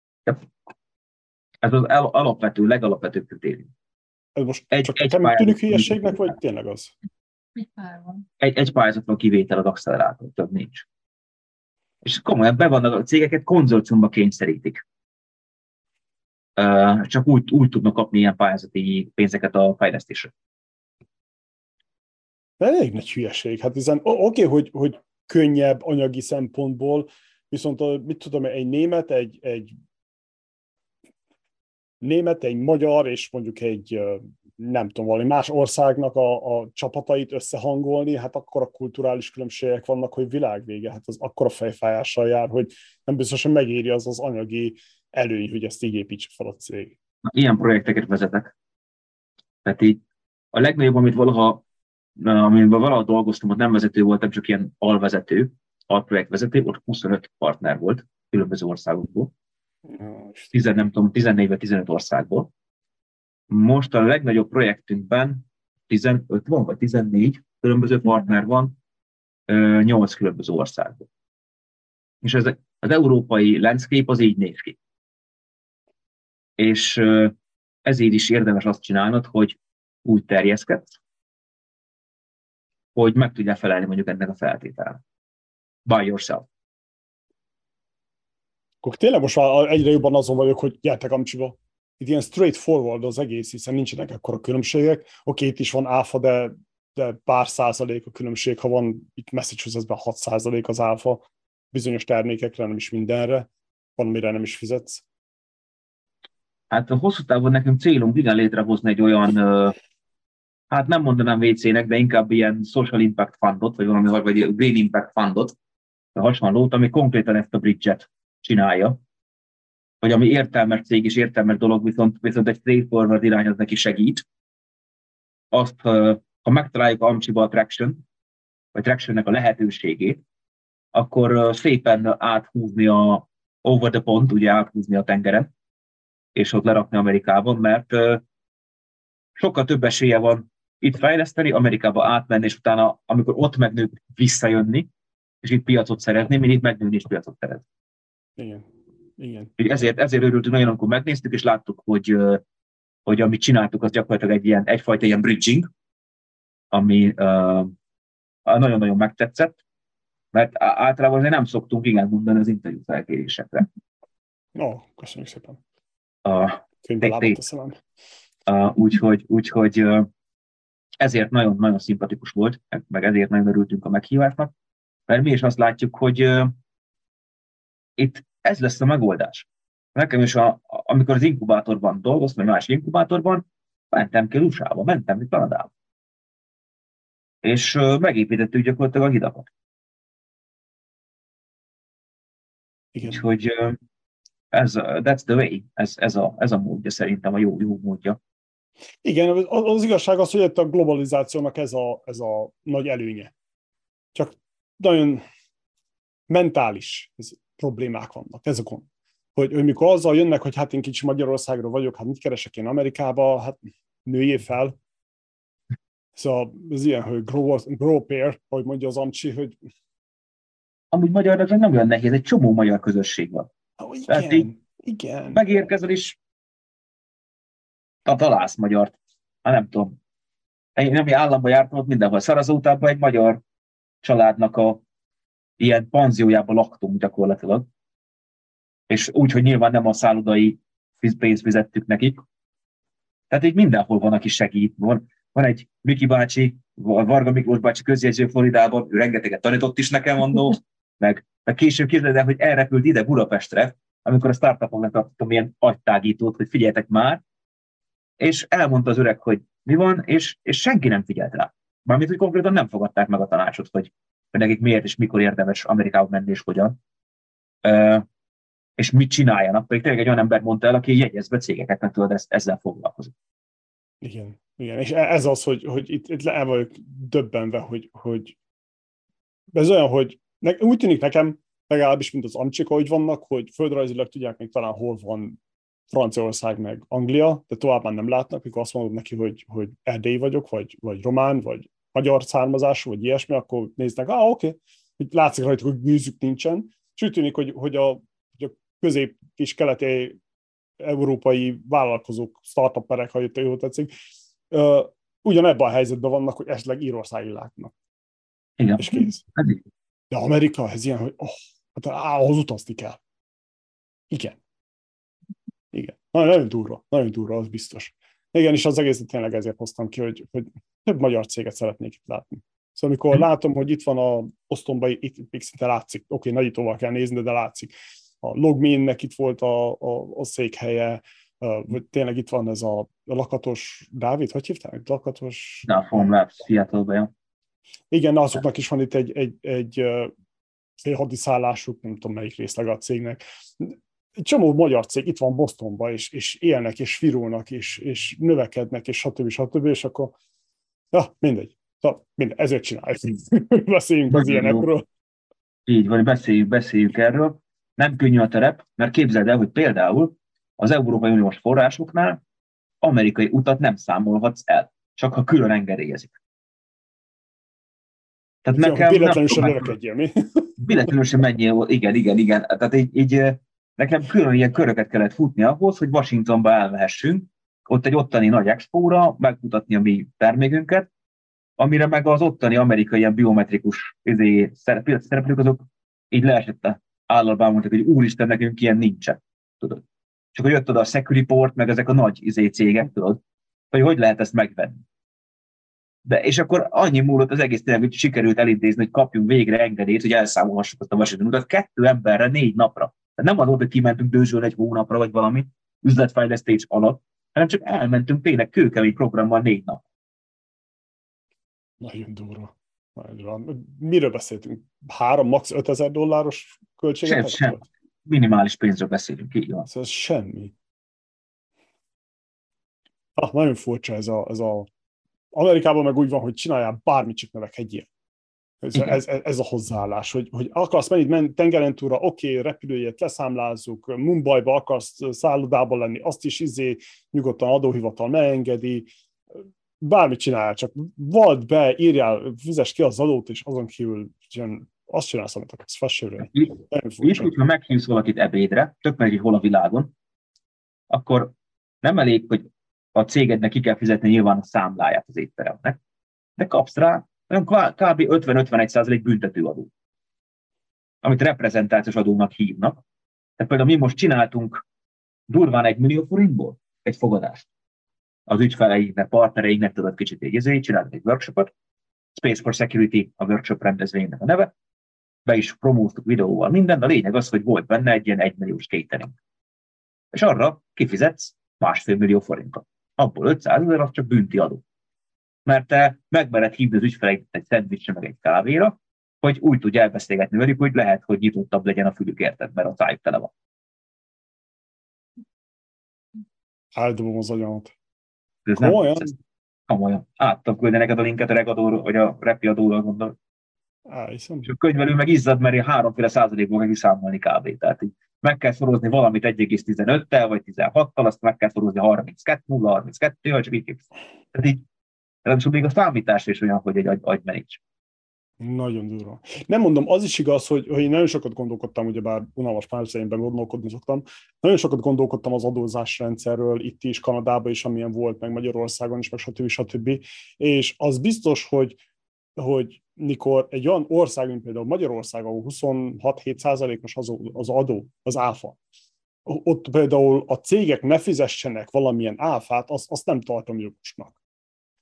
ez az alapvető, legalapvetőbb kritérium. Ez most egy, csak egy nem tűnik hülyeségnek, vagy tényleg az? Egy pár van. Egy, egy pályázatban kivétel az accelerátor, több nincs. És komolyan be vannak a cégeket, konzorciumba kényszerítik. Uh, csak úgy, úgy tudnak kapni ilyen pályázati pénzeket a fejlesztésre. De elég nagy hülyeség. Hát hiszen oké, okay, hogy, hogy könnyebb anyagi szempontból, viszont a, mit tudom, egy német, egy, egy német, egy magyar, és mondjuk egy, nem tudom, valami más országnak a, a csapatait összehangolni, hát akkor a kulturális különbségek vannak, hogy világvége. Hát az akkora fejfájással jár, hogy nem biztosan megéri az az anyagi előny, hogy ezt így építse fel a cég. Ilyen projekteket vezetek. Tehát így a legnagyobb, amit valaha, amiben valaha dolgoztam, ott nem vezető voltam, csak ilyen alvezető, alprojektvezető, ott huszonöt partner volt különböző országokból. tíz, nem tudom, tizennégy vagy tizenöt országból. Most a legnagyobb projektünkben tizenöt van, vagy tizennégy különböző partner van, nyolc különböző országból. És ez, az európai landscape az így néz ki. És ezért is érdemes azt csinálnod, hogy úgy terjeszkedsz, hogy meg tudjál felelni mondjuk ennek a feltételnek. By yourself. Akkor tényleg most már egyre jobban azon vagyok, hogy gyertek Amcsiba. Itt ilyen straightforward az egész, hiszen nincsenek ekkora különbségek. Oké, itt is van áfa, de, de pár százalék a különbség, ha van itt Massachusettsben hat százalék az áfa, bizonyos termékekre, nem is mindenre, van, mire nem is fizetsz. Hát a hosszú távon nekünk célunk igen létrehozni egy olyan, hát nem mondanám vé cének, de inkább ilyen social impact fundot, vagy valami, vagy green impact fundot, hasonlót, ami konkrétan ezt a bridge-et csinálja, hogy ami értelmes cég és értelmes dolog, viszont, viszont egy straightforward irány az neki segít. Azt, ha megtaláljuk Amcsiba a traction, vagy tractionnek a lehetőségét, akkor szépen áthúzni a over the pond, ugye áthúzni a tengeren, és ott lerakni Amerikában, mert sokkal több esélye van itt fejleszteni, Amerikába átmenni, és utána, amikor ott megnő, visszajönni, és itt piacot szerezni, mint itt megnőni és piacot szerezni. Igen. Igen. Ezért, ezért örültünk nagyon, amikor megnéztük, és láttuk, hogy, hogy amit csináltuk, az gyakorlatilag egy ilyen, egyfajta ilyen bridging, ami uh, nagyon-nagyon megtetszett, mert általában azért nem szoktunk igen mondani az interjú felkérésekre. Ó, köszönjük szépen. Uh, Könyvbe lábat a szemem. Uh, úgyhogy úgyhogy uh, ezért nagyon-nagyon szimpatikus volt, meg ezért nagyon örültünk a meghívásnak, mert mi is azt látjuk, hogy uh, itt ez lesz a megoldás. Nekem is, a, amikor az inkubátorban dolgoztam, vagy más inkubátorban, mentem ki u es á-ba, mentem ki Kanadába. És uh, megépítettük gyakorlatilag a hidakat. Igen. Úgyhogy uh, ez, uh, that's the way, ez, ez, a, ez a módja szerintem, a jó, jó módja. Igen, az, az igazság az, hogy a globalizációnak ez a, ez a nagy előnye. Csak nagyon mentális ez, problémák vannak, ez a gond. Hogy, hogy mikor azzal jönnek, hogy hát én kicsi Magyarországról vagyok, hát mit keresek én Amerikába, hát nőjél fel. Szóval ez ilyen, hogy grow, grow pair, ahogy mondja az Amcsi, hogy... Amúgy magyarnak nem olyan nehéz, egy csomó magyar közösség van. Oh, igen, igen. Megérkezel is, találsz magyart. Hát nem tudom. Én nem államban jártam, ott mindenhol. Szarazótában egy magyar családnak a ilyen panziójában laktunk gyakorlatilag. És úgy, hogy nyilván nem a szállodai pénzt fizettük nekik. Tehát így mindenhol van, aki segít. Van. van egy Miki bácsi, Varga Miklós bácsi közjegyző Floridában, ő rengeteget tanított is nekem mondó, meg, meg később képzeld el, hogy elrepült ide Budapestre, amikor a startupoknak tartottam ilyen agytágítót, hogy figyeljetek már, és elmondta az öreg, hogy mi van, és, és senki nem figyelt rá. Mármint, hogy konkrétan nem fogadták meg a tanácsot, hogy, hogy nekik miért és mikor érdemes Amerikába menni, és hogyan. Uh, és mit csináljanak. Pedig tényleg egy olyan ember mondta el, aki jegyezve cégeket, meg tudod, ezzel foglalkozik. Igen, igen. És ez az, hogy, hogy itt, itt el vagyok döbbenve, hogy, hogy ez olyan, hogy ne, úgy tűnik nekem, legalábbis, mint az amcsik, ahogy vannak, hogy földrajzilag tudják még talán hol van Franciaország meg Anglia, de tovább már nem látnak, mikor azt mondod neki, hogy, hogy erdélyi vagyok, vagy, vagy román, vagy magyar származású, vagy ilyesmi, akkor néznek, ah, oké, okay. Látszik rajtuk, hogy gőzük nincsen, és úgy tűnik, hogy, hogy, a, hogy a közép- és keleti európai vállalkozók, startupperek, ha jól tetszik, uh, ugyanebben a helyzetben vannak, hogy esetleg Írországi látnak. Igen. És kész. De Amerika, ez ilyen, hogy oh, hát ahhoz utazni kell. Igen. Igen. Nagyon durva, nagyon durva, az biztos. Igen, és az egészet tényleg ezért hoztam ki, hogy, hogy több magyar céget szeretnék itt látni. Szóval amikor hmm. látom, hogy itt van a osztomban, itt még szinte látszik, oké, okay, nagyítóval kell nézni, de látszik. A Logminnek itt volt a, a, a székhelye, vagy tényleg itt van ez a, a Lakatos Dávid, hogy hívták? Lakatos... Na, Formlabs, Seattle-ben. Igen, azoknak is van itt egy, egy, egy félhadiszállásuk, nem tudom melyik részleg a cégnek. Egy csomó magyar cég itt van Bostonban, és, és élnek, és virulnak, és, és növekednek, és stb. stb. És akkor, ja, mindegy. Na, mindegy, ezért csináljuk. Beszéljünk az ilyenekről. Így van, beszéljünk, beszéljünk erről. Nem könnyű a terep, mert képzeld el, hogy például az Európai Uniós forrásoknál amerikai utat nem számolhatsz el, csak ha külön engedélyezik. Tehát ja, nekem véletlenül sem növekedjél, mi? Véletlenül sem menjél, igen, igen, igen. Tehát így, így nekem külön ilyen köröket kellett futni ahhoz, hogy Washingtonba elmehessünk, ott egy ottani nagy expóra megmutatni a mi termékünket, amire meg az ottani amerikai ilyen biometrikus izé, szereplők azok így leesett a állalban, mondták, hogy úristen, nekünk ilyen nincsen, tudod. Csak hogy jött oda a Securiport, meg ezek a nagy izé cégek, tudod, hogy hogy lehet ezt megvenni. De, és akkor annyi múlott az egész tényleg, hogy sikerült elintézni, hogy kapjunk végre engedélyt, hogy elszámolhassuk azt a Washington utat kettő emberre négy napra. Tehát nem az volt, hogy kimentünk dőzsölni egy hónapra, vagy valami üzletfejlesztés alatt, hanem csak elmentünk tényleg kőkemény programmal négy nap. Nagyon durva. Nagyon durva. Miről beszéltünk? Három, max. ötezer dolláros költséget? Sem, sem. Minimális pénzről beszélünk, így van. Ez semmi. Ah, nagyon furcsa ez a, ez a... Amerikában meg úgy van, hogy csináljál bármit, csak növekedjél. Ez, ez, ez a hozzáállás, hogy, hogy akarsz menni tengeren túra, oké, okay, repülőjét leszámlázzuk, Mumbaiba akarsz szállodában lenni, azt is izé nyugodtan adóhivatal megengedi, bármit csinálj, csak vald be, írjál, fizess ki az adót, és azon kívül azt csinálsz, amit akarsz, fessőről. Itt, hogyha meghívsz valakit ebédre, tök meg, hogy hol a világon, akkor nem elég, hogy a cégednek ki kell fizetni nyilván a számláját az étteremnek, de kapsz rá kb. ötven-ötvenegy százalék büntetőadó, amit reprezentációs adónak hívnak. Tehát például mi most csináltunk durván egy millió forintból egy fogadást. Az ügyfeleinknek, partnereinknek tudod kicsit így csináltunk egy workshopot, Space for Security a workshop rendezvénynek a neve, be is promóztuk videóval minden, a lényeg az, hogy volt benne egy ilyen egymilliós catering. És arra kifizetsz másfél millió forintot. Abból ötszázezer az csak bünti adó. Mert te megmered hívni az ügyfeleidet egy szendvicsre, meg egy kávéra, hogy úgy tudj elbeszélgetni velük, hogy lehet, hogy nyitottabb legyen a fülük, érted, mert a szájuk tele van. Eldobom az agyamat. Ez komolyan? Nem, ez komolyan. Áttam küldeni neked a linket a regadóról, vagy a repi adóról gondolod. Elhiszem. És a könyvelő meg izzad, mert háromféle százalékból meg kiszámolni kb. Tehát így meg kell szorozni valamit egy egész tizenöttel, vagy tizenhattal, azt meg kell szorozni harminckettő, nulla harminckettő, vagy csak így. Tehát így, ráadásul még a számítás is olyan, hogy egy agy, agymenés. Nagyon durva. Nem mondom, az is igaz, hogy, hogy én nagyon sokat gondolkodtam, ugyebár unalmas párszerénben gondolkodni szoktam, nagyon sokat gondolkodtam az adózásrendszerről itt is, Kanadában is, amilyen volt, meg Magyarországon is, meg stb. stb. És az biztos, hogy, hogy mikor egy olyan ország, mint például Magyarország, ahol huszonhat-hét százalékos az, az adó, az áfa, ott például a cégek ne fizessenek valamilyen áfát, azt, azt nem tartom jogosnak.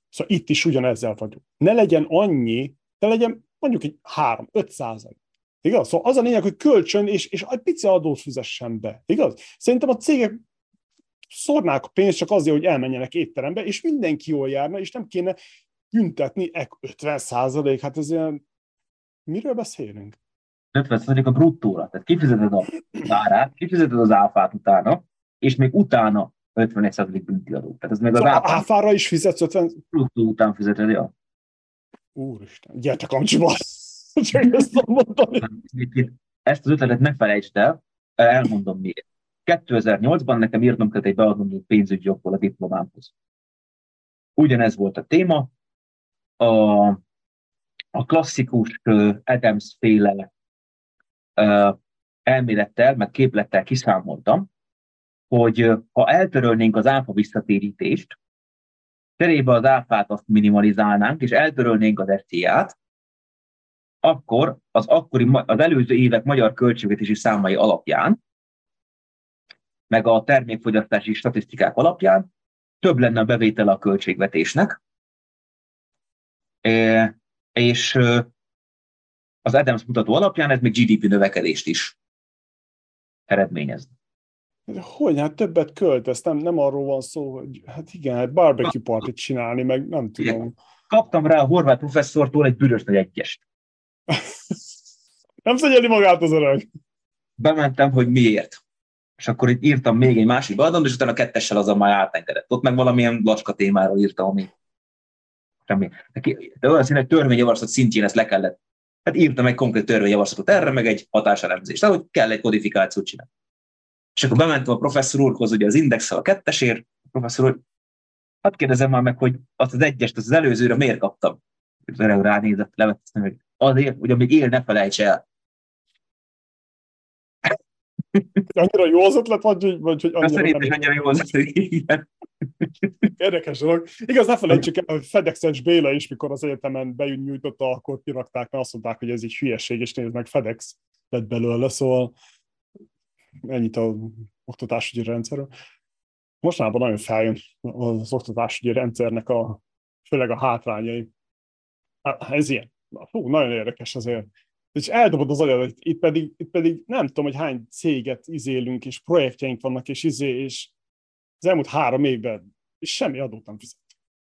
Szóval itt is ugyanezzel vagyunk. Ne legyen annyi, de legyen mondjuk egy három-öt százalék. Igaz? Szóval az a lényeg, hogy kölcsön, és, és egy pici adót fizessen be. Igaz? Szerintem a cégek szórnák a pénzt csak azért, hogy elmenjenek étterembe, és mindenki jól járna, és nem kéne büntetni ötven százalék. Hát ez ilyen... Miről beszélünk? ötven százalék a bruttóra. Tehát kifizeted az árát, kifizeted az áfát utána, és még utána ötvenegy százalék büntiadó. Tehát ez meg az szóval áfát, áfára is fizetsz ötven... bruttó után fizeted, ja. Úristen, gyertek amcsiba! Csak ezt tudom mondani. Ezt az ötletet ne felejtsd el, elmondom miért. kétezer-nyolcban nekem írnom kellett egy beadandó pénzügyi jogból a diplomámhoz. Ugyanez volt a téma, a, a klasszikus uh, Adams-féle uh, elmélettel, meg képlettel kiszámoltam, hogy uh, ha eltörölnénk az áfa visszatérítést, cserébe az áfát azt minimalizálnánk, és eltörölnénk az ef cé á-t, akkor az, akkori, az előző évek magyar költségvetési számai alapján, meg a termékfogyasztási statisztikák alapján több lenne a bevétele a költségvetésnek, és az Adams mutató alapján ez még gé dé pé növekedést is eredményez. Hogy? Hát többet költesz, nem, nem arról van szó, hogy hát igen, hát barbecue partit csinálni, meg nem tudom. Igen. Kaptam rá a horvát professzortól egy bűrös nagy egyest. Nem szegyeli magát az öreg. Bementem, hogy miért. És akkor itt írtam még egy másik beadandót, és utána a kettessel azon már átengedett. Ott meg valamilyen lacska témáról írtam, ami semmi. De olyan szín, hogy törvényjavaslat szintjén ezt le kellett. Hát írtam egy konkrét törvényjavaslatot erre, meg egy hatáselemzést. Tehát, hogy kell egy kodifikációt csinálni. És akkor bementem a professzor úrhoz, ugye az indexel a kettesért, a professzor úr, hát kérdezem már meg, hogy azt az egyest, azt az előzőre miért kaptam? Az öreg ránézett, levettem, hogy azért, hogy amíg él, ne felejts el. Annyira jó az ötlet, vagy, vagy hogy annyira Szerintem is annyira jó az ötlet, igen. Érdekes dolog. Igaz, ne felejtsük el, hogy FedEx-es Béla is, mikor az egyetemen benyújtotta, akkor kirakták, mert azt mondták, hogy ez egy hülyeség, és nézd meg, FedEx lett belőle, szóval ennyit az oktatásügyi rendszerről. Mostanában nagyon feljön az oktatásügyi rendszernek a, főleg a hátrányai. Ez ilyen. Hú, nagyon érdekes azért. És eldobod az agyadat, itt pedig, itt pedig nem tudom, hogy hány céget izélünk, és projektjeink vannak, és izé, és az elmúlt három évben és semmi adót nem fizet.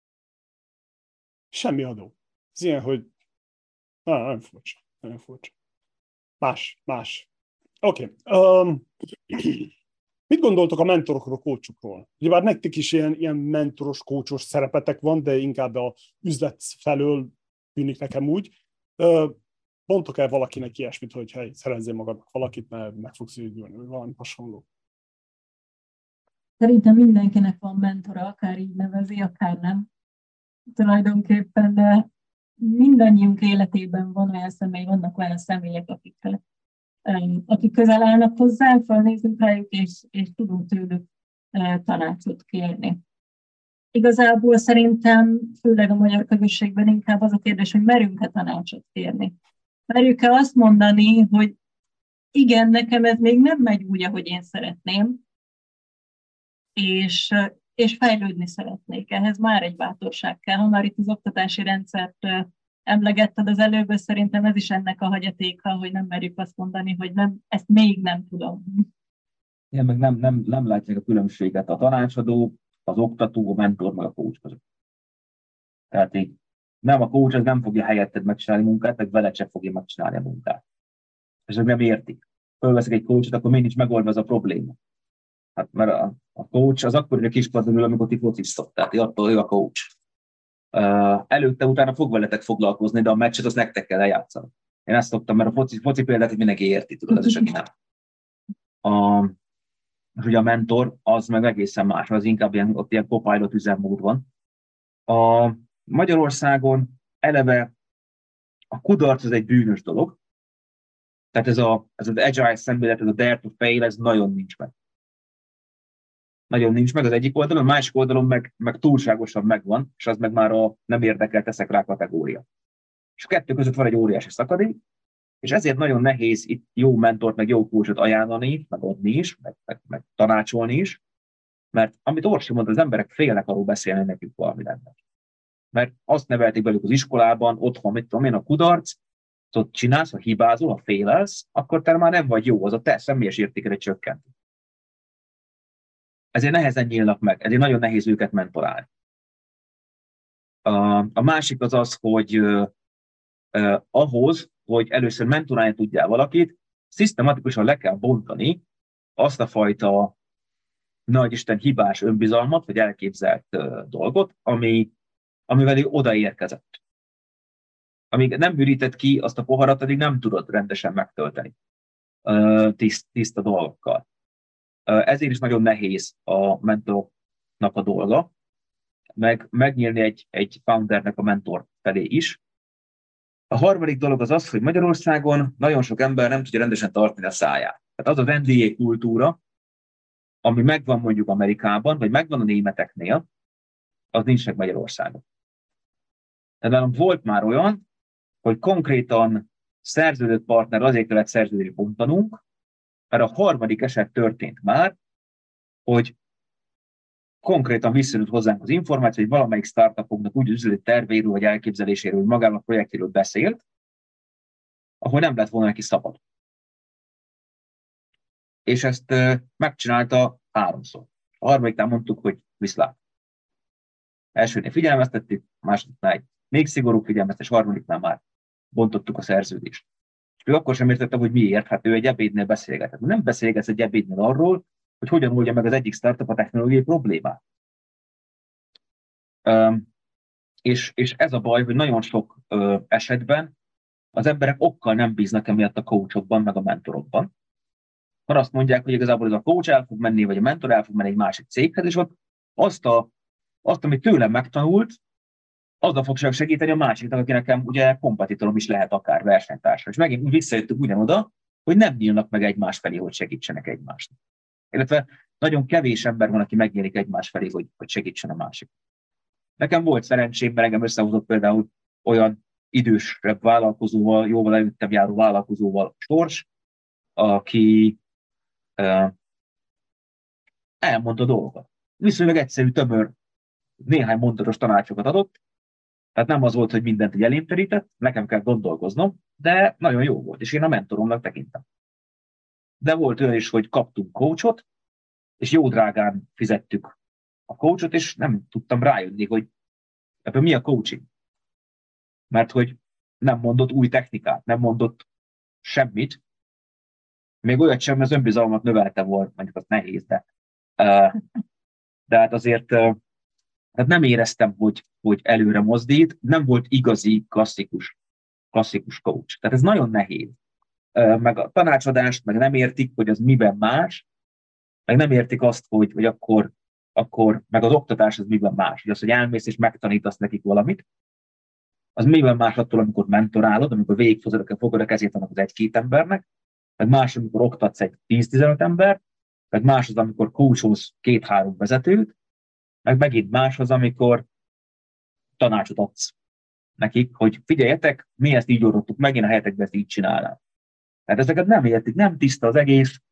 Semmi adó. Ez ilyen, hogy ah, nagyon furcsa. Nagyon furcsa. Más, más. Oké. Okay. Um, mit gondoltok a mentorokról, kócsokról? Ugyebár nektek is ilyen, ilyen mentoros, kócsos szerepetek van, de inkább a üzlet felől tűnik nekem úgy. Uh, Mondtok el valakinek ilyesmit, hogy hey, szerezzél magadnak valakit, mert meg fogsz ügyülni, vagy valami hasonló. Szerintem mindenkinek van mentora, akár így nevezi, akár nem. Tulajdonképpen, de mindannyiunk életében van olyan személy, vannak olyan személyek, akikkel, akik közel állnak hozzá, felnézünk rájuk, és, és tudunk tőlük tanácsot kérni. Igazából szerintem, főleg a magyar közösségben inkább az a kérdés, hogy merünk-e tanácsot kérni. Merjük-e azt mondani, hogy igen, nekem ez még nem megy úgy, ahogy én szeretném, és, és fejlődni szeretnék. Ehhez már egy bátorság kell. Ha már itt az oktatási rendszert emlegetted az előbb, szerintem ez is ennek a hagyatéka, hogy nem merjük azt mondani, hogy nem, ezt még nem tudom. Igen, meg nem, nem, nem látják a különbséget a tanácsadó, az oktató, a mentor, meg a coach között. Tehát így nem, a coach az nem fogja helyetted megcsinálni munkát, meg veled sem fogja megcsinálni a munkát. És ők nem értik. Fölveszek egy coachot, akkor még nincs megoldva ez a probléma. Hát mert a, a coach az akkor, hogy a kispadon ül, amikor ti fociztok. Tehát attól ő a coach. Uh, előtte, utána fog veletek foglalkozni, de a meccset azt nektek kell eljátszani. Én ezt szoktam, mert a foci, foci példát, hogy mindenki érti, tudod, ez is, aki nem. A, és ugye a mentor, az meg egészen más, az inkább ilyen, ott ilyen copilot üzemmód van. A Magyarországon eleve a kudarc az egy bűnös dolog. Tehát ez, a, ez az agile szemlélet, ez a dare to fail, ez nagyon nincs meg. Nagyon nincs meg az egyik oldalon, a másik oldalon meg, meg túlságosan megvan, és az meg már a nem érdekel, teszek rá kategória. És a kettő között van egy óriási szakadék, és ezért nagyon nehéz itt jó mentort, meg jó coachot ajánlani, meg adni is, meg, meg, meg tanácsolni is, mert amit Orsi mondta, az emberek félnek arról beszélni, nekünk valami lenne. Mert azt nevelték velük az iskolában, otthon, mit tudom én, a kudarc, ott csinálsz, ha hibázol, ha félelsz, akkor te már nem vagy jó, az a te személyes értékedet csökkent. Ezért nehezen nyílnak meg, ezért nagyon nehéz őket mentorálni. A, a másik az az, hogy uh, uh, ahhoz, hogy először mentorálni tudjál valakit, szisztematikusan le kell bontani azt a fajta nagyisten hibás önbizalmat, vagy elképzelt uh, dolgot, ami, amivel ő odaérkezett. Amíg nem ürített ki azt a poharat, addig nem tudod rendesen megtölteni uh, tiszt, tiszta dolgokkal. Uh, ezért is nagyon nehéz a mentoroknak a dolga, meg megnyílni egy, egy foundernek a mentor felé is. A harmadik dolog az az, hogy Magyarországon nagyon sok ember nem tudja rendesen tartani a száját. Tehát az az en dé á kultúra, ami megvan mondjuk Amerikában, vagy megvan a németeknél, az nincs meg Magyarországon. Tehát volt már olyan, hogy konkrétan szerződött partner azért kellett szerződést bontanunk, mert a harmadik eset történt már, hogy konkrétan visszajött hozzánk az információ, hogy valamelyik startupoknak úgy üzleti tervéről, vagy elképzeléséről, vagy magának a projektéről beszélt, ahol nem lett volna neki szabad. És ezt uh, megcsinálta háromszor. A harmadiknál mondtuk, hogy viszlát. Elsőnél figyelmeztettük, másodiknál még szigorúbb figyelmeztetés, harmadiknál már bontottuk a szerződést. És ő akkor sem értette, hogy miért, hát ő egy ebédnél beszélgetett. Nem beszélgetsz egy ebédnél arról, hogy hogyan oldja meg az egyik startup a technológiai problémát. Um, és, és ez a baj, hogy nagyon sok uh, esetben az emberek okkal nem bíznak emiatt a coachokban, meg a mentorokban. Mert azt mondják, hogy igazából ez a coach el fog menni, vagy a mentor el fog menni egy másik céghez, és ott azt, a, azt amit tőlem megtanult, azzal fog segíteni a másiknak, aki nekem ugye kompetitorom is lehet, akár versenytársa. És megint úgy visszajöttük ugyanoda, hogy nem nyílnak meg egymás felé, hogy segítsenek egymásnak. Illetve nagyon kevés ember van, aki megnyílik egymás felé, hogy, hogy segítsen a másik. Nekem volt szerencsém, mert engem összehozott például olyan idősebb vállalkozóval, jóval előttem járó vállalkozóval sors, aki uh, elmondta dolgokat. Viszonylag egyszerű, tömör, néhány mondatos tanácsokat adott, tehát nem az volt, hogy mindent így elém terített, nekem kell gondolkoznom, de nagyon jó volt, és én a mentoromnak tekintem. De volt olyan is, hogy kaptunk coachot, és jó drágán fizettük a coachot, és nem tudtam rájönni, hogy ebben mi a coaching. Mert hogy nem mondott új technikát, nem mondott semmit, még olyat sem, az önbizalmat növelte volt, mondjuk az nehéz, de, de hát azért tehát nem éreztem, hogy, hogy előre mozdít, nem volt igazi, klasszikus, klasszikus coach. Tehát ez nagyon nehéz. Meg a tanácsadást, meg nem értik, hogy az miben más, meg nem értik azt, hogy, hogy akkor, akkor, meg az oktatás az miben más. Hogy az, hogy elmész és megtanítasz nekik valamit, az miben más attól, amikor mentorálod, amikor végigfogod fogod a kezét annak az egy-két embernek, meg más, amikor oktatsz egy tíz-tizenöt embert, meg más az, amikor coacholsz két-három vezetőt, meg megint más az, amikor tanácsot adsz nekik, hogy figyeljetek, mi ezt így oldottuk meg, én a helyetekben ezt így csinálnám. Tehát ezeket nem értik, nem tiszta az egész.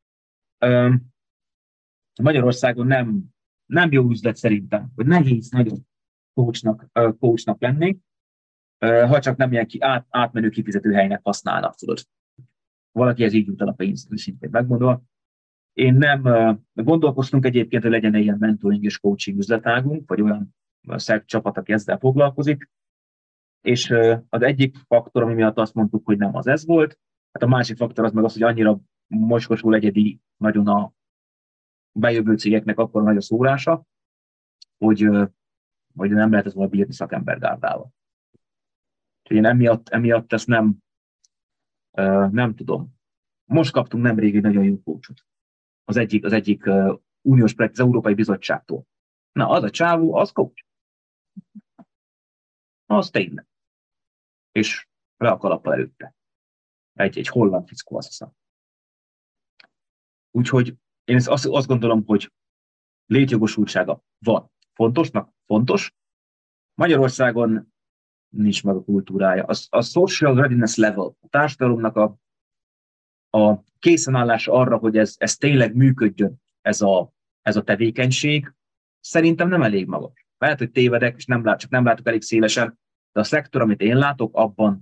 Magyarországon nem, nem jó üzlet szerintem, hogy nehéz nagyon coachnak, coachnak lenni, ha csak nem ilyen ki, át, átmenő kifizető helynek használnak, tudod. Valaki ez így jut el a pénzt, szintén megmondva. Én nem, gondolkoztunk egyébként, hogy legyen ilyen mentoring és coaching üzletágunk, vagy olyan szerb csapat, aki ezzel foglalkozik, és az egyik faktor, ami miatt azt mondtuk, hogy nem az ez volt, hát a másik faktor az meg az, hogy annyira mocskosul egyedi nagyon a bejövő cégeknek akkor nagy a szórása, hogy, hogy nem lehet ez volna bírni szakembergárdával. Úgyhogy én emiatt, emiatt ezt nem, nem tudom. Most kaptunk nemrég egy nagyon jó coachot. Az egyik, az egyik uh, uniós projekt, az Európai Bizottságtól. Na, az a csávó, az coach. Az tényleg. És le a kalappal előtte. Egy, egy holland fickó, azt hiszem. Úgyhogy én azt, azt gondolom, hogy létjogosultsága van. Fontosnak? Fontos. Magyarországon nincs meg a kultúrája. A, a social readiness level, a társadalomnak a, a készenállás arra, hogy ez, ez tényleg működjön, ez a, ez a tevékenység, szerintem nem elég magas. Lehet, hogy tévedek, és nem lát, csak nem látok elég szélesen, de a szektor, amit én látok, abban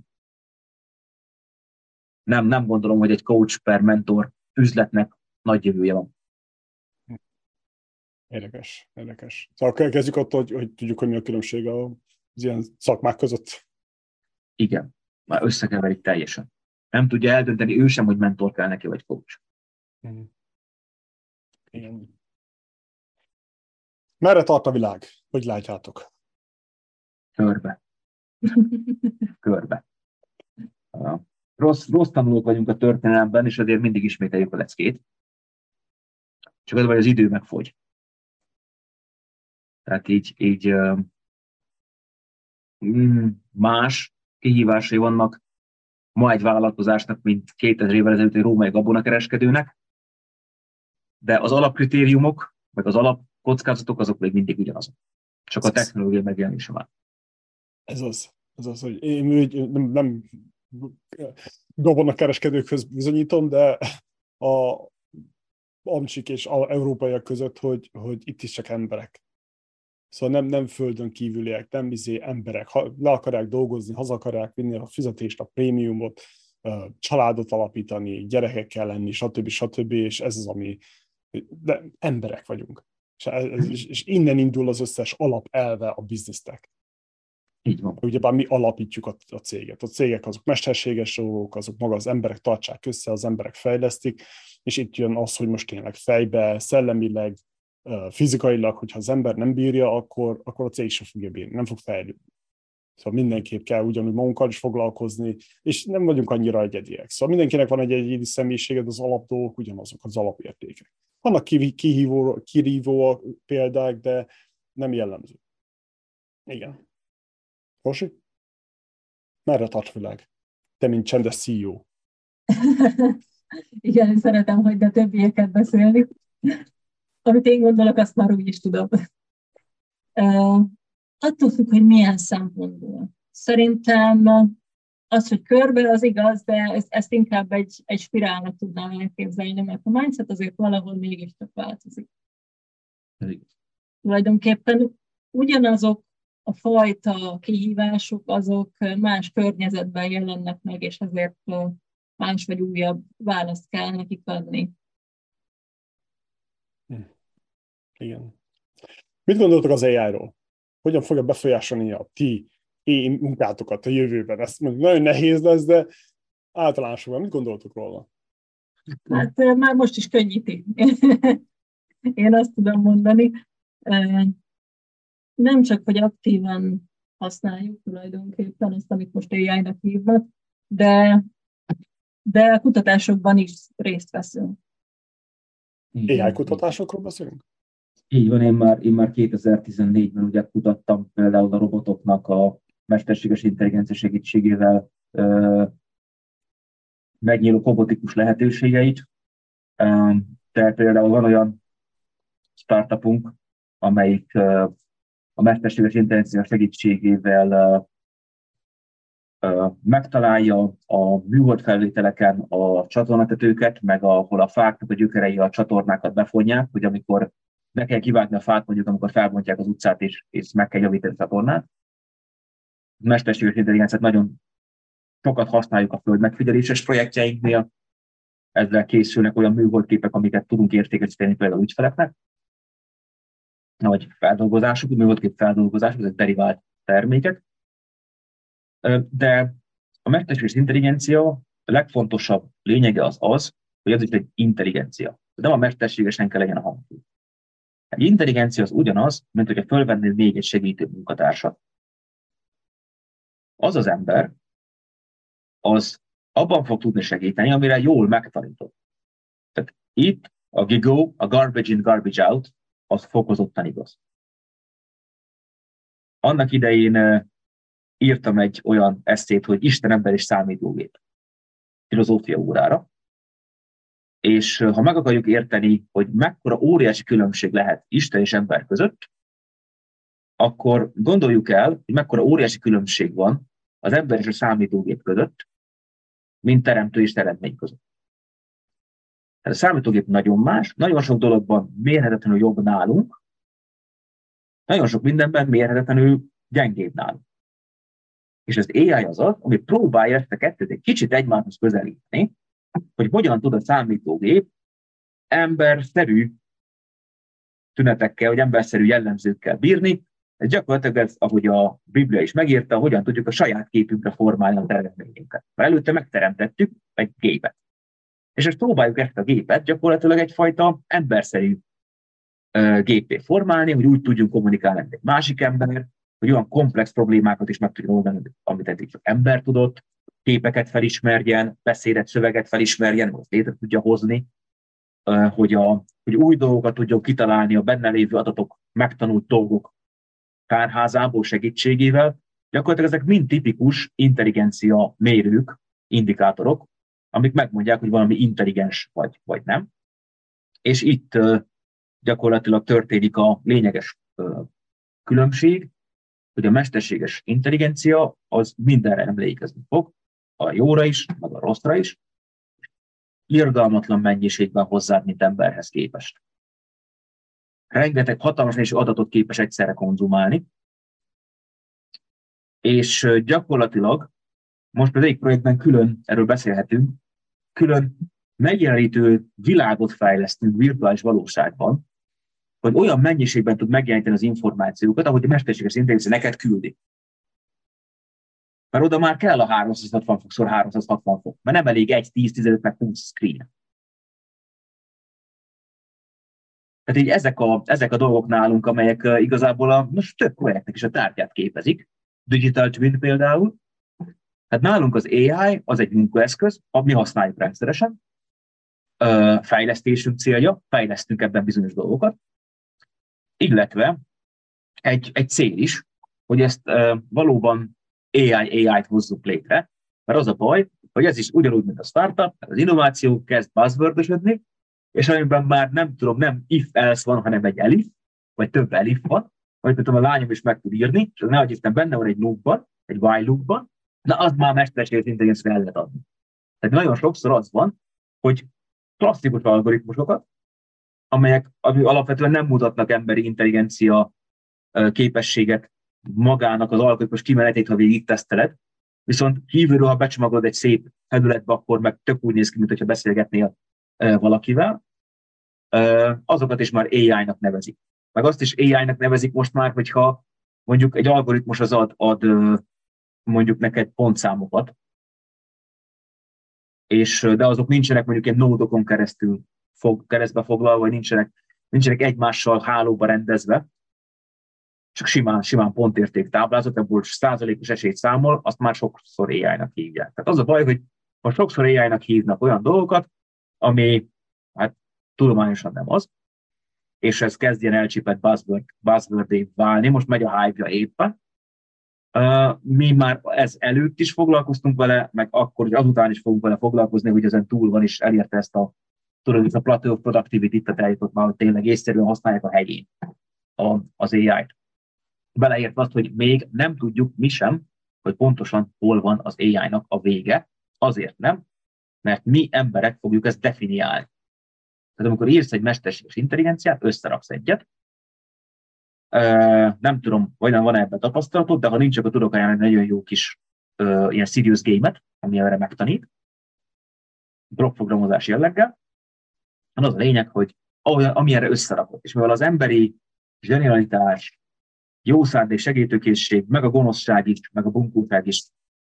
nem, nem gondolom, hogy egy coach per mentor üzletnek nagy jövője van. Érdekes, érdekes. Szóval kezdjük attól, hogy, hogy tudjuk, hogy mi a különbség az ilyen szakmák között. Igen, már összekeverik teljesen. Nem tudja eldönteni ő sem, hogy mentor kell neki, vagy coach. Mm. Igen. Merre tart a világ? Hogy látjátok? Körbe. Körbe. Uh, rossz, rossz tanulók vagyunk a történelemben, és azért mindig ismételjük a leckét. Csak az, hogy az idő megfogy. Tehát így, így uh, más kihívásai vannak ma egy vállalkozásnak, mint kétezer évvel ezelőtt egy római gabonakereskedőnek, de az alapkritériumok, meg az alapkockázatok azok még mindig ugyanazok. Csak a technológia megjelenése már. Ez az. Ez az, hogy én nem, nem gabonakereskedőkhöz bizonyítom, de a amcsik és az európaiak között, hogy, hogy itt is csak emberek. Szóval nem, nem földön kívüliek, nem izé emberek. Ha le akarják dolgozni, haza akarják vinni a fizetést, a prémiumot, családot alapítani, gyerekekkel lenni, stb. stb. És ez az, ami... De emberek vagyunk. És, ez, és innen indul az összes alapelve a biznisznek. Így van. Ugyebár mi alapítjuk a, a céget. A cégek azok mesterséges dolgok, azok maga az emberek tartsák össze, az emberek fejlesztik, és itt jön az, hogy most tényleg fejbe, szellemileg, fizikailag, hogyha az ember nem bírja, akkor, akkor a cég sem fogja bírni, nem fog fejlődni. Szóval mindenképp kell ugyanúgy magunkkal is foglalkozni, és nem vagyunk annyira egyediek. Szóval mindenkinek van egy egyedi személyisége, de az alapdolgok ugyanazok, az alapértékek. Vannak kihívó, kirívó példák, de nem jellemző. Igen. Orsi? Merre tart világ? Te, mint csendes cé e o. Igen, szeretem, hogy a többieket beszélni. Amit én gondolok, azt már úgy is tudom. Uh, attól függ, hogy milyen szempontból. Szerintem az, hogy körbe, az igaz, de ezt, ezt inkább egy, egy spirálnak tudnám elképzelni, mert a mindset azért valahol mégiscsak változik. Tulajdonképpen ugyanazok a fajta kihívások, azok más környezetben jelennek meg, és ezért más vagy újabb választ kell nekik adni. Igen. Mit gondoltok az á i-ról? Hogyan fogja befolyásolni a ti munkátokat a jövőben? Ez nagyon nehéz lesz, de általánosabban mit gondoltok róla? Hát már most is könnyíti. Én azt tudom mondani. Nem csak, hogy aktívan használjuk tulajdonképpen azt, amit most á i-nak hívnak, de, de a kutatásokban is részt veszünk. á i kutatásokról beszélünk? Így van, én már, én már kétezer-tizennégyben ugye kutattam például a robotoknak a mesterséges intelligencia segítségével ö, megnyíló robotikus lehetőségeit. Tehát például van olyan startupunk, amelyik ö, a mesterséges intelligencia segítségével ö, ö, megtalálja a műholdfelvételeken a csatornatetőket, meg ahol a fáknak a gyökerei a csatornákat befonják, hogy amikor be kell kivágni a fát, mondjuk, amikor felbontják az utcát, és, és meg kell javítani a csatornát. A mesterséges intelligenciát nagyon sokat használjuk a föld megfigyeléses projektjeinknél. Ezzel készülnek olyan műholdképek, amiket tudunk értékesíteni például ügyfeleknek. Vagy feldolgozások, műholdkép feldolgozások, ezek derivált termékek. De a mesterséges intelligencia a legfontosabb lényege az az, hogy ez is egy intelligencia. Nem a mesterségesen kell legyen a hangsúly. Egy intelligencia az ugyanaz, mint hogyha fölvennél még egy segítő munkatársat. Az az ember, az abban fog tudni segíteni, amire jól megtanított. Tehát itt a GIGO, a garbage in, garbage out, az fokozottan igaz. Annak idején írtam egy olyan eszét, hogy Isten, ember és számítógép filozófia órára, és ha meg akarjuk érteni, hogy mekkora óriási különbség lehet Isten és ember között, akkor gondoljuk el, hogy mekkora óriási különbség van az ember és a számítógép között, mint teremtő és teremtmény között. Tehát a számítógép nagyon más, nagyon sok dologban mérhetetlenül jobb nálunk, nagyon sok mindenben mérhetetlenül gyengébb nálunk. És az á i az az, ami próbálja ezt a kettőt egy kicsit egymáshoz közelíteni, hogy hogyan tud a számítógép emberszerű tünetekkel, vagy emberszerű jellemzőkkel bírni. Ez gyakorlatilag ez, ahogy a Biblia is megírta, hogyan tudjuk a saját képünkre formálni a teremtményünket. Mert előtte megteremtettük egy gépet. És most próbáljuk ezt a gépet gyakorlatilag egyfajta emberszerű uh, gépé formálni, hogy úgy tudjunk kommunikálni, mint egy másik ember, hogy olyan komplex problémákat is meg tudjon oldani, amit eddig csak ember tudott, képeket felismerjen, beszédet, szöveget felismerjen, vagy létre tudja hozni, uh, hogy, a, hogy új dolgokat tudjon kitalálni a benne lévő adatok, megtanult dolgok tárházából segítségével. Gyakorlatilag ezek mind tipikus intelligencia mérők, indikátorok, amik megmondják, hogy valami intelligens vagy, vagy nem. És itt uh, gyakorlatilag történik a lényeges uh, különbség, hogy a mesterséges intelligencia az mindenre emlékezni fog, a jóra is, meg a rosszra is, irgalmatlan mennyiségben hozzád, mint emberhez képest. Rengeteg hatalmas és adatot képes egyszerre konzumálni, és uh, gyakorlatilag most az egyik projektben külön, erről beszélhetünk, külön megjelenítő világot fejlesztünk virtuális valóságban, hogy olyan mennyiségben tud megjeleníteni az információkat, ahogy a mesterséges intelligencia neked küldi. Mert oda már kell a háromszázhatvan fok szor háromszázhatvan fok, mert nem elég egy, tíz, tizenöt, meg húsz screen. Tehát így ezek a, ezek a dolgok nálunk, amelyek uh, igazából a most több projektnek is a tárgyát képezik. Digital Twin például. Hát nálunk az á i az egy munkaeszköz, mi használjuk rendszeresen, uh, fejlesztésünk célja, fejlesztünk ebben bizonyos dolgokat, illetve egy, egy cél is, hogy ezt uh, valóban á i á i-t hozzuk létre, mert az a baj, hogy ez is ugyanúgy, mint a startup, az innováció kezd buzzword-ösödni, és amiben már nem tudom, nem if-else van, hanem egy elif, vagy több elif van, vagy tudom, a lányom is meg tud írni, és nehogy Isten benne van egy loopban, egy while loopban, na az már mesterséges intelligencia el lehet adni. Tehát nagyon sokszor az van, hogy klasszikus algoritmusokat, amelyek alapvetően nem mutatnak emberi intelligencia képességet magának az algoritmus kimenetét, ha végig teszteled, viszont kívülről, ha becsomagolod egy szép felületbe, akkor meg tök úgy néz ki, mint hogyha beszélgetnél valakivel, azokat is már á i-nak nevezik. Meg azt is á i-nak nevezik most már, hogyha mondjuk egy algoritmus az ad, ad mondjuk neked pontszámokat, és, de azok nincsenek mondjuk egy nódokon keresztül fog, keresztbe foglalva, vagy nincsenek, nincsenek egymással hálóba rendezve, csak simán, simán pontérték táblázat, ebből százalékos esélyt számol, azt már sokszor á i-nak hívják. Tehát az a baj, hogy most sokszor á i-nak hívnak olyan dolgokat, ami hát tudományosan nem az, és ez kezd ilyen elcsípett buzzword, buzzword-é válni, most megy a hype-ja éppen. Uh, mi már ez előtt is foglalkoztunk vele, meg akkor, hogy azután is fogunk vele foglalkozni, hogy ezen túl van, és elérte ezt a, tudod, ezt a plateau of productivity-t, tehát eljutott már, hogy tényleg észszerűen használják a hegyén a, az á i-t. Beleértve azt, hogy még nem tudjuk mi sem, hogy pontosan hol van az á i-nak a vége, azért nem, mert mi emberek fogjuk ezt definiálni. Tehát amikor írsz egy mesterséges intelligenciát, összeraksz egyet, Uh, nem tudom, vagy nem van ebben tapasztalatod, de ha nincs, akkor tudok ajánlani nagyon jó kis uh, ilyen serious game-et, ami erre megtanít, blokkprogramozás jelleggel. Az a lényeg, hogy ami erre összerakott, és mivel az emberi zsenialitás, jó szándék, segítőkészség, meg a gonoszság is, meg a bunkóság is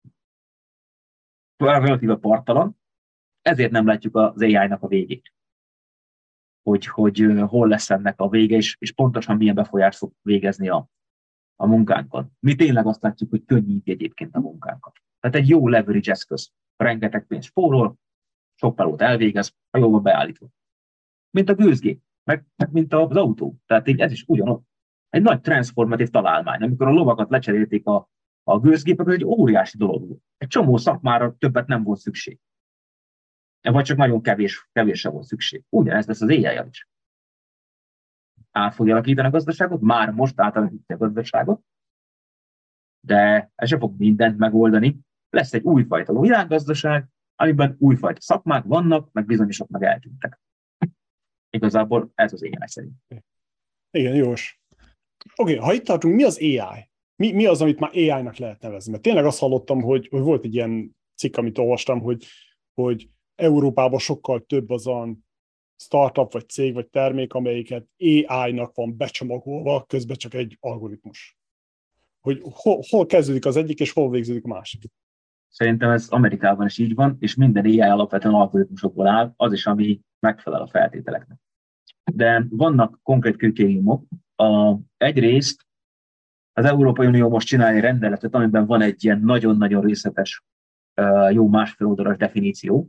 relatíve parttalan, ezért nem látjuk az á i-nak a végét. Hogy, hogy hol lesz ennek a vége, és, és pontosan milyen befolyást fog végezni a, a munkánkon. Mi tényleg azt látjuk, hogy könnyíti egyébként a munkánkat. Tehát egy jó leverage eszköz. Rengeteg pénzt spórol, sok melót elvégez, ha jól van beállítva. Mint a gőzgép, meg, meg mint az autó. Tehát így ez is ugyanott. Egy nagy transformatív találmány. Amikor a lovakat lecserélték a, a gőzgépek, ez egy óriási dolog volt. Egy csomó szakmára többet nem volt szükség. Vagy csak nagyon kevés, kevésre volt szükség. Ugyanez lesz az á i-jel is. Át fogja alakítani a gazdaságot, már most átalakítja a gazdaságot, de ez sem fog mindent megoldani. Lesz egy újfajta világgazdaság, amiben újfajta szakmák vannak, meg bizonyosok meg eltűntek. Igazából ez az á i szerint. Igen, jós. okay, ha itt tartunk, mi az á i? Mi, mi az, amit már á i-nak lehet nevezni? Mert tényleg azt hallottam, hogy, hogy volt egy ilyen cikk, amit olvastam, hogy, hogy Európában sokkal több azon startup, vagy cég, vagy termék, amelyiket á i-nak van becsomagolva, közben csak egy algoritmus. Hogy hol, hol kezdődik az egyik, és hol végződik a másik. Szerintem ez Amerikában is így van, és minden á i alapvetően algoritmusokból áll, az is, ami megfelel a feltételeknek. De vannak konkrét kritériumok. A, egyrészt az Európai Unió most csinálja egy rendeletet, amiben van egy ilyen nagyon-nagyon részletes, jó másfél oldalas definíció.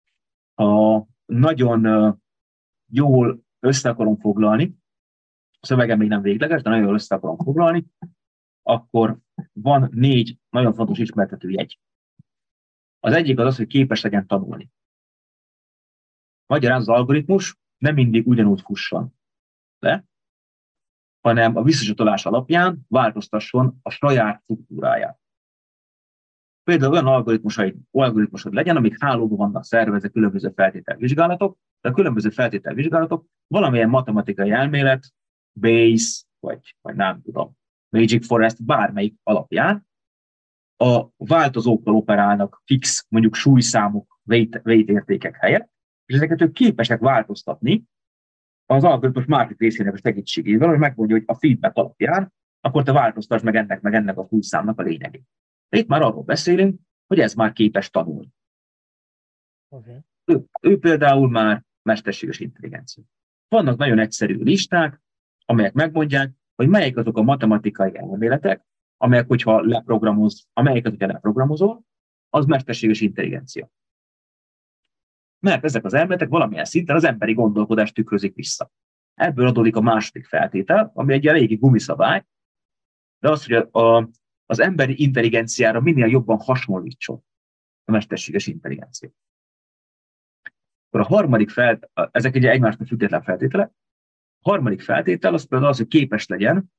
Ha nagyon jól össze akarom foglalni, a szövegem még nem végleges, de nagyon jól össze akarom foglalni, akkor van négy nagyon fontos ismertető jegy. Az egyik az az, hogy képes legyen tanulni. Magyarán az algoritmus nem mindig ugyanúgy fusson le, hanem a visszacsatolás alapján változtasson a saját struktúráját. Például olyan algoritmusod, algoritmusod legyen, amik hálóban vannak szervezve különböző feltételvizsgálatok, de a különböző feltételvizsgálatok valamilyen matematikai elmélet, Bayes, vagy, vagy nem tudom, Magic Forest, bármelyik alapján a változókkal operálnak fix, mondjuk súlyszámok, weight, weight értékek helyett, és ezeket ők képesek változtatni az algoritmus másik részének a segítségével, hogy megmondja, hogy a feedback alapján, akkor te változtasd meg ennek, meg ennek a súlyszámnak a lényegét. Itt már arról beszélünk, hogy ez már képes tanulni. Okay. Ő, ő például már mesterséges intelligencia. Vannak nagyon egyszerű listák, amelyek megmondják, hogy melyik azok a matematikai elméletek, amelyek, hogyha leprogramoz, amelyeket, hogyha leprogramozol, az mesterséges intelligencia. Mert ezek az elméletek valamilyen szinten az emberi gondolkodást tükrözik vissza. Ebből adódik a második feltétel, ami egy régi gumiszabály, de az, hogy a, a, az emberi intelligenciára minél jobban hasonlítson a mesterséges intelligencia. Akkor a harmadik feltétel, ezek ugye egymásnak független feltételek, a harmadik feltétel az például az, hogy képes legyen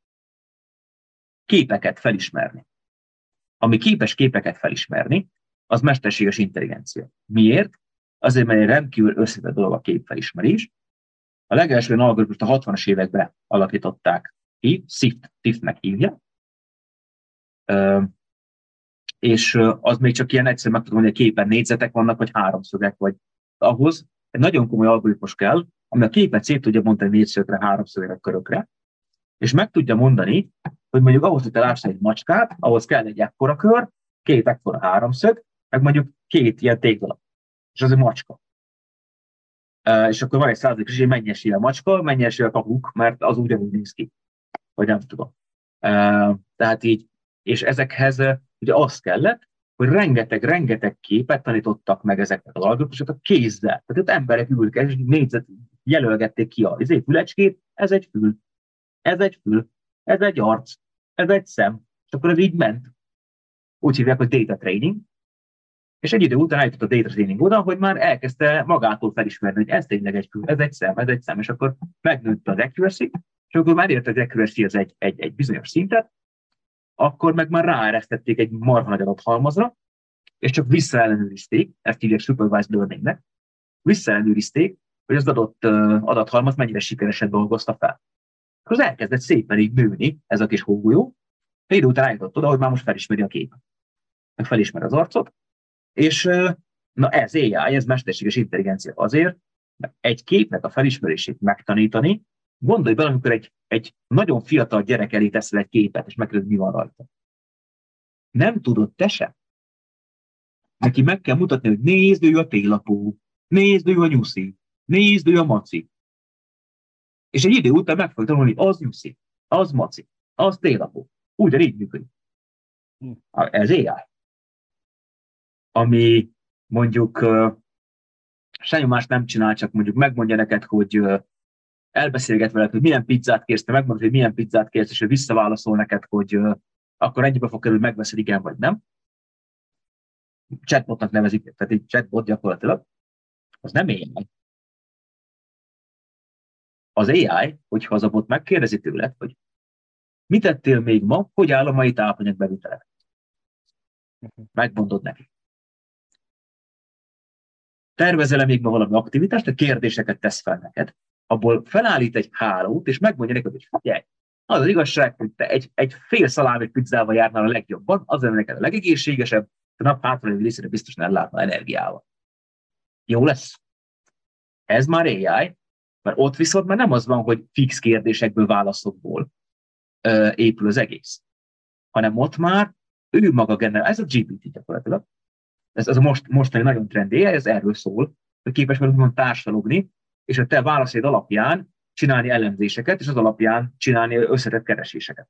képeket felismerni. Ami képes képeket felismerni, az mesterséges intelligencia. Miért? Azért, mert egy rendkívül összetett dolog a képfelismerés. A legelső algoritmust a hatvanas években alakították ki, SIFT, SIFT-nek hívja, és az még csak ilyen egyszerűen meg tudom mondani, hogy a képen négyzetek vannak, vagy háromszögek, vagy ahhoz egy nagyon komoly algoritmus kell, ami a képet szét tudja mondani négyszögre, háromszögre, körökre, és meg tudja mondani, hogy mondjuk ahhoz, hogy te láss egy macskát, ahhoz kell egy ekkora kör, két ekkora háromszög, meg mondjuk két ilyen téglalap. És az egy macska. Uh, és akkor van egy százalékos, hogy mennyi esélye a macska, mennyi esélye a kakuk, mert az ugyanúgy néz ki. Vagy nem tudom. Uh, tehát így, és ezekhez uh, ugye az kellett, hogy rengeteg-rengeteg képet tanítottak meg ezeknek az algoritmusoknak kézzel. Tehát ott emberek ültek, és négyzet jelölgették ki a izé, fülecskét, ez egy fül, ez egy fül, ez egy arc, ez egy szem. És akkor ez így ment. Úgy hívják, hogy data training. És egy idő után eljutott a data training oda, hogy már elkezdte magától felismerni, hogy ez tényleg egy fül, ez egy szem, ez egy szem, és akkor megnőtt az accuracy, és akkor már érte, hogy az accuracy az egy, egy, egy bizonyos szintet, akkor meg már ráeresztették egy marha nagy adathalmazra, és csak visszaellenőrizték, ezt hívják supervised learningnek, visszaellenőrizték, hogy az adott adathalmaz mennyire sikeresen dolgozta fel. Akkor az elkezdett szépen így nőni ez a kis hógolyó, de idő után eljutott oda, hogy már most felismeri a képet. Meg felismeri az arcot, és na ez á i, ez mesterséges intelligencia azért, mert egy képnek a felismerését megtanítani, gondolj bele, amikor egy, egy nagyon fiatal gyerek elé teszel egy képet, és megkérdez, mi van rajta. Nem tudod te sem. Neki meg kell mutatni, hogy nézd, ő a télapó, nézd, ő a nyuszi, nézd, ő a maci. És egy idő után meg fog tanulni, az nyuszi, az maci, az télapó. Ugyanígy működik. Ez á i. Ami mondjuk uh, semmi más nem csinál, csak mondjuk megmondja neked, hogy uh, elbeszélget veled, hogy milyen pizzát kérsz, te megmondod, hogy milyen pizzát kérsz, és ő visszaválaszol neked, hogy uh, akkor ennyibe fog kerülni, hogy megveszed, igen vagy nem. Chatbotnak nevezik, tehát egy chatbot gyakorlatilag, az nem á i. Az á i, hogyha az a bot megkérdezi tőled, hogy mit tettél még ma, hogy áll a mai tápanyagbeviteled? Megmondod neki. Tervezel-e még ma valami aktivitást, a kérdéseket tesz fel neked, abból felállít egy hálót, és megmondja neked, hogy figyelj, Az az igazság, hogy te egy, egy fél szalámi pizzával járnál a legjobban, az lenne neked a legegészségesebb, a nap hátralévő részére biztosan ellátna energiával. Jó lesz. Ez már á i, mert ott viszont már nem az van, hogy fix kérdésekből, válaszokból ö, épül az egész, hanem ott már ő maga generál, ez a gé pé té gyakorlatilag. Ez, ez a most, mostani nagyon trendi, ez erről szól, hogy képes vagyunk társalogni, és a te válaszaid alapján csinálni elemzéseket, és az alapján csinálni összetett kereséseket.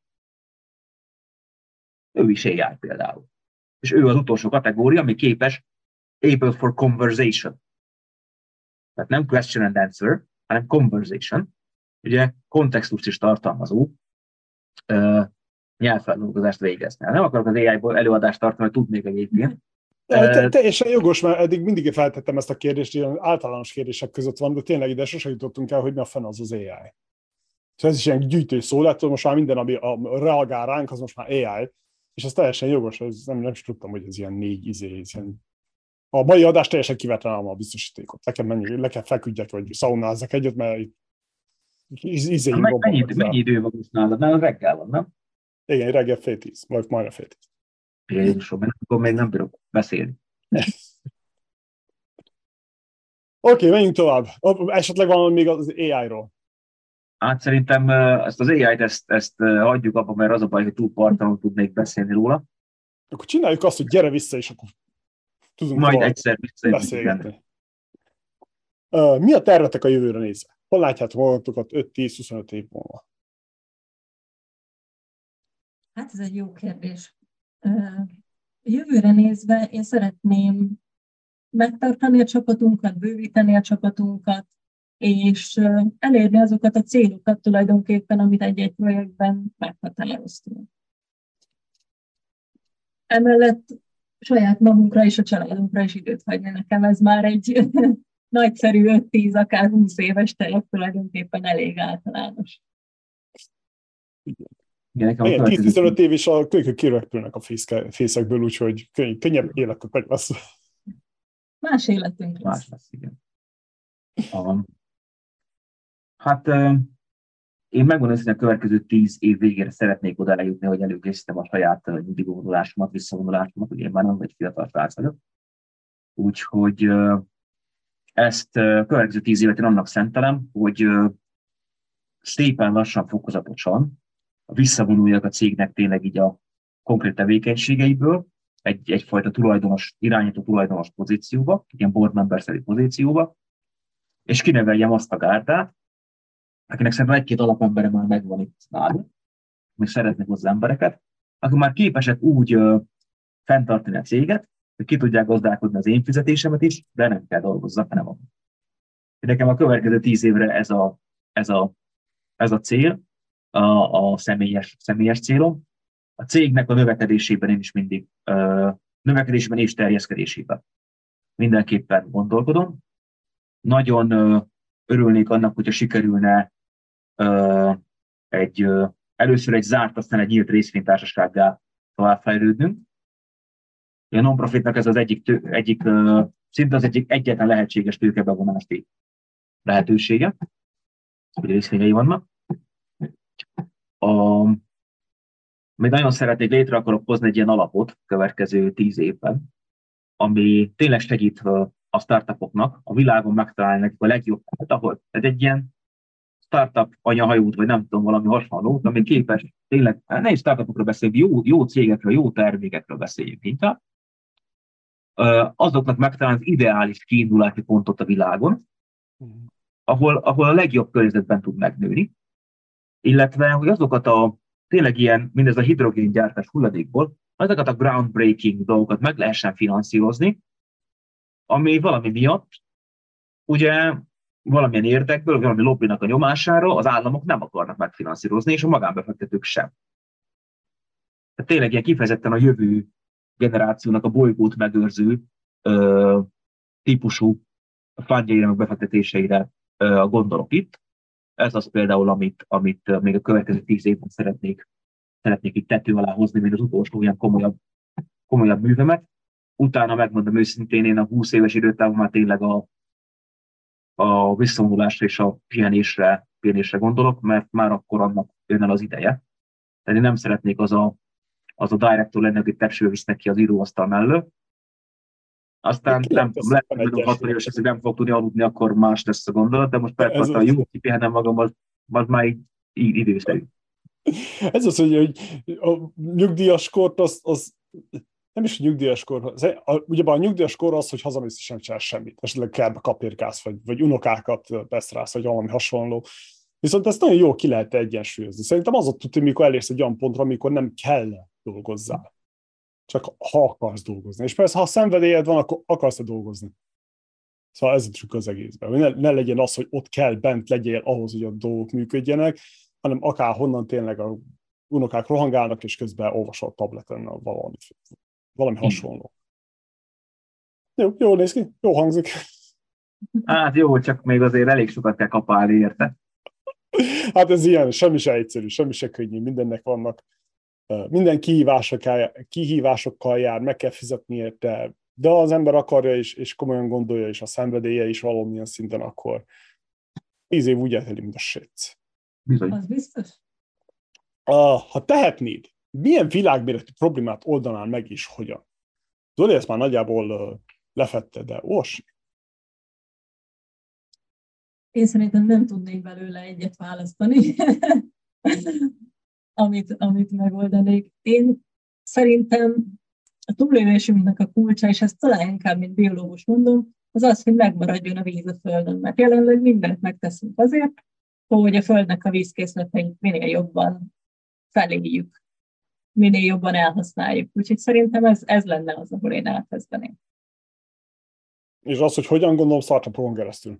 Ő is á i például. És ő az utolsó kategória, ami képes able for conversation. Tehát nem question and answer, hanem conversation. Ugye kontextust is tartalmazó uh, nyelvfeldolgozást végezni. Nem akarok az á i-ból előadást tartani, hogy tudnék egyébként. Te, teljesen jogos, mert eddig mindig feltettem ezt a kérdést, ilyen általános kérdések között van, de tényleg ide sosem jutottunk el, hogy mi a fenn az az á i. És ez is ilyen gyűjtő szó lett, hogy most már minden, ami a, reagál ránk, az most már á i. És ez teljesen jogos, ez nem, nem is tudtam, hogy ez ilyen négy izé, ez ilyen... A mai adás teljesen kivetlenám a biztosítékot. Le kell, menni, le kell feküdjek, vagy szaunázzak egyet, mert itt izéim hát mennyi, mennyi idő van most nálad? Nálad reggel van, nem? Igen, reggel fél tíz, vagy majdnem fél tíz. Jézusom, én akkor még nem bírok beszélni. Oké, okay, menjünk tovább. Esetleg van még az á i-ról. Hát szerintem ezt az á i-t ezt, ezt hagyjuk abba, mert az a baj, hogy túl partalanul tudnék beszélni róla. Akkor csináljuk azt, hogy gyere vissza, és akkor tudunk majd egyszer beszélgetni. Uh, mi a tervetek a jövőre nézve? Hol látjátok magatokat öt tíz huszonöt év múlva? Hát ez egy jó kérdés. Uh, jövőre nézve én szeretném megtartani a csapatunkat, bővíteni a csapatunkat, és uh, elérni azokat a célokat tulajdonképpen, amit egy-egy projektben meghatároztunk. Emellett saját magunkra és a családunkra is időt hagyni. Nekem ez már egy nagyszerű öt tíz, akár húsz éves terv, tulajdonképpen elég általános. Igen, tíz-tizenöt év is a kölykök kiröpülnek a fészekből, úgyhogy könny- könnyebb életetek lesz. Más életünk lesz. Más lesz, igen. Um, hát uh, én megmondom, hogy a következő tíz év végére szeretnék oda eljutni, hogy előkészítem a saját uh, nyugdíjvonulásomat, visszavonulásomat, ugye én már nem egy fiatal srác vagyok. Úgyhogy uh, ezt uh, következő tíz évet én annak szentelem, hogy uh, szépen lassan, fokozatosan visszavonuljak a cégnek tényleg így a konkrét tevékenységeiből, egy, egyfajta tulajdonos, irányító tulajdonos pozícióba, ilyen board member-szerű pozícióba, és kineveljem azt a gárdát, akinek szerintem egy-két alapembere már megvan itt nálunk, még szeretnék hozzá embereket, akik már képesek úgy ö, fenntartani a céget, hogy ki tudják gazdálkodni az én fizetésemet is, de nem kell dolgozzak, hanem abban. Nekem a következő tíz évre ez a, ez a, ez a cél, a, a személyes, személyes célom. A cégnek a növekedésében én is mindig, ö, növekedésében és terjeszkedésében mindenképpen gondolkodom. Nagyon ö, örülnék annak, hogyha sikerülne ö, egy, ö, először egy zárt, aztán egy nyílt részvénytársasággá továbbfejlődnünk. A non-profitnak ez az egyik, tő, egyik ö, szinte az egyik egyetlen lehetséges tőkebevonási lehetősége, hogy részvényei vannak. A, még nagyon szeretnék, létre akarok hozni egy ilyen alapot következő tíz évben, ami tényleg segít a startupoknak a világon megtalálni nekik a legjobb, hát ahol ez egy ilyen startup anyahajót, vagy nem tudom, valami hasonlót, ami képes tényleg, ne is startupokról beszéljünk, jó, jó cégekről, jó termékekről beszéljünk inkább, azoknak megtalálni az ideális kiindulási pontot a világon, ahol, ahol a legjobb környezetben tud megnőni, illetve, hogy azokat a tényleg ilyen, mindez a hidrogéngyártás hulladékból, azokat a groundbreaking dolgokat meg lehessen finanszírozni, ami valami miatt, ugye valamilyen érdekből, valami lobbynak a nyomására az államok nem akarnak megfinanszírozni, és a magánbefektetők sem. Tehát tényleg ilyen kifejezetten a jövő generációnak a bolygót megőrző ö, típusú fundjaira, befektetéseire ö, gondolok itt. Ez az például, amit, amit még a következő tíz évben szeretnék, szeretnék itt tető alá hozni, mint az utolsó ilyen komolyabb, komolyabb művemet. Utána megmondom őszintén, én a húsz éves időtávon már tényleg a, a visszavonulásra és a pihenésre pihenésre gondolok, mert már akkor annak jön el az ideje. Tehát én nem szeretnék az a, az a director lenni, aki tepsiből visznek ki az íróasztal mellől. Aztán nem tudom, lehet, hogy vagyok hatvan éves, hogy nem fog tudni aludni, akkor más lesz a gondolat, de most persze, ha jó kipihenem magam, az, az már így, így időszerű. Ez az, hogy, hogy a nyugdíjas kort, az, az nem is a nyugdíjas kor, ugyebár a nyugdíjas kor az, hogy hazamész és nem csinálsz semmit, esetleg kertbe kapirkálsz, vagy, vagy unokákat beszrász, vagy valami hasonló. Viszont ezt nagyon jól ki lehet egyensúlyozni. Szerintem az ott tudja, mikor elérsz egy olyan pontra, amikor nem kell dolgozzál. Csak ha akarsz dolgozni. És persze, ha szenvedélyed van, akkor akarsz dolgozni. Szóval ez csak az egészben. Ne, ne legyen az, hogy ott kell bent legyél ahhoz, hogy a dolgok működjenek, hanem akárhonnan tényleg a unokák rohangálnak, és közben olvasol a tableten valami, valami hasonló. Jó, jól néz ki, jó hangzik. Hát jó, csak még azért elég sokat kell kapálni érte. Hát ez ilyen, semmi se egyszerű, semmi se könnyű, mindennek vannak, minden kihívásokkal, kihívásokkal jár, meg kell fizetni érte, de ha az ember akarja és, és komolyan gondolja, és a szenvedélye is valamilyen szinten, akkor tíz év úgy elteli, mint a séc. Bizony. Az biztos. Ha tehetnéd, milyen világméretű problémát oldanál meg és hogyan? Zoli ezt már nagyjából lefette, de Orsi? Én szerintem nem tudnék belőle egyet választani, amit, amit megoldanék. Én szerintem a túlélésünknek a kulcsa, és ezt talán inkább, mint biológus mondom, az az, hogy megmaradjon a víz a Földön. Mert jelenleg mindent megteszünk azért, hogy a Földnek a vízkészleteit minél jobban feléljük, minél jobban elhasználjuk. Úgyhogy szerintem ez, ez lenne az, ahol én elkezdeném. És az, hogy hogyan gondolom, startupon keresztül?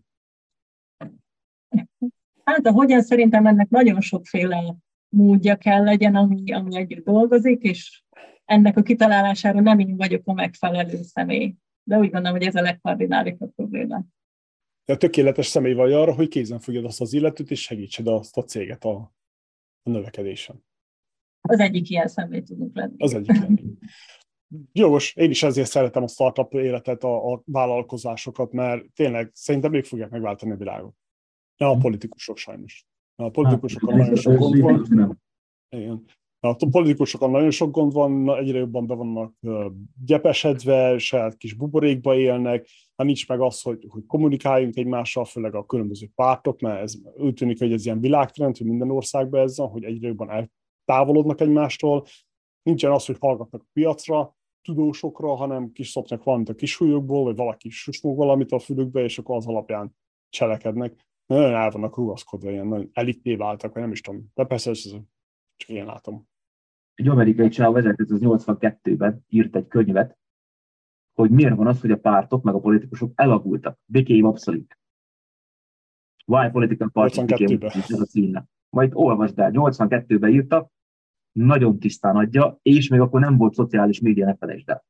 Hát, ahogyan szerintem ennek nagyon sokféle módja kell legyen, ami, ami együtt dolgozik, és ennek a kitalálására nem én vagyok a megfelelő személy. De úgy gondolom, hogy ez a legkardinálisabb probléma. De a tökéletes személy vagy arra, hogy kézen fogjad azt az illetőt, és segítsed azt a céget a, a növekedésen. Az egyik ilyen személy tudunk lenni. Az egyik ilyen. Jogos, én is ezért szeretem a startup életet, a, a vállalkozásokat, mert tényleg szerintem ők fogják megváltani a világot. Nem a politikusok sajnos. A politikusokon nagyon sok gond van. Igen. A politikusokon nagyon sok gond van, egyre jobban be vannak gyepesedve, saját kis buborékba élnek, hát nincs meg az, hogy, hogy kommunikáljunk egymással, főleg a különböző pártok, mert ez úgy tűnik, hogy ez ilyen világtrend, hogy minden országban ez van, hogy egyre jobban eltávolodnak egymástól. Nincsen az, hogy hallgatnak a piacra, tudósokra, hanem kis szopnak valamit a kisúlyokból, vagy valaki susmog valamit a fülükbe, és akkor az alapján cselekednek. Nagyon el vannak rugaszkodva, ilyen nagyon elitté váltak, vagy nem is tudom. De persze, ez csak én látom. Egy amerikai csáv ezerkilencszáznyolcvankettőben írt egy könyvet, hogy miért van az, hogy a pártok meg a politikusok elavultak. Became obsolete. Why political parties became obsolete, ez a címe. Majd olvasd el, nyolcvankettőben írta, nagyon tisztán adja, és még akkor nem volt szociális média, ne felejtsd el.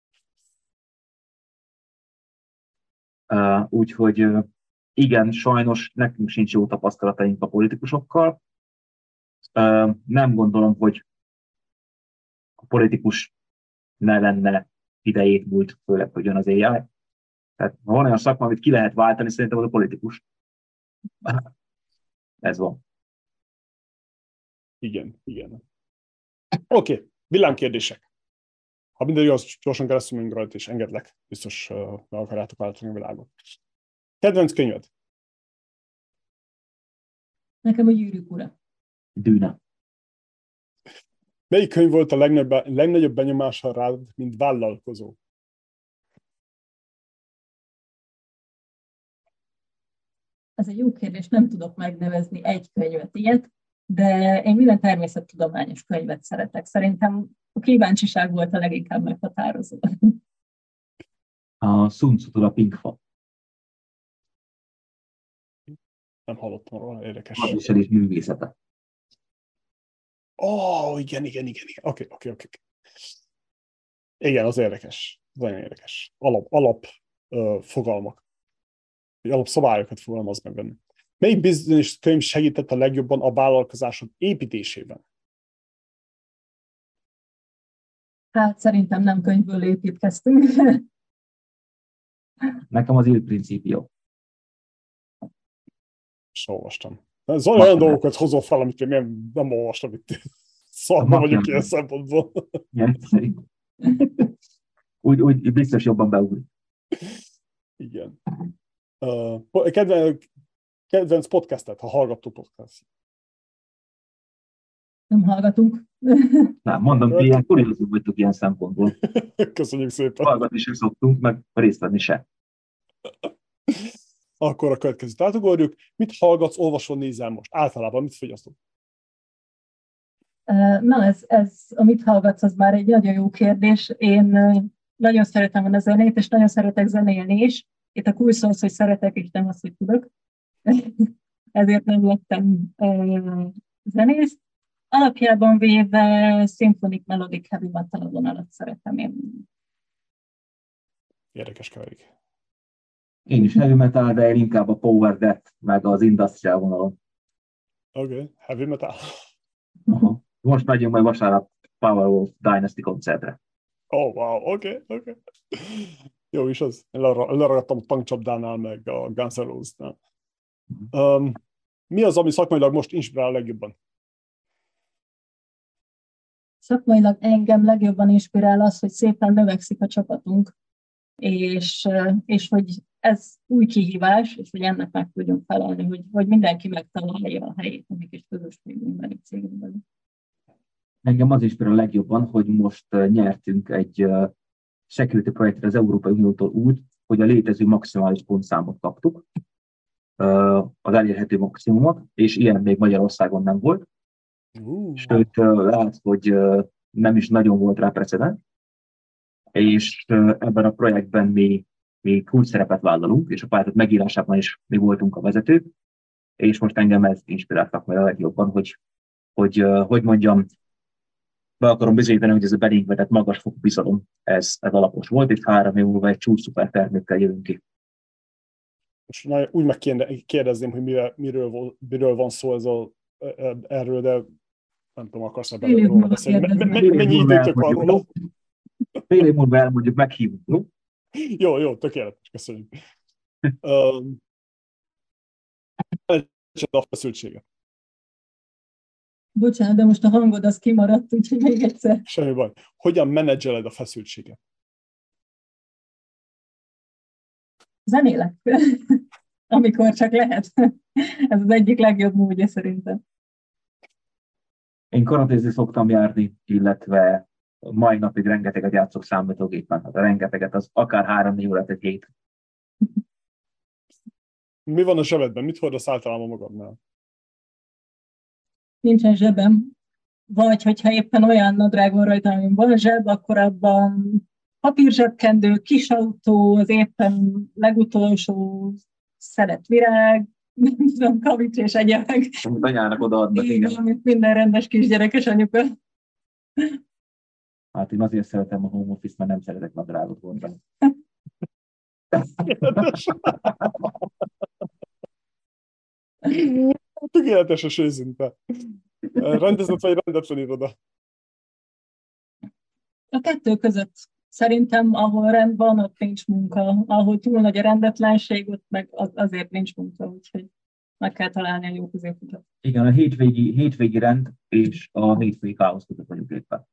Uh, úgyhogy uh, igen, sajnos nekünk sincs jó tapasztalataink a politikusokkal. Uh, nem gondolom, hogy a politikus ne lenne idejét múlt, főleg, hogy jön az á i. Tehát ha van olyan szakma, amit ki lehet váltani, szerintem az a politikus. Ez van. Igen, igen. Oké, okay. Villámkérdések. Ha minden jó, az gyorsan keresztül megyünk rajta, és engedlek. Biztos uh, meg akarjátok váltani a világot. Kedvenc könyved? Nekem a Gyűrűk ura. Dűne. Melyik könyv volt a legnagyobb, legnagyobb benyomása rád, mint vállalkozó? Ez egy jó kérdés, nem tudok megnevezni egy könyvet ilyet, de én minden természettudományos könyvet szeretek. Szerintem a kíváncsiság volt a leginkább meghatározó. A Sun Tzu-tól a Pink Fa. Nem hallottam róla, érdekes. Hadviselés művészete. Ó, oh, igen, igen, igen, igen. Oké, oké, oké. Igen, az érdekes. Az nagyon érdekes. Alap, alap uh, fogalmak. Vagy alap szabályokat fogalmaz meg benne. Melyik bizonyos könyv segített a legjobban a vállalkozásod építésében? Hát szerintem nem könyvből építkeztünk. Nekem az Il Principio. És olvastam. Zoli olyan dolgokat hozol fel, amit én nem, nem olvastam itt. Szarma vagyok ilyen szempontból. úgy, úgy biztos jobban beugrik. Igen. Uh, kedvenc, kedvenc podcastet, ha hallgattuk podcast. Nem hallgatunk. Nem, mondom, ti ilyen kuriózum vagytok ilyen szempontból. Köszönjük szépen. Hallgatni sem szoktunk, meg részt venni se. Akkor a következőt átugorjuk. Mit hallgatsz, olvasol, nézel most? Általában mit fogyasztod? Na, ez, ez, amit hallgatsz, az már egy nagyon jó kérdés. Én nagyon szeretem a zenét, és nagyon szeretek zenélni is. Itt a kulcs az, hogy szeretek, és nem az, hogy tudok. Ezért nem lettem uh, zenész. Alapjában véve symphonic melodic heavy metal vonalat szeretem én. Érdekes keverik. Én is heavy metal, de én inkább a power death, meg az industrial vonalon. Oké, okay. Heavy metal. Aha. Most megyünk majd vasárnap Powerwolf Dynasty koncertre. Oh, wow, oké, okay, oké. Okay. Jó is az. Én leragadtam a tankcsapdánál, meg a Guns N' Roses-nál. Um, mi az, ami szakmailag most inspirál legjobban? Szakmailag engem legjobban inspirál az, hogy szépen növekszik a csapatunk, és, és hogy ez új kihívás, és hogy ennek meg tudjunk felelni, hogy, hogy mindenki megtalálja a helyét, amik is közösségünkben, egy cégünkben. Engem az inspirál a legjobban, hogy most nyertünk egy security projektre az Európai Uniótól úgy, hogy a létező maximális pontszámot kaptuk, az elérhető maximumot, és ilyen még Magyarországon nem volt. Uh. Sőt, lehet, hogy nem is nagyon volt rá precedens, és ebben a projektben mi, mi kulcs szerepet vállalunk, és a pályázat megírásában is mi voltunk a vezetők, és most engem ez inspiráltak meg a legjobban, hogy, hogy, hogy mondjam, be akarom bizonyítani, hogy ez a belénk vetett magasfokú bizalom, ez, ez alapos volt, és három év múlva egy csúcs szuper termékkel jövünk ki. Most na, úgy megkérdezném, hogy miről, miről, miről van szó ez a, erről, de nem tudom, akarsz a belőle beszélni. Me, me, mennyi időtök van róla? Fél év múlva elmondjuk, meghívunk, no? Jó, jó, tökéletes, köszönjük. Um, a feszültséget. Bocsánat, de most a hangod az kimaradt, úgyhogy még egyszer. Semmi baj. Hogyan menedzseled a feszültséget? Zenélek. Amikor csak lehet. Ez az egyik legjobb módja szerintem. Én karatézni szoktam járni, illetve mai napig rengeteget játszok számítógépen. Hát a rengeteget, az akár három-négy órát egy hét. Mi van a zsebedben? Mit hordasz általában magadnál? Nincsen zsebem. Vagy hogyha éppen olyan nadrág van rajta, amin van zseb, akkor abban papírzsebkendő, kis autó, az éppen legutolsó szeret virág, nem tudom, kavics és egyebek. Amit anyának odaadnak, igen. Amit minden rendes kisgyerekes anyuka. Hát én azért szeretem a home office, mert nem szeretek nadrágot hordani. Tökéletes őszinte. Rendezett vagy rendetlen iroda? A kettő között. Szerintem, ahol rend van, ott nincs munka. Ahol túl nagy a rendetlenség, ott meg azért nincs munka, úgyhogy meg kell találni a jó középutat. Igen, a hétvégi, hétvégi rend és a hétvégi káosz között vagyunk éppen.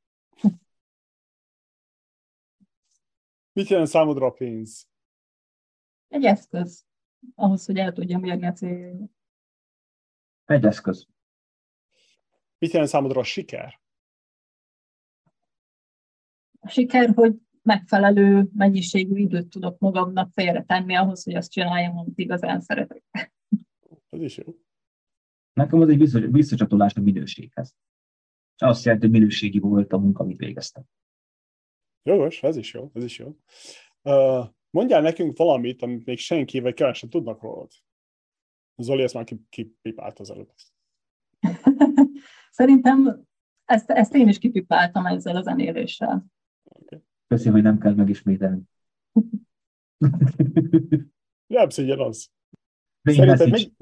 Mit jelent számodra a pénz? Egy eszköz. Ahhoz, hogy el tudjam érni a céljaimat. Egy eszköz. Mit jelent számodra a siker? A siker, hogy megfelelő mennyiségű időt tudok magamnak félretenni ahhoz, hogy azt csináljam, amit igazán szeretek. Ez is jó. Nekem az egy visszacsatolás a minőséghez. Azt jelenti, hogy minőségi volt a munka, amit végeztem. Jogos, ez is jó, ez is jó. Uh, mondjál nekünk valamit, amit még senki vagy kevesen tudnak rólad. Zoli, ezt már kipipált az előtt. Szerintem ezt, ezt én is kipipáltam ezzel a zenéléssel. Okay. Köszönöm, hogy nem kell megismételni. Nem szégyen az. Szerinted, mennyi...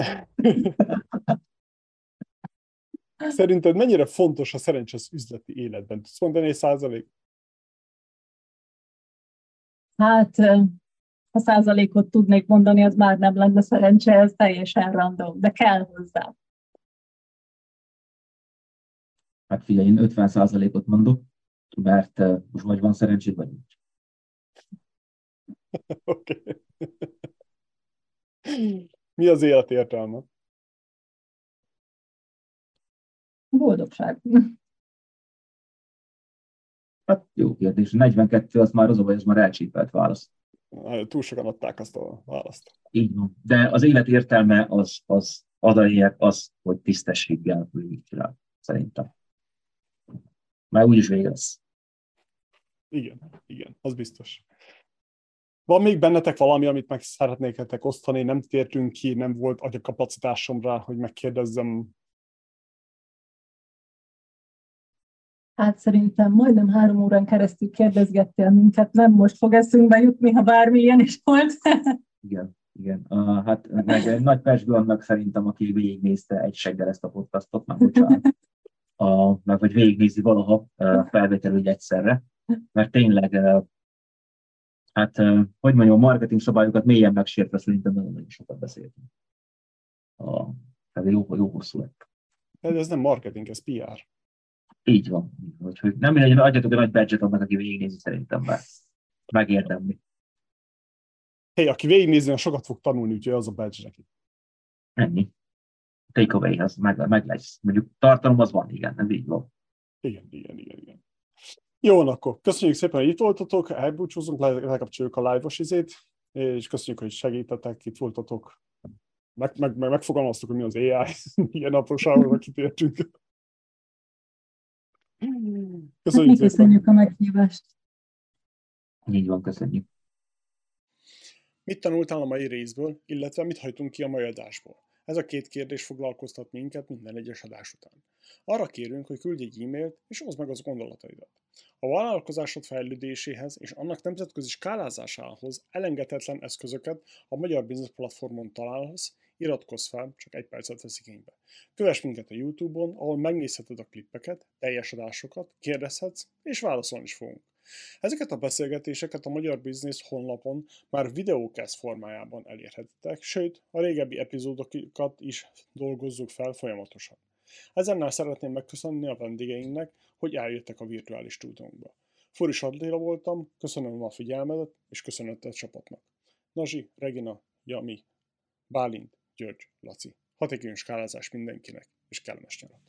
Szerinted mennyire fontos a szerencs az üzleti életben? Tudsz mondani egy százalék? Hát, ha százalékot tudnék mondani, az már nem lenne szerencse, ez teljesen random, de kell hozzá. Hát figyelj, én ötven százalékot mondok, mert uh, most vagy van szerencséd, vagy nincs. Oké. Mi az élet értelme? Boldogság. Hát jó kérdés. negyvenkettő az már az a baj, az már elcsípelt válasz. Túl sokan adták azt a választ. Így van. De az élet értelme az, az adaiek az, hogy tisztességgel végigcsinál, szerintem. Már úgyis vége lesz. Igen, igen, az biztos. Van még bennetek valami, amit meg szeretnéketek osztani? Nem tértünk ki, nem volt agyakapacitásom rá, hogy megkérdezzem. Hát szerintem majdnem három órán keresztül kérdezgettél minket, nem most fog eszünkbe jutni, ha bármi ilyen is volt. Igen, igen. Uh, hát meg egy nagy persgő annak szerintem, aki végignézte egy seggel ezt a podcastot, már bocsánat. Uh, meg hogy végignézi valaha uh, felvételül egyszerre. Mert tényleg, uh, hát, uh, hogy mondjam, a marketing szabályokat mélyen megsértve szerintem nagyon-nagyon sokat beszéltünk. Uh, tehát jó, jó hosszú lett. Ez nem marketing, ez pé er. Így van. Úgyhogy nem mindegy, adjatok egy nagy badge-et annak, aki végignézi szerintem már. Megérdemli. Hey, aki végignézni, sokat fog tanulni, úgyhogy az a badge neki. Ennyi. Takeaway, az meg, meg lesz. Mondjuk tartalom az van, igen, ez így van. Igen, igen, igen, igen. Jó, akkor köszönjük szépen, hogy itt voltatok, elbúcsúzunk, le, lekapcsoljuk a live-os izét, és köszönjük, hogy segítettek, itt voltatok. Meg, meg, meg megfogalmaztuk, hogy mi az á i, ilyen apróságokra kitértünk. Köszönjük Mi köszönjük a meghívást. Így van, köszönjük. Mit tanultál a mai részből, illetve mit hagytunk ki a mai adásból? Ez a két kérdés foglalkoztat minket minden egyes adás után. Arra kérünk, hogy küldj egy e-mailt, és oszd meg az gondolataidat. A vállalkozásod fejlődéséhez és annak nemzetközi skálázásához elengedhetetlen eszközöket a Magyar Business Platformon találhatsz, iratkozz fel, csak egy percet vesz igénybe. Kövess minket a YouTube-on, ahol megnézheted a klippeket, teljes adásokat, kérdezhetsz, és válaszolni is fogunk. Ezeket a beszélgetéseket a Magyar Business honlapon már videókesz formájában elérhetitek, sőt, a régebbi epizódokat is dolgozzuk fel folyamatosan. Ezennel szeretném megköszönni a vendégeinknek, hogy eljöttek a virtuális stúdiónkba. Furis Attila voltam, köszönöm a figyelmedet, és köszönöm a csapatnak. Nazsi, Regina, Jami, Bálint, György, Laci. Hatékony skálázás mindenkinek, és kellemes nyarat!